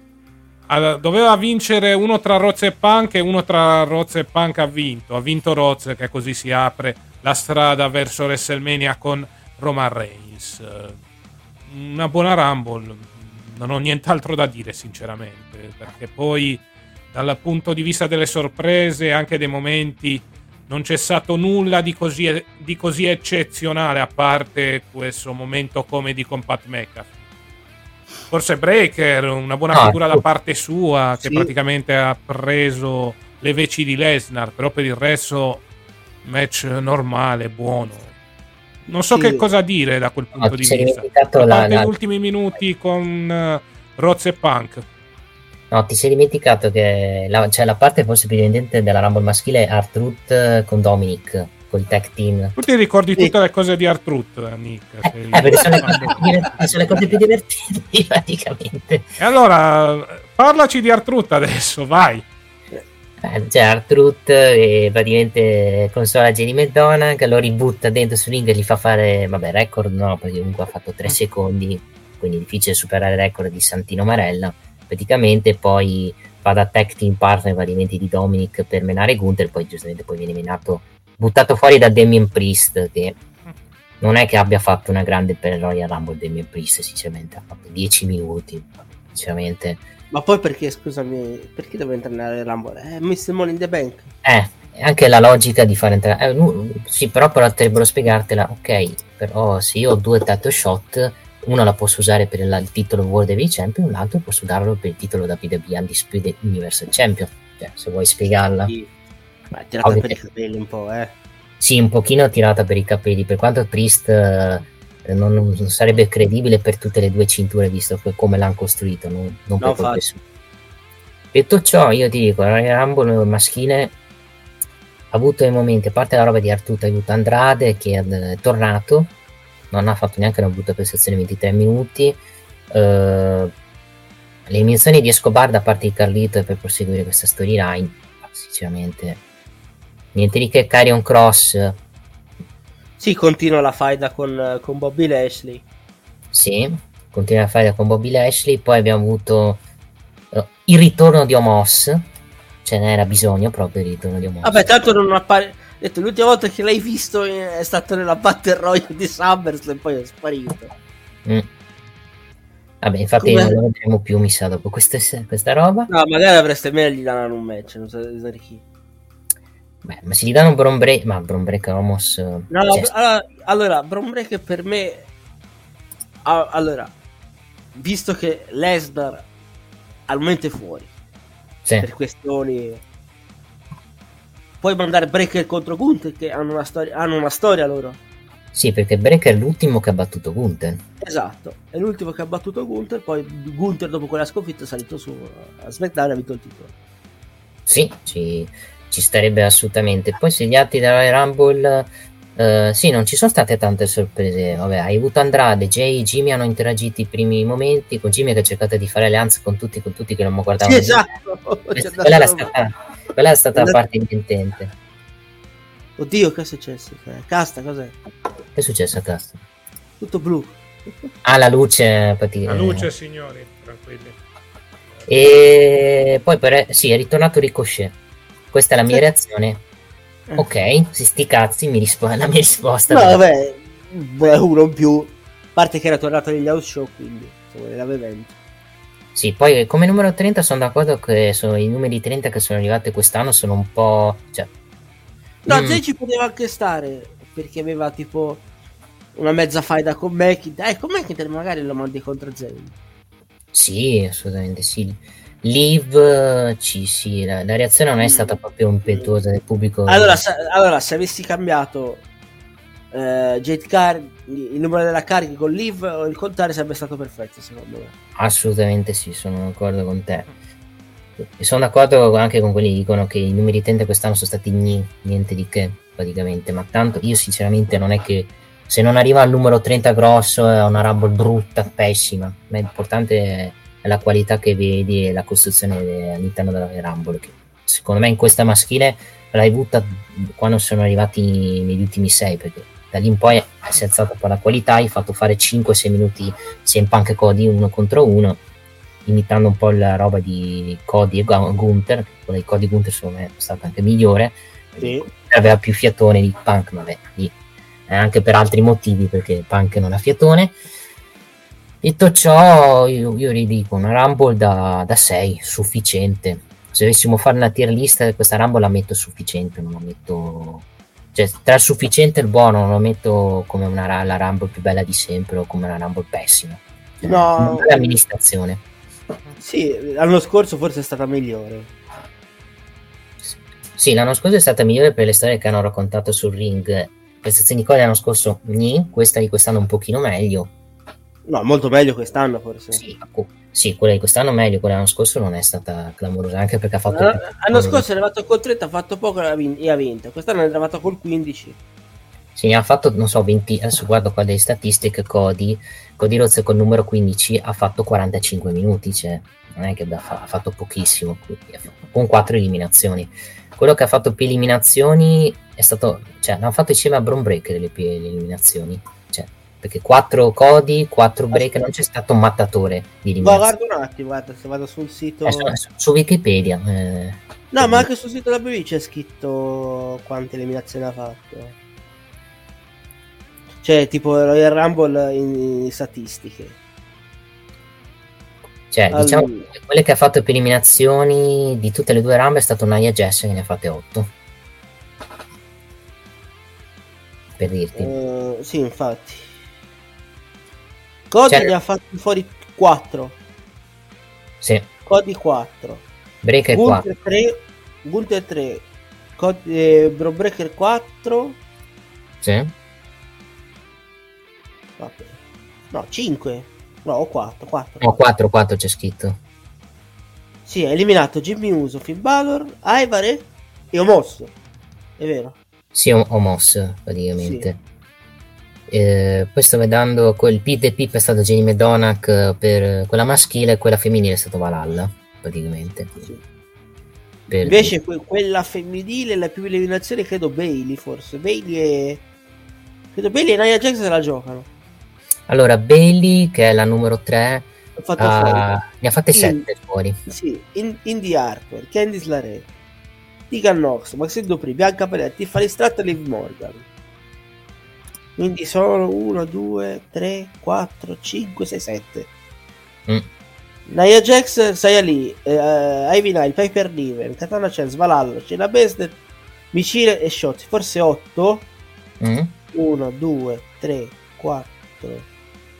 doveva vincere uno tra Rhodes e Punk e uno tra Rhodes e Punk ha vinto, ha vinto Rhodes, che così si apre la strada verso WrestleMania con Roman Reigns. Una buona Rumble, non ho nient'altro da dire sinceramente, perché poi dal punto di vista delle sorprese, anche dei momenti non c'è stato nulla di così, di così eccezionale, a parte questo momento comedy con Pat McAfee. Forse Breaker, una buona Ah, figura da sì. parte sua, che Sì. praticamente ha preso le veci di Lesnar, però per il resto match normale, buono. Non so Sì. che cosa dire da quel punto ti di sei vista. dimenticato A la- parte la- gli ultimi minuti con uh, Roz e Punk. No, ti sei dimenticato che la, cioè, la parte forse più divertente della Rumble maschile è R-Truth con Dominic, col tag team. Tu ti ricordi Sì. tutte le cose di R-Truth, Nick? Sei- Eh, perché sono le, cose più divertenti, sono le cose più divertenti praticamente. E allora, parlaci di R-Truth adesso, vai. Eh, C'è R-Truth e praticamente consola Jenny McDonagh, lo ributta dentro sul ring e gli fa fare, vabbè, record no, perché comunque ha fatto tre secondi, quindi è difficile superare il record di Santino Marella. Praticamente poi va da tag team partner praticamente di Dominic per menare Gunther, poi giustamente poi viene menato, buttato fuori da Damien Priest, che non è che abbia fatto una grande per Royal Rumble. Damien Priest sinceramente ha fatto dieci minuti, sinceramente. Ma poi perché, scusami, perché deve entrare nella Rumble? Eh, mister Money in the Bank. Eh, anche la logica di fare entrare... Eh, nu- sì, però potrebbero spiegartela, ok, però se io ho due title shot, uno la posso usare per la- il titolo World Heavyweight Champion, l'altro posso darlo per il titolo W W E Undisputed Universal Champion. Cioè, se vuoi spiegarla. Sì. Ma è tirata Ovvio per i che- capelli un po', eh. Sì, un pochino tirata per i capelli, per quanto Priest eh, non, non sarebbe credibile per tutte le due cinture, visto che come l'hanno costruito, non, non per No, colpe infatti. sue. Detto ciò, io ti dico, il Royal Rumble maschile ha avuto dei momenti, a parte la roba di Artuto, ha avuto Andrade che è eh, tornato, non ha fatto neanche una brutta prestazione, ventitré minuti. Eh, le eliminazioni di Escobar da parte di Carlito per proseguire questa storyline, sinceramente niente di che. Carrion Cross, Sì, continua la faida con, con Bobby Lashley. sì, continua a fare con Bobby Lashley. Poi abbiamo avuto eh, il ritorno di Omos, ce n'era bisogno proprio il ritorno di Omos. Vabbè, tanto non appare. Detto, l'ultima volta che l'hai visto è stato nella Battle Royale di SummerSlam, poi è sparito. Mm. Vabbè, infatti Come- non lo vedremo più, mi sa, dopo queste- questa roba. No, magari avreste meglio gli danno un match, non so non so di chi. Beh, ma se gli danno Bron Breaker, ma Bron Breaker Omos, eh, No, cioè, allora, allora Bron Breakker per me. ah, Allora, visto che Lesnar al momento è fuori sì. per questioni, puoi mandare Breaker contro Gunther che hanno una storia, hanno una storia loro. Sì, perché Breaker è l'ultimo che ha battuto Gunther. Esatto, è l'ultimo che ha battuto Gunther. Poi Gunther, dopo quella sconfitta, è salito su a SmackDown e ha vinto il titolo. Sì, ci, ci starebbe assolutamente. Poi se gli altri della Royal Rumble, eh, sì, non ci sono state tante sorprese. Vabbè, hai avuto Andrade, Jay, Jimmy hanno interagito i primi momenti, con Jimmy che ha cercato di fare alleanze con tutti, con tutti che non mi guardavano. Sì, esatto. Questa- C'è quella, era dato- stata, quella è stata la Esatto. parte divertente. Oddio, che è successo? Casta, cos'è? Che è successo a Castro? Tutto blu. Ah, la luce, praticamente. La luce, signori, tranquilli. E poi per, sì, è ritornato Ricochet. Questa è la mia Sì. reazione. Ok, si sti cazzi, mi rispo- la mia risposta. No, vabbè, beh, uno in più. A parte che era tornato negli house show, quindi insomma, l'avevento. Sì, poi come numero trenta sono d'accordo che sono i numeri trenta che sono arrivati quest'anno sono un po'... Cioè, No, mm, Jay ci poteva anche stare, perché aveva tipo una mezza faida con McIntyre. Eh, con McIntyre magari lo mandi contro Zayn. sì, assolutamente sì. Live, ci, sì, la, la reazione non è stata proprio impetuosa del pubblico. Allora, se, allora, se avessi cambiato eh, Jade Car- il numero della carica con Liv o il contrario, sarebbe stato perfetto, secondo me. Assolutamente sì, sono d'accordo con te. E sono d'accordo anche con quelli che dicono che i numeri trenta quest'anno sono stati gni, niente di che, praticamente. Ma tanto io sinceramente non è che se non arriva al numero trenta grosso è una Rumble brutta, pessima. Ma l'importante è la qualità che vedi e la costruzione all'interno della Rumble, che secondo me in questa maschile l'hai avuta quando sono arrivati negli ultimi sei, perché da lì in poi si è alzata per la qualità, hai fatto fare cinque sei minuti C M Punk e Cody uno contro uno, imitando un po' la roba di Cody e Gu- Gunther. Quella di Cody e Gunther secondo me è stata anche migliore, Sì. aveva più fiatone di Punk, vabbè, lì è anche per altri motivi, perché Punk non ha fiatone. Detto ciò, io, io ridico una Rumble da, da sei, sufficiente, se dovessimo fare una tier list, questa Rumble la metto sufficiente, non la metto, cioè tra il sufficiente e il buono, non la metto come una la Rumble più bella di sempre o come una Rumble pessima. Cioè, no, l'amministrazione. Sì, l'anno scorso forse è stata migliore. Sì, l'anno scorso è stata migliore per le storie che hanno raccontato sul ring. Prestazioni di Cody l'anno scorso, nì, questa di quest'anno un pochino meglio. No, molto meglio quest'anno forse. Sì, sì, quella di quest'anno meglio, quella dell'anno scorso non è stata clamorosa, anche perché ha fatto... L'anno, l'anno scorso è arrivato col trenta, ha fatto poco e ha vinto. Quest'anno è arrivato col quindici. Sì, ha fatto, non so, venti... Adesso guardo qua delle statistiche, Cody. Cody Rhodes col numero quindici ha fatto quarantacinque minuti, cioè non è che ha fatto pochissimo, con quattro eliminazioni. Quello che ha fatto più eliminazioni è stato, cioè, hanno fatto insieme a Bron Breakker le più eliminazioni, cioè, perché quattro Cody, quattro Breakker, non c'è stato un mattatore di eliminazioni. Ma guarda un attimo, guarda, se vado sul sito... Eh, su, su Wikipedia. Eh, no, ma anche sul sito della B B c'è scritto quante eliminazioni ha fatto. Cioè, tipo Royal Rumble in, in statistiche. Cioè, Allora, diciamo che quelle che ha fatto più eliminazioni di tutte le due Rumble è stato Nia Jax, che ne ha fatte otto. Per dirti. Uh, sì, infatti. Cody cioè, ne ha fatti fuori quattro. Sì. Cody quattro. Breaker Gunther quattro. tre. Gunther tre. Cody, eh, Bro Breaker quattro. Sì. Vabbè. No, cinque. No, o quattro, quattro. No, quattro, quattro c'è scritto. Sì, ha eliminato Jimmy Uso, Finn Balor, Ivar e Omos. È vero? Sì, Omos, praticamente. Sì. Eh, poi sto vedendo quel Pit e Pip è stato Jenny McDonagh per quella maschile e quella femminile è stato Valhalla, praticamente. Sì. Per Invece que- quella femminile, la più eliminazione credo Bailey, forse. Bailey e... Credo Bailey e Nia Jax se la giocano. Allora, Bailey, che è la numero tre, uh, ne ha fatte sette fuori. Sì, in, Indy Harper, Candice LeRae, Tegan Nox, Maxine Dupri, Bianca Belair, Tiffany Stratton e Liv Morgan. Quindi sono uno, due, tre, quattro, cinque, sei, sette. Mm. Nia Jax, Saya Lee, uh, Ivy Nile, Piper Niven, Katana Chance, Valhalla, Cena Baszler, Micile e Shotzi. Forse otto. uno, due, tre, quattro...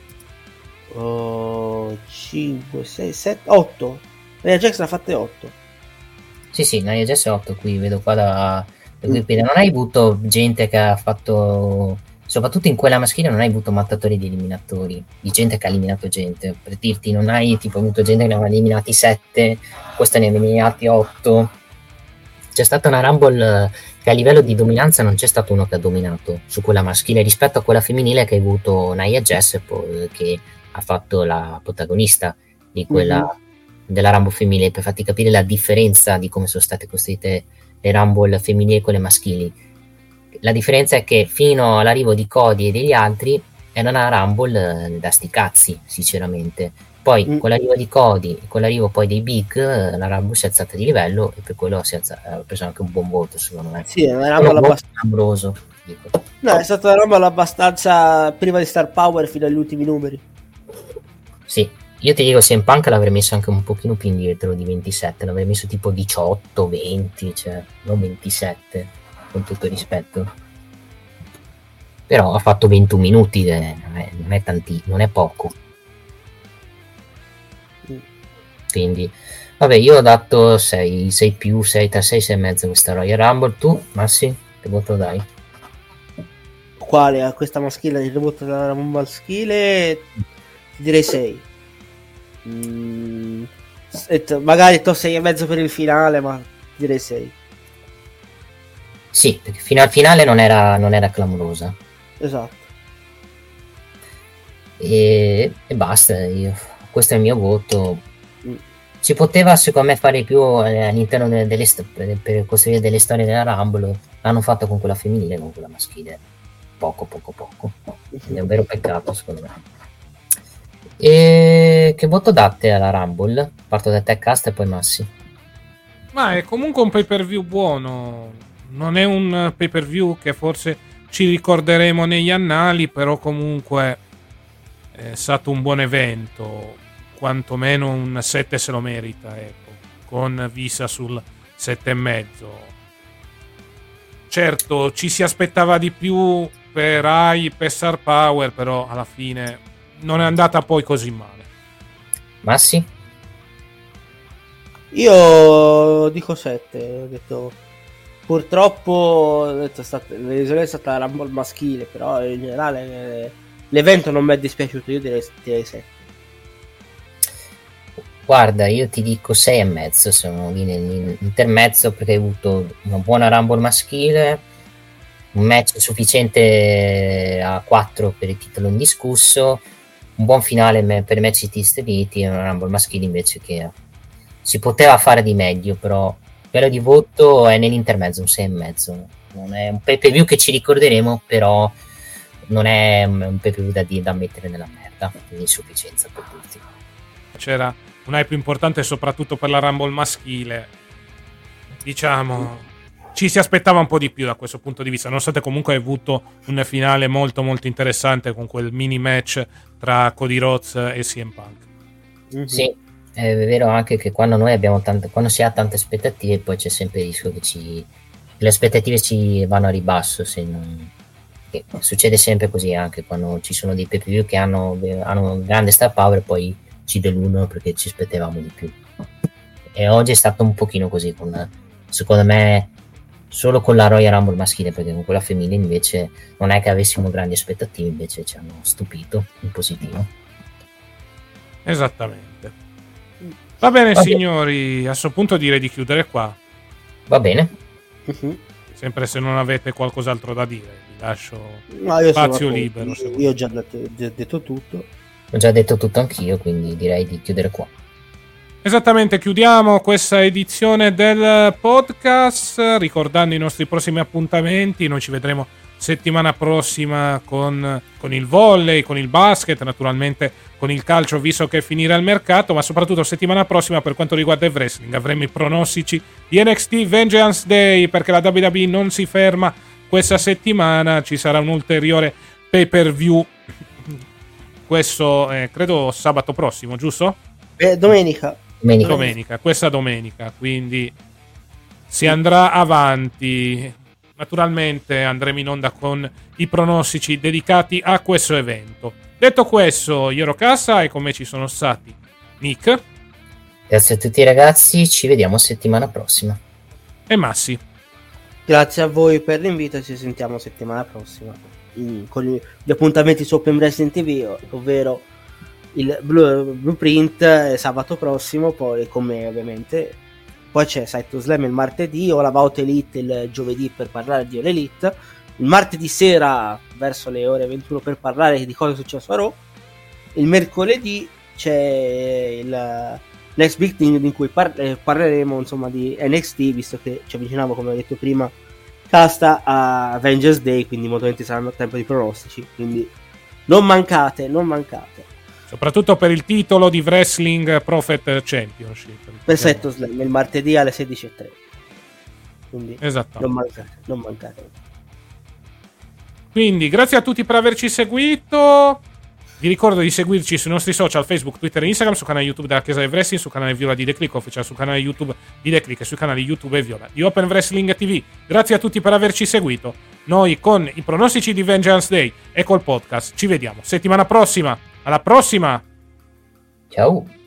Oh, cinque, sei, sette, otto. Nia Jax ne ha fatte otto. Sì, sì, Nia Jax è otto. Qui vedo qua da Wikipedia. Non hai avuto gente che ha fatto, soprattutto in quella maschile, non hai avuto mattatori di eliminatori, di gente che ha eliminato gente. Per dirti, non hai tipo avuto gente che ne aveva eliminati sette, questa ne ha eliminati otto. C'è stata una Rumble che a livello di dominanza non c'è stato uno che ha dominato su quella maschile rispetto a quella femminile che ha avuto Nia Jax, che ha fatto la protagonista di quella mm-hmm. della Rumble femminile, per farti capire la differenza di come sono state costruite le Rumble femminili e quelle maschili. La differenza è che fino all'arrivo di Cody e degli altri era una Rumble da sti cazzi, sinceramente. Poi mm. con l'arrivo di Cody e con l'arrivo poi dei Big, la Rumble si è alzata di livello e per quello si è alzata, ha preso anche un buon voto, secondo me. Sì, è una Rumble abbastanza amoroso. No, è stata una Rumble abbastanza prima di Star Power fino agli ultimi numeri. Sì, io ti dico, C M Punk l'avrei messo anche un pochino più indietro di ventisette, l'avrei messo tipo diciotto, venti, cioè non ventisette, con tutto il rispetto. Però ha fatto ventuno minuti, eh, non è, non è tanti, non è poco. Quindi, vabbè, io ho dato sei, sei più, sei tra sei, sei e mezzo questa Royal Rumble. Tu, Massi, che voto dai? Quale? A questa maschile, il voto della Rumble maschile... direi sei. Mm, magari to sei e mezzo per il finale, ma direi sei. Sì, perché fino al finale non era, non era clamorosa. Esatto. E, e basta, io, questo è il mio voto. Mm. Si poteva secondo me fare più all'interno delle, delle per costruire delle storie della Rumble. L'hanno fatto con quella femminile, con quella maschile poco poco poco. Quindi è un vero peccato secondo me. E che voto date alla Rumble? Parto da te, Cast, e poi Massi. Ma è comunque un pay per view buono. Non è un pay per view che forse ci ricorderemo negli annali, però comunque è stato un buon evento. Quantomeno un sette se lo merita, ecco. con Visa sul sette e mezzo. Certo, ci si aspettava di più per Hype e Star Power, però alla fine non è andata poi così male. Massi? Io dico sette, ho detto purtroppo ho detto, è stata, è stata la Rumble maschile, però in generale eh, l'evento non mi è dispiaciuto, io direi, direi sette. Guarda, io ti dico sei e mezzo, sono lì nell'intermezzo, perché hai avuto una buona Rumble maschile, un match sufficiente a quattro per il titolo indiscusso, un buon finale per i match di stabiliti e una Rumble maschile invece che si poteva fare di meglio, però quello di voto è nell'intermezzo, un sei e mezzo. Non è un pay per view che ci ricorderemo, però non è un pay per view da, da mettere nella merda, l'insufficienza per tutti. C'era un hype importante soprattutto per la Rumble maschile, diciamo ci si aspettava un po' di più da questo punto di vista, nonostante comunque hai avuto un finale molto molto interessante con quel mini match tra Cody Rhodes e C M Punk. Mm-hmm. Sì, è vero anche che quando noi abbiamo tante, quando si ha tante aspettative poi c'è sempre il rischio che ci, le aspettative ci vanno a ribasso, se non, che succede sempre così anche quando ci sono dei pay per view che hanno, hanno un grande star power, poi ci deludono perché ci aspettavamo di più, e oggi è stato un pochino così, con, secondo me solo con la Royal Rumble maschile, perché con quella femminile invece non è che avessimo grandi aspettative, invece ci hanno stupito in positivo. Esattamente. Va bene, Va signori, bene. A questo punto direi di chiudere qua. Va bene. Uh-huh. Sempre se non avete qualcos'altro da dire, vi lascio no, io spazio libero. Io, io ho già detto, già detto tutto. Ho già detto tutto anch'io, quindi direi di chiudere qua. Esattamente, chiudiamo questa edizione del podcast ricordando i nostri prossimi appuntamenti. Noi ci vedremo settimana prossima con, con il volley, con il basket, naturalmente con il calcio visto che finirà il mercato, ma soprattutto settimana prossima per quanto riguarda il wrestling avremo i pronostici di N X T Vengeance Day, perché la W W E non si ferma questa settimana, ci sarà un ulteriore pay per view questo eh, credo sabato prossimo, giusto? Eh, domenica. domenica domenica questa domenica, quindi si andrà avanti. Naturalmente andremo in onda con i pronostici dedicati a questo evento. Detto questo, io ero Cassa e con me ci sono stati Nick. Grazie a tutti ragazzi, ci vediamo settimana prossima. E Massi. Grazie a voi per l'invito e ci sentiamo settimana prossima con gli appuntamenti su Open Wrestling T V, ovvero il Blueprint sabato prossimo, poi con me ovviamente. Poi c'è Saito Slam il martedì, o la Vault Elite il giovedì per parlare di All Elite, il martedì sera verso le ore ventuno per parlare di cosa è successo a Raw, il mercoledì c'è il Next Big Thing in cui par- eh, parleremo insomma di N X T, visto che ci avviciniamo, come ho detto prima, casta a Avengers Day, quindi molto saranno tempo di pronostici, quindi non mancate, non mancate. Soprattutto per il titolo di Wrestling Prophet Championship. Perfetto, Slam, il martedì alle sedici e tre. Quindi esatto. Non mancate, non mancate. Quindi grazie a tutti per averci seguito. Vi ricordo di seguirci sui nostri social Facebook, Twitter e Instagram, sul canale YouTube della Chiesa del Wrestling, sul canale Viola di The Click Official, sul canale YouTube di The Click e sui canali YouTube e Viola di Open Wrestling T V. Grazie a tutti per averci seguito. Noi con i pronostici di Vengeance Day e col podcast ci vediamo settimana prossima. Alla prossima! Ciao!